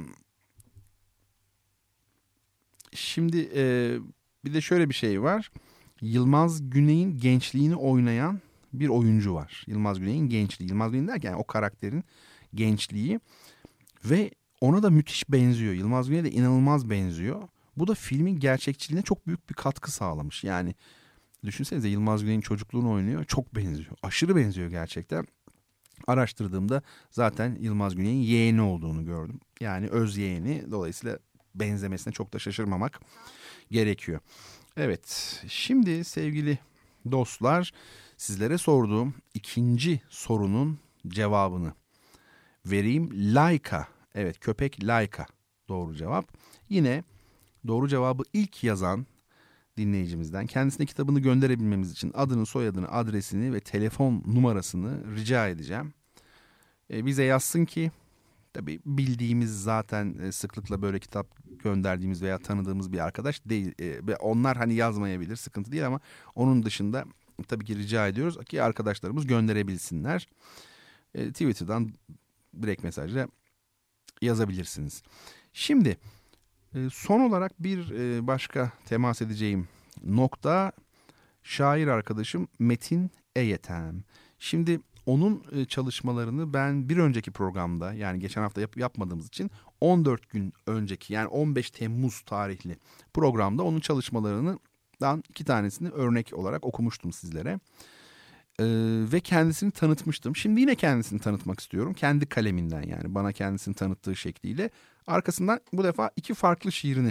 şimdi e, bir de şöyle bir şey var. Yılmaz Güney'in gençliğini oynayan bir oyuncu var. Yılmaz Güney'in gençliği. Yılmaz Güney derken yani o karakterin gençliği. Ve ona da müthiş benziyor. Yılmaz Güney'e de inanılmaz benziyor. Bu da filmin gerçekçiliğine çok büyük bir katkı sağlamış. Yani düşünsenize, Yılmaz Güney'in çocukluğunu oynuyor. Çok benziyor. Aşırı benziyor gerçekten. Araştırdığımda zaten Yılmaz Güney'in yeğeni olduğunu gördüm. Yani öz yeğeni. Dolayısıyla benzemesine çok da şaşırmamak gerekiyor. Evet, şimdi sevgili dostlar, sizlere sorduğum ikinci sorunun cevabını vereyim. Laika. Evet, köpek Laika doğru cevap. Yine doğru cevabı ilk yazan dinleyicimizden kendisine kitabını gönderebilmemiz için adını, soyadını, adresini ve telefon numarasını rica edeceğim. E, bize yazsın ki tabii bildiğimiz, zaten e, sıklıkla böyle kitap gönderdiğimiz veya tanıdığımız bir arkadaş değil. E, onlar hani yazmayabilir, sıkıntı değil, ama onun dışında tabii ki rica ediyoruz ki arkadaşlarımız gönderebilsinler. E, Twitter'dan direkt mesajla yazabilirsiniz. Şimdi e, son olarak bir e, başka temas edeceğim nokta şair arkadaşım Metin Eyetem. Şimdi onun e, çalışmalarını ben bir önceki programda, yani geçen hafta yap, yapmadığımız için on dört gün önceki, yani on beş Temmuz tarihli programda onun çalışmalarından iki tanesini örnek olarak okumuştum sizlere. Ee, ve kendisini tanıtmıştım. Şimdi yine kendisini tanıtmak istiyorum. Kendi kaleminden, yani bana kendisini tanıttığı şekliyle. Arkasından bu defa iki farklı şiirini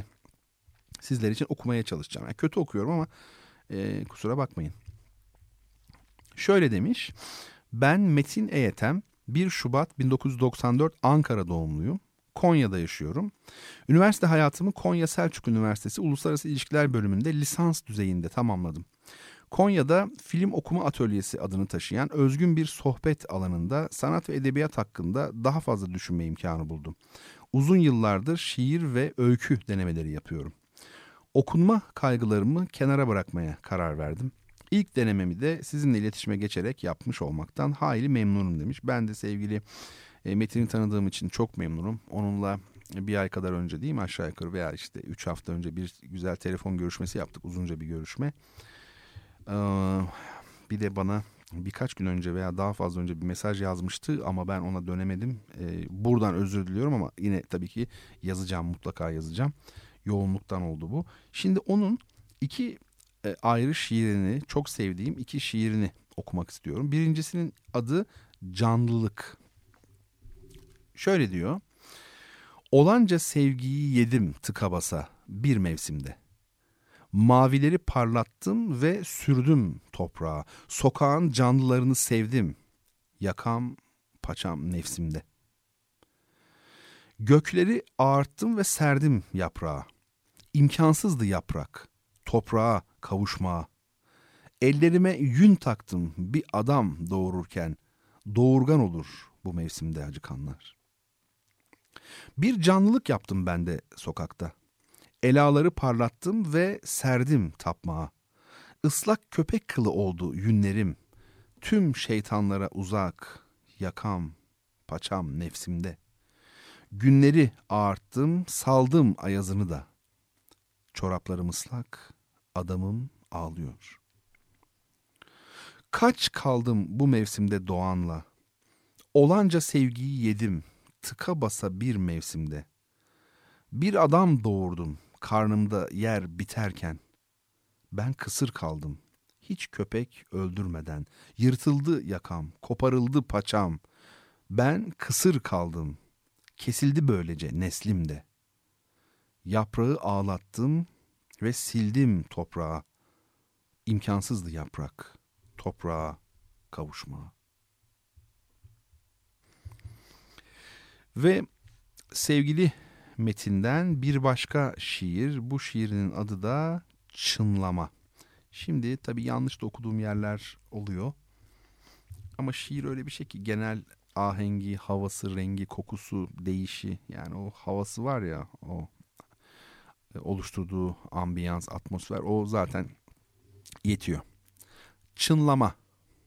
sizler için okumaya çalışacağım. Yani kötü okuyorum ama e, kusura bakmayın. Şöyle demiş: ben Metin Eyetem, bir Şubat bin dokuz yüz doksan dört Ankara doğumluyum. Konya'da yaşıyorum. Üniversite hayatımı Konya Selçuk Üniversitesi Uluslararası İlişkiler bölümünde lisans düzeyinde tamamladım. Konya'da film okuma atölyesi adını taşıyan özgün bir sohbet alanında sanat ve edebiyat hakkında daha fazla düşünme imkanı buldum. Uzun yıllardır şiir ve öykü denemeleri yapıyorum. Okunma kaygılarımı kenara bırakmaya karar verdim. İlk denememi de sizinle iletişime geçerek yapmış olmaktan hayli memnunum demiş. Ben de sevgili e, Metin'i tanıdığım için çok memnunum. Onunla bir ay kadar önce değil mi aşağı yukarı veya işte üç hafta önce bir güzel telefon görüşmesi yaptık. Uzunca bir görüşme. Ee, bir de bana birkaç gün önce veya daha fazla önce bir mesaj yazmıştı ama ben ona dönemedim. Ee, buradan özür diliyorum ama yine tabii ki yazacağım, mutlaka yazacağım. Yoğunluktan oldu bu. Şimdi onun iki e, ayrı şiirini, çok sevdiğim iki şiirini okumak istiyorum. Birincisinin adı Canlılık. Şöyle diyor: olanca sevgiyi yedim tıka basa bir mevsimde. Mavileri parlattım ve sürdüm toprağa. Sokağın canlılarını sevdim. Yakam paçam nefsimde. Gökleri ağarttım ve serdim yaprağa. İmkansızdı yaprak, toprağa kavuşmaya. Ellerime yün taktım bir adam doğururken. Doğurgan olur bu mevsimde acıkanlar. Bir canlılık yaptım ben de sokakta. Elaları parlattım ve serdim tapmağa. Islak köpek kılı oldu yünlerim. Tüm şeytanlara uzak, yakam, paçam nefsimde. Günleri ağarttım, saldım ayazını da. Çoraplarım ıslak, adamım ağlıyor. Kaç kaldım bu mevsimde doğanla. Olanca sevgiyi yedim, tıka basa bir mevsimde. Bir adam doğurdum, karnımda yer biterken. Ben kısır kaldım, hiç köpek öldürmeden. Yırtıldı yakam, koparıldı paçam. Ben kısır kaldım, kesildi böylece neslimde. Yaprağı ağlattım ve sildim toprağa. İmkansızdı yaprak, toprağa kavuşmaya. Ve sevgili Metin'den bir başka şiir. Bu şiirinin adı da Çınlama. Şimdi tabii yanlış da okuduğum yerler oluyor. Ama şiir öyle bir şey ki genel ahengi, havası, rengi, kokusu, değişi, yani o havası var ya, o oluşturduğu ambiyans, atmosfer, o zaten yetiyor. Çınlama.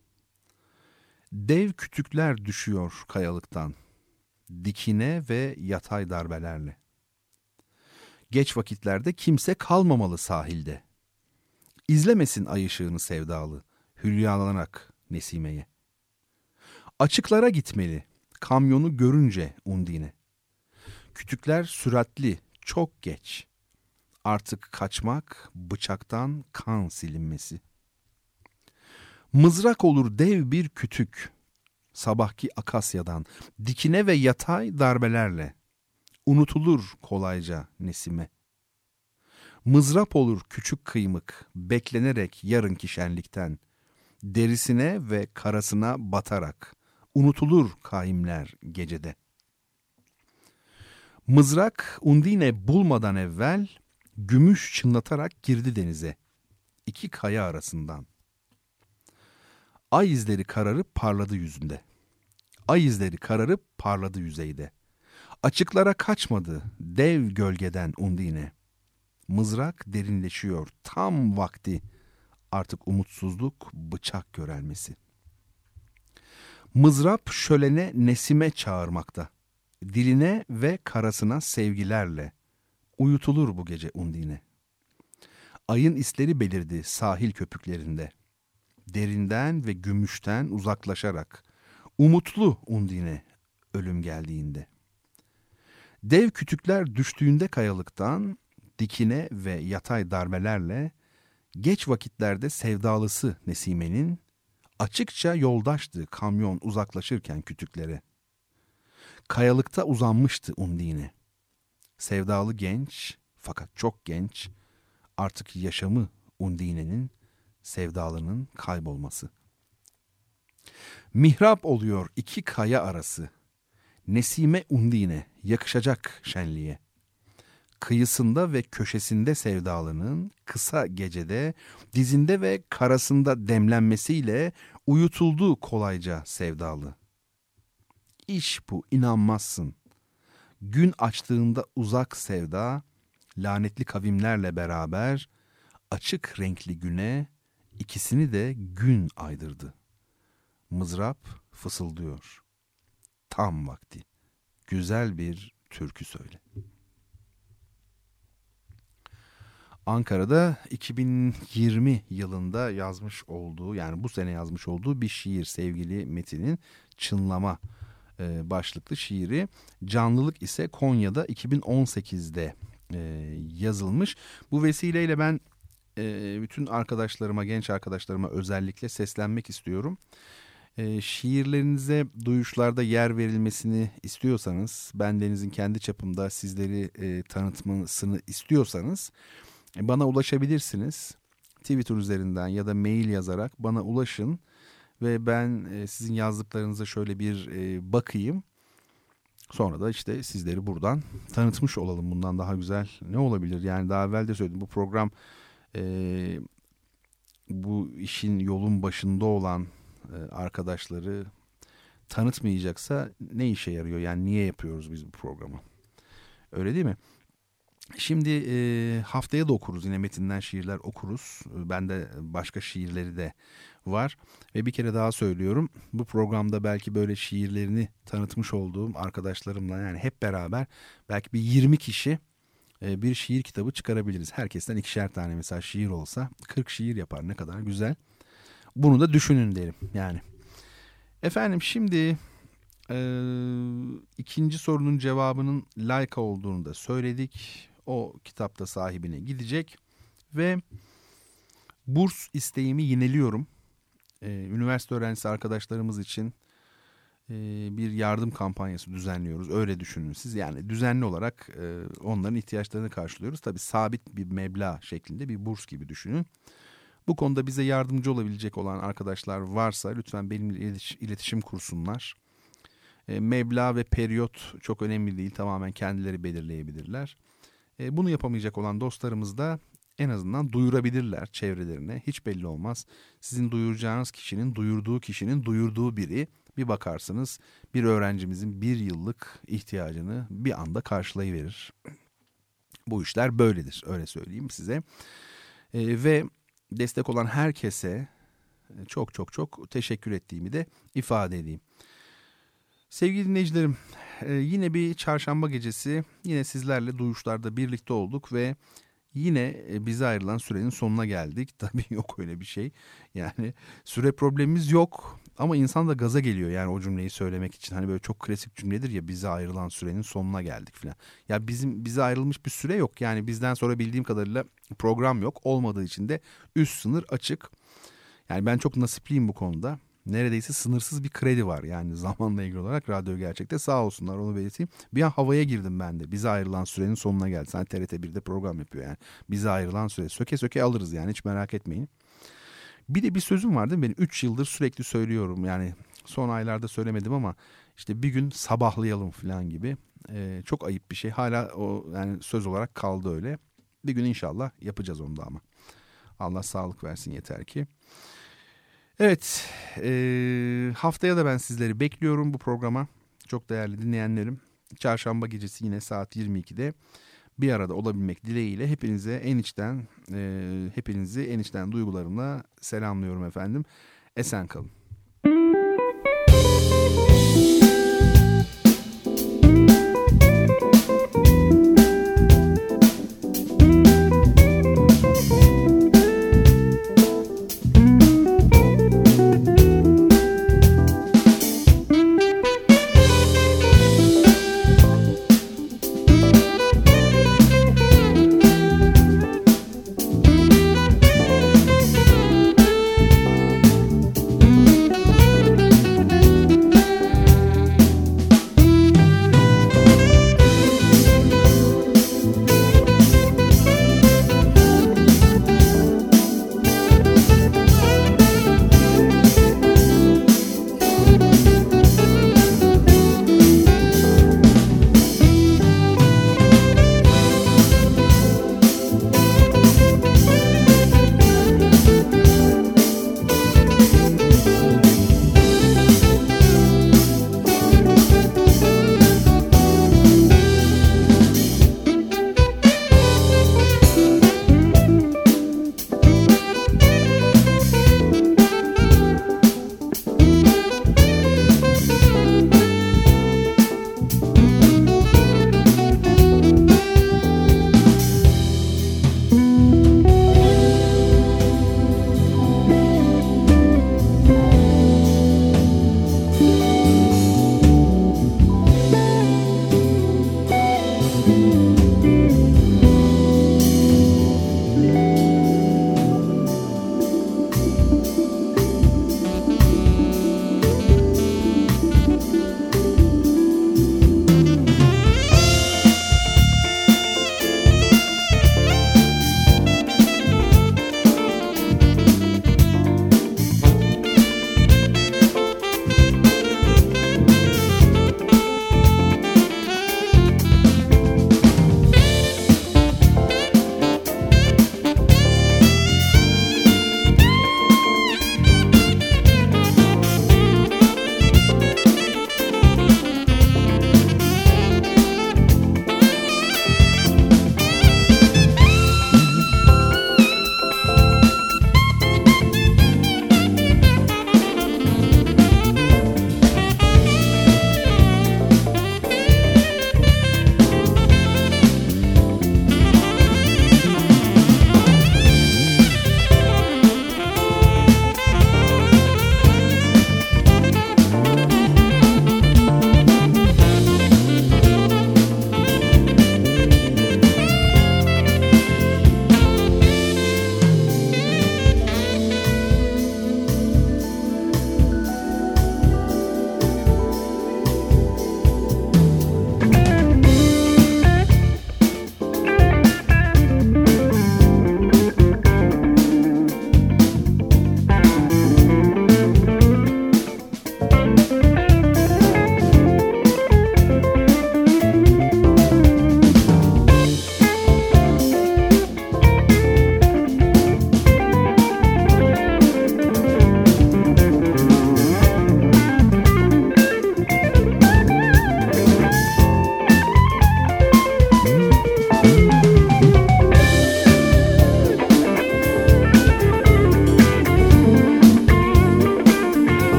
Dev kütükler düşüyor kayalıktan, dikine ve yatay darbelerle. Geç vakitlerde kimse kalmamalı sahilde. İzlemesin ay ışığını sevdalı, hülyalanarak Nesime'ye. Açıklara gitmeli, kamyonu görünce Undine. Kütükler süratli, çok geç. Artık kaçmak, bıçaktan kan silinmesi. Mızrak olur dev bir kütük, sabahki akasyadan, dikine ve yatay darbelerle. Unutulur kolayca Nesime. Mızrap olur küçük kıymık, beklenerek yarınki şenlikten. Derisine ve karasına batarak, unutulur kaimler gecede. Mızrak Undine bulmadan evvel, gümüş çınlatarak girdi denize, iki kaya arasından. Ay izleri kararıp parladı yüzünde. Ay izleri kararıp parladı yüzeyde. Açıklara kaçmadı dev gölgeden Undine. Mızrak derinleşiyor tam vakti, artık umutsuzluk bıçak körelmesi. Mızrap şölene Nesime çağırmakta. Diline ve karasına sevgilerle. Uyutulur bu gece Undine. Ayın isleri belirdi sahil köpüklerinde. Derinden ve gümüşten uzaklaşarak. Umutlu Undine ölüm geldiğinde. Dev kütükler düştüğünde kayalıktan, dikine ve yatay darbelerle, geç vakitlerde sevdalısı Nesime'nin, açıkça yoldaştı kamyon uzaklaşırken kütüklere. Kayalıkta uzanmıştı Undine. Sevdalı genç, fakat çok genç, artık yaşamı Undine'nin, sevdalının kaybolması. Mihrap oluyor iki kaya arası, nesime undine yakışacak şenliğe. Kıyısında ve köşesinde sevdalının kısa gecede dizinde ve karasında demlenmesiyle uyutuldu kolayca sevdalı. İş bu, inanmazsın. Gün açtığında uzak sevda, lanetli kavimlerle beraber açık renkli güne ikisini de gün aydırdı. Mızrap fısıldıyor. Tam vakti. Güzel bir türkü söyle. Ankara'da iki bin yirmi yılında yazmış olduğu, yani bu sene yazmış olduğu bir şiir sevgili Metin'in Çınlama e, başlıklı şiiri. Canlılık ise Konya'da iki bin on sekizde e, yazılmış. Bu vesileyle ben e, bütün arkadaşlarıma, genç arkadaşlarıma özellikle seslenmek istiyorum. E, şiirlerinize duyuşlarda yer verilmesini istiyorsanız, bendenizin kendi çapımda sizleri e, tanıtmasını istiyorsanız bana ulaşabilirsiniz. Twitter üzerinden ya da mail yazarak bana ulaşın ve ben e, sizin yazdıklarınıza şöyle bir e, bakayım. Sonra da işte sizleri buradan tanıtmış olalım. Bundan daha güzel ne olabilir? Yani daha evvel de söyledim, bu program e, bu işin yolun başında olan e, arkadaşları tanıtmayacaksa ne işe yarıyor? Yani niye yapıyoruz biz bu programı? Öyle değil mi? Şimdi e, haftaya da okuruz, yine Metin'den şiirler okuruz. Bende başka şiirleri de var ve bir kere daha söylüyorum, bu programda belki böyle şiirlerini tanıtmış olduğum arkadaşlarımla, yani hep beraber belki bir yirmi kişi e, bir şiir kitabı çıkarabiliriz. Herkesten ikişer tane mesela şiir olsa kırk şiir yapar, ne kadar güzel. Bunu da düşünün derim yani. Efendim şimdi e, ikinci sorunun cevabının Layka olduğunu da söyledik. O kitapta sahibine gidecek ve burs isteğimi yineliyorum. Ee, üniversite öğrencisi arkadaşlarımız için e, bir yardım kampanyası düzenliyoruz. Öyle düşünün siz, yani düzenli olarak e, onların ihtiyaçlarını karşılıyoruz. Tabii sabit bir meblağ şeklinde bir burs gibi düşünün. Bu konuda bize yardımcı olabilecek olan arkadaşlar varsa lütfen benimle iletişim kursunlar. E, meblağ ve periyot çok önemli değil, tamamen kendileri belirleyebilirler. Bunu yapamayacak olan dostlarımız da en azından duyurabilirler çevrelerine. Hiç belli olmaz. Sizin duyuracağınız kişinin duyurduğu kişinin duyurduğu biri, bir bakarsınız bir öğrencimizin bir yıllık ihtiyacını bir anda karşılayıverir. Bu işler böyledir, öyle söyleyeyim size. Ee, ve destek olan herkese çok çok çok teşekkür ettiğimi de ifade edeyim. Sevgili dinleyicilerim, yine bir çarşamba gecesi yine sizlerle duyuşlarda birlikte olduk ve yine bize ayrılan sürenin sonuna geldik. Tabii yok öyle bir şey, yani süre problemimiz yok ama insan da gaza geliyor yani o cümleyi söylemek için. Hani böyle çok klasik cümledir ya, bize ayrılan sürenin sonuna geldik falan. Ya bizim bize ayrılmış bir süre yok, yani bizden sonra bildiğim kadarıyla program yok, olmadığı için de üst sınır açık. Yani ben çok nasipliyim bu konuda. Neredeyse sınırsız bir kredi var yani zamanla ilgili olarak Radyo Gerçek'te, sağ olsunlar, onu belirteyim. Bir an havaya girdim ben de, bize ayrılan sürenin sonuna geldi. Sen T R T birde program yapıyor yani, bize ayrılan süre söke söke alırız yani, hiç merak etmeyin. Bir de bir sözüm var değil mi benim, üç yıldır sürekli söylüyorum yani, son aylarda söylemedim ama işte bir gün sabahlayalım falan gibi. Ee, çok ayıp bir şey, hala o yani söz olarak kaldı öyle. Bir gün inşallah yapacağız onu da ama Allah sağlık versin yeter ki. Evet, e, haftaya da ben sizleri bekliyorum bu programa. Çok değerli dinleyenlerim. Çarşamba gecesi yine saat yirmi ikide bir arada olabilmek dileğiyle hepinize en içten, e, hepinizi en içten duygularımla selamlıyorum efendim. Esen kalın. Thank you.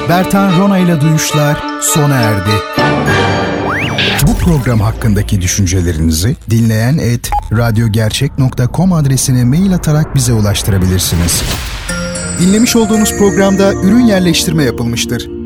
Bertan Rona ile Duyuşlar sona erdi. Bu program hakkındaki düşüncelerinizi dinleyen et radyogercek nokta com adresine mail atarak bize ulaştırabilirsiniz. Dinlemiş olduğunuz programda ürün yerleştirme yapılmıştır.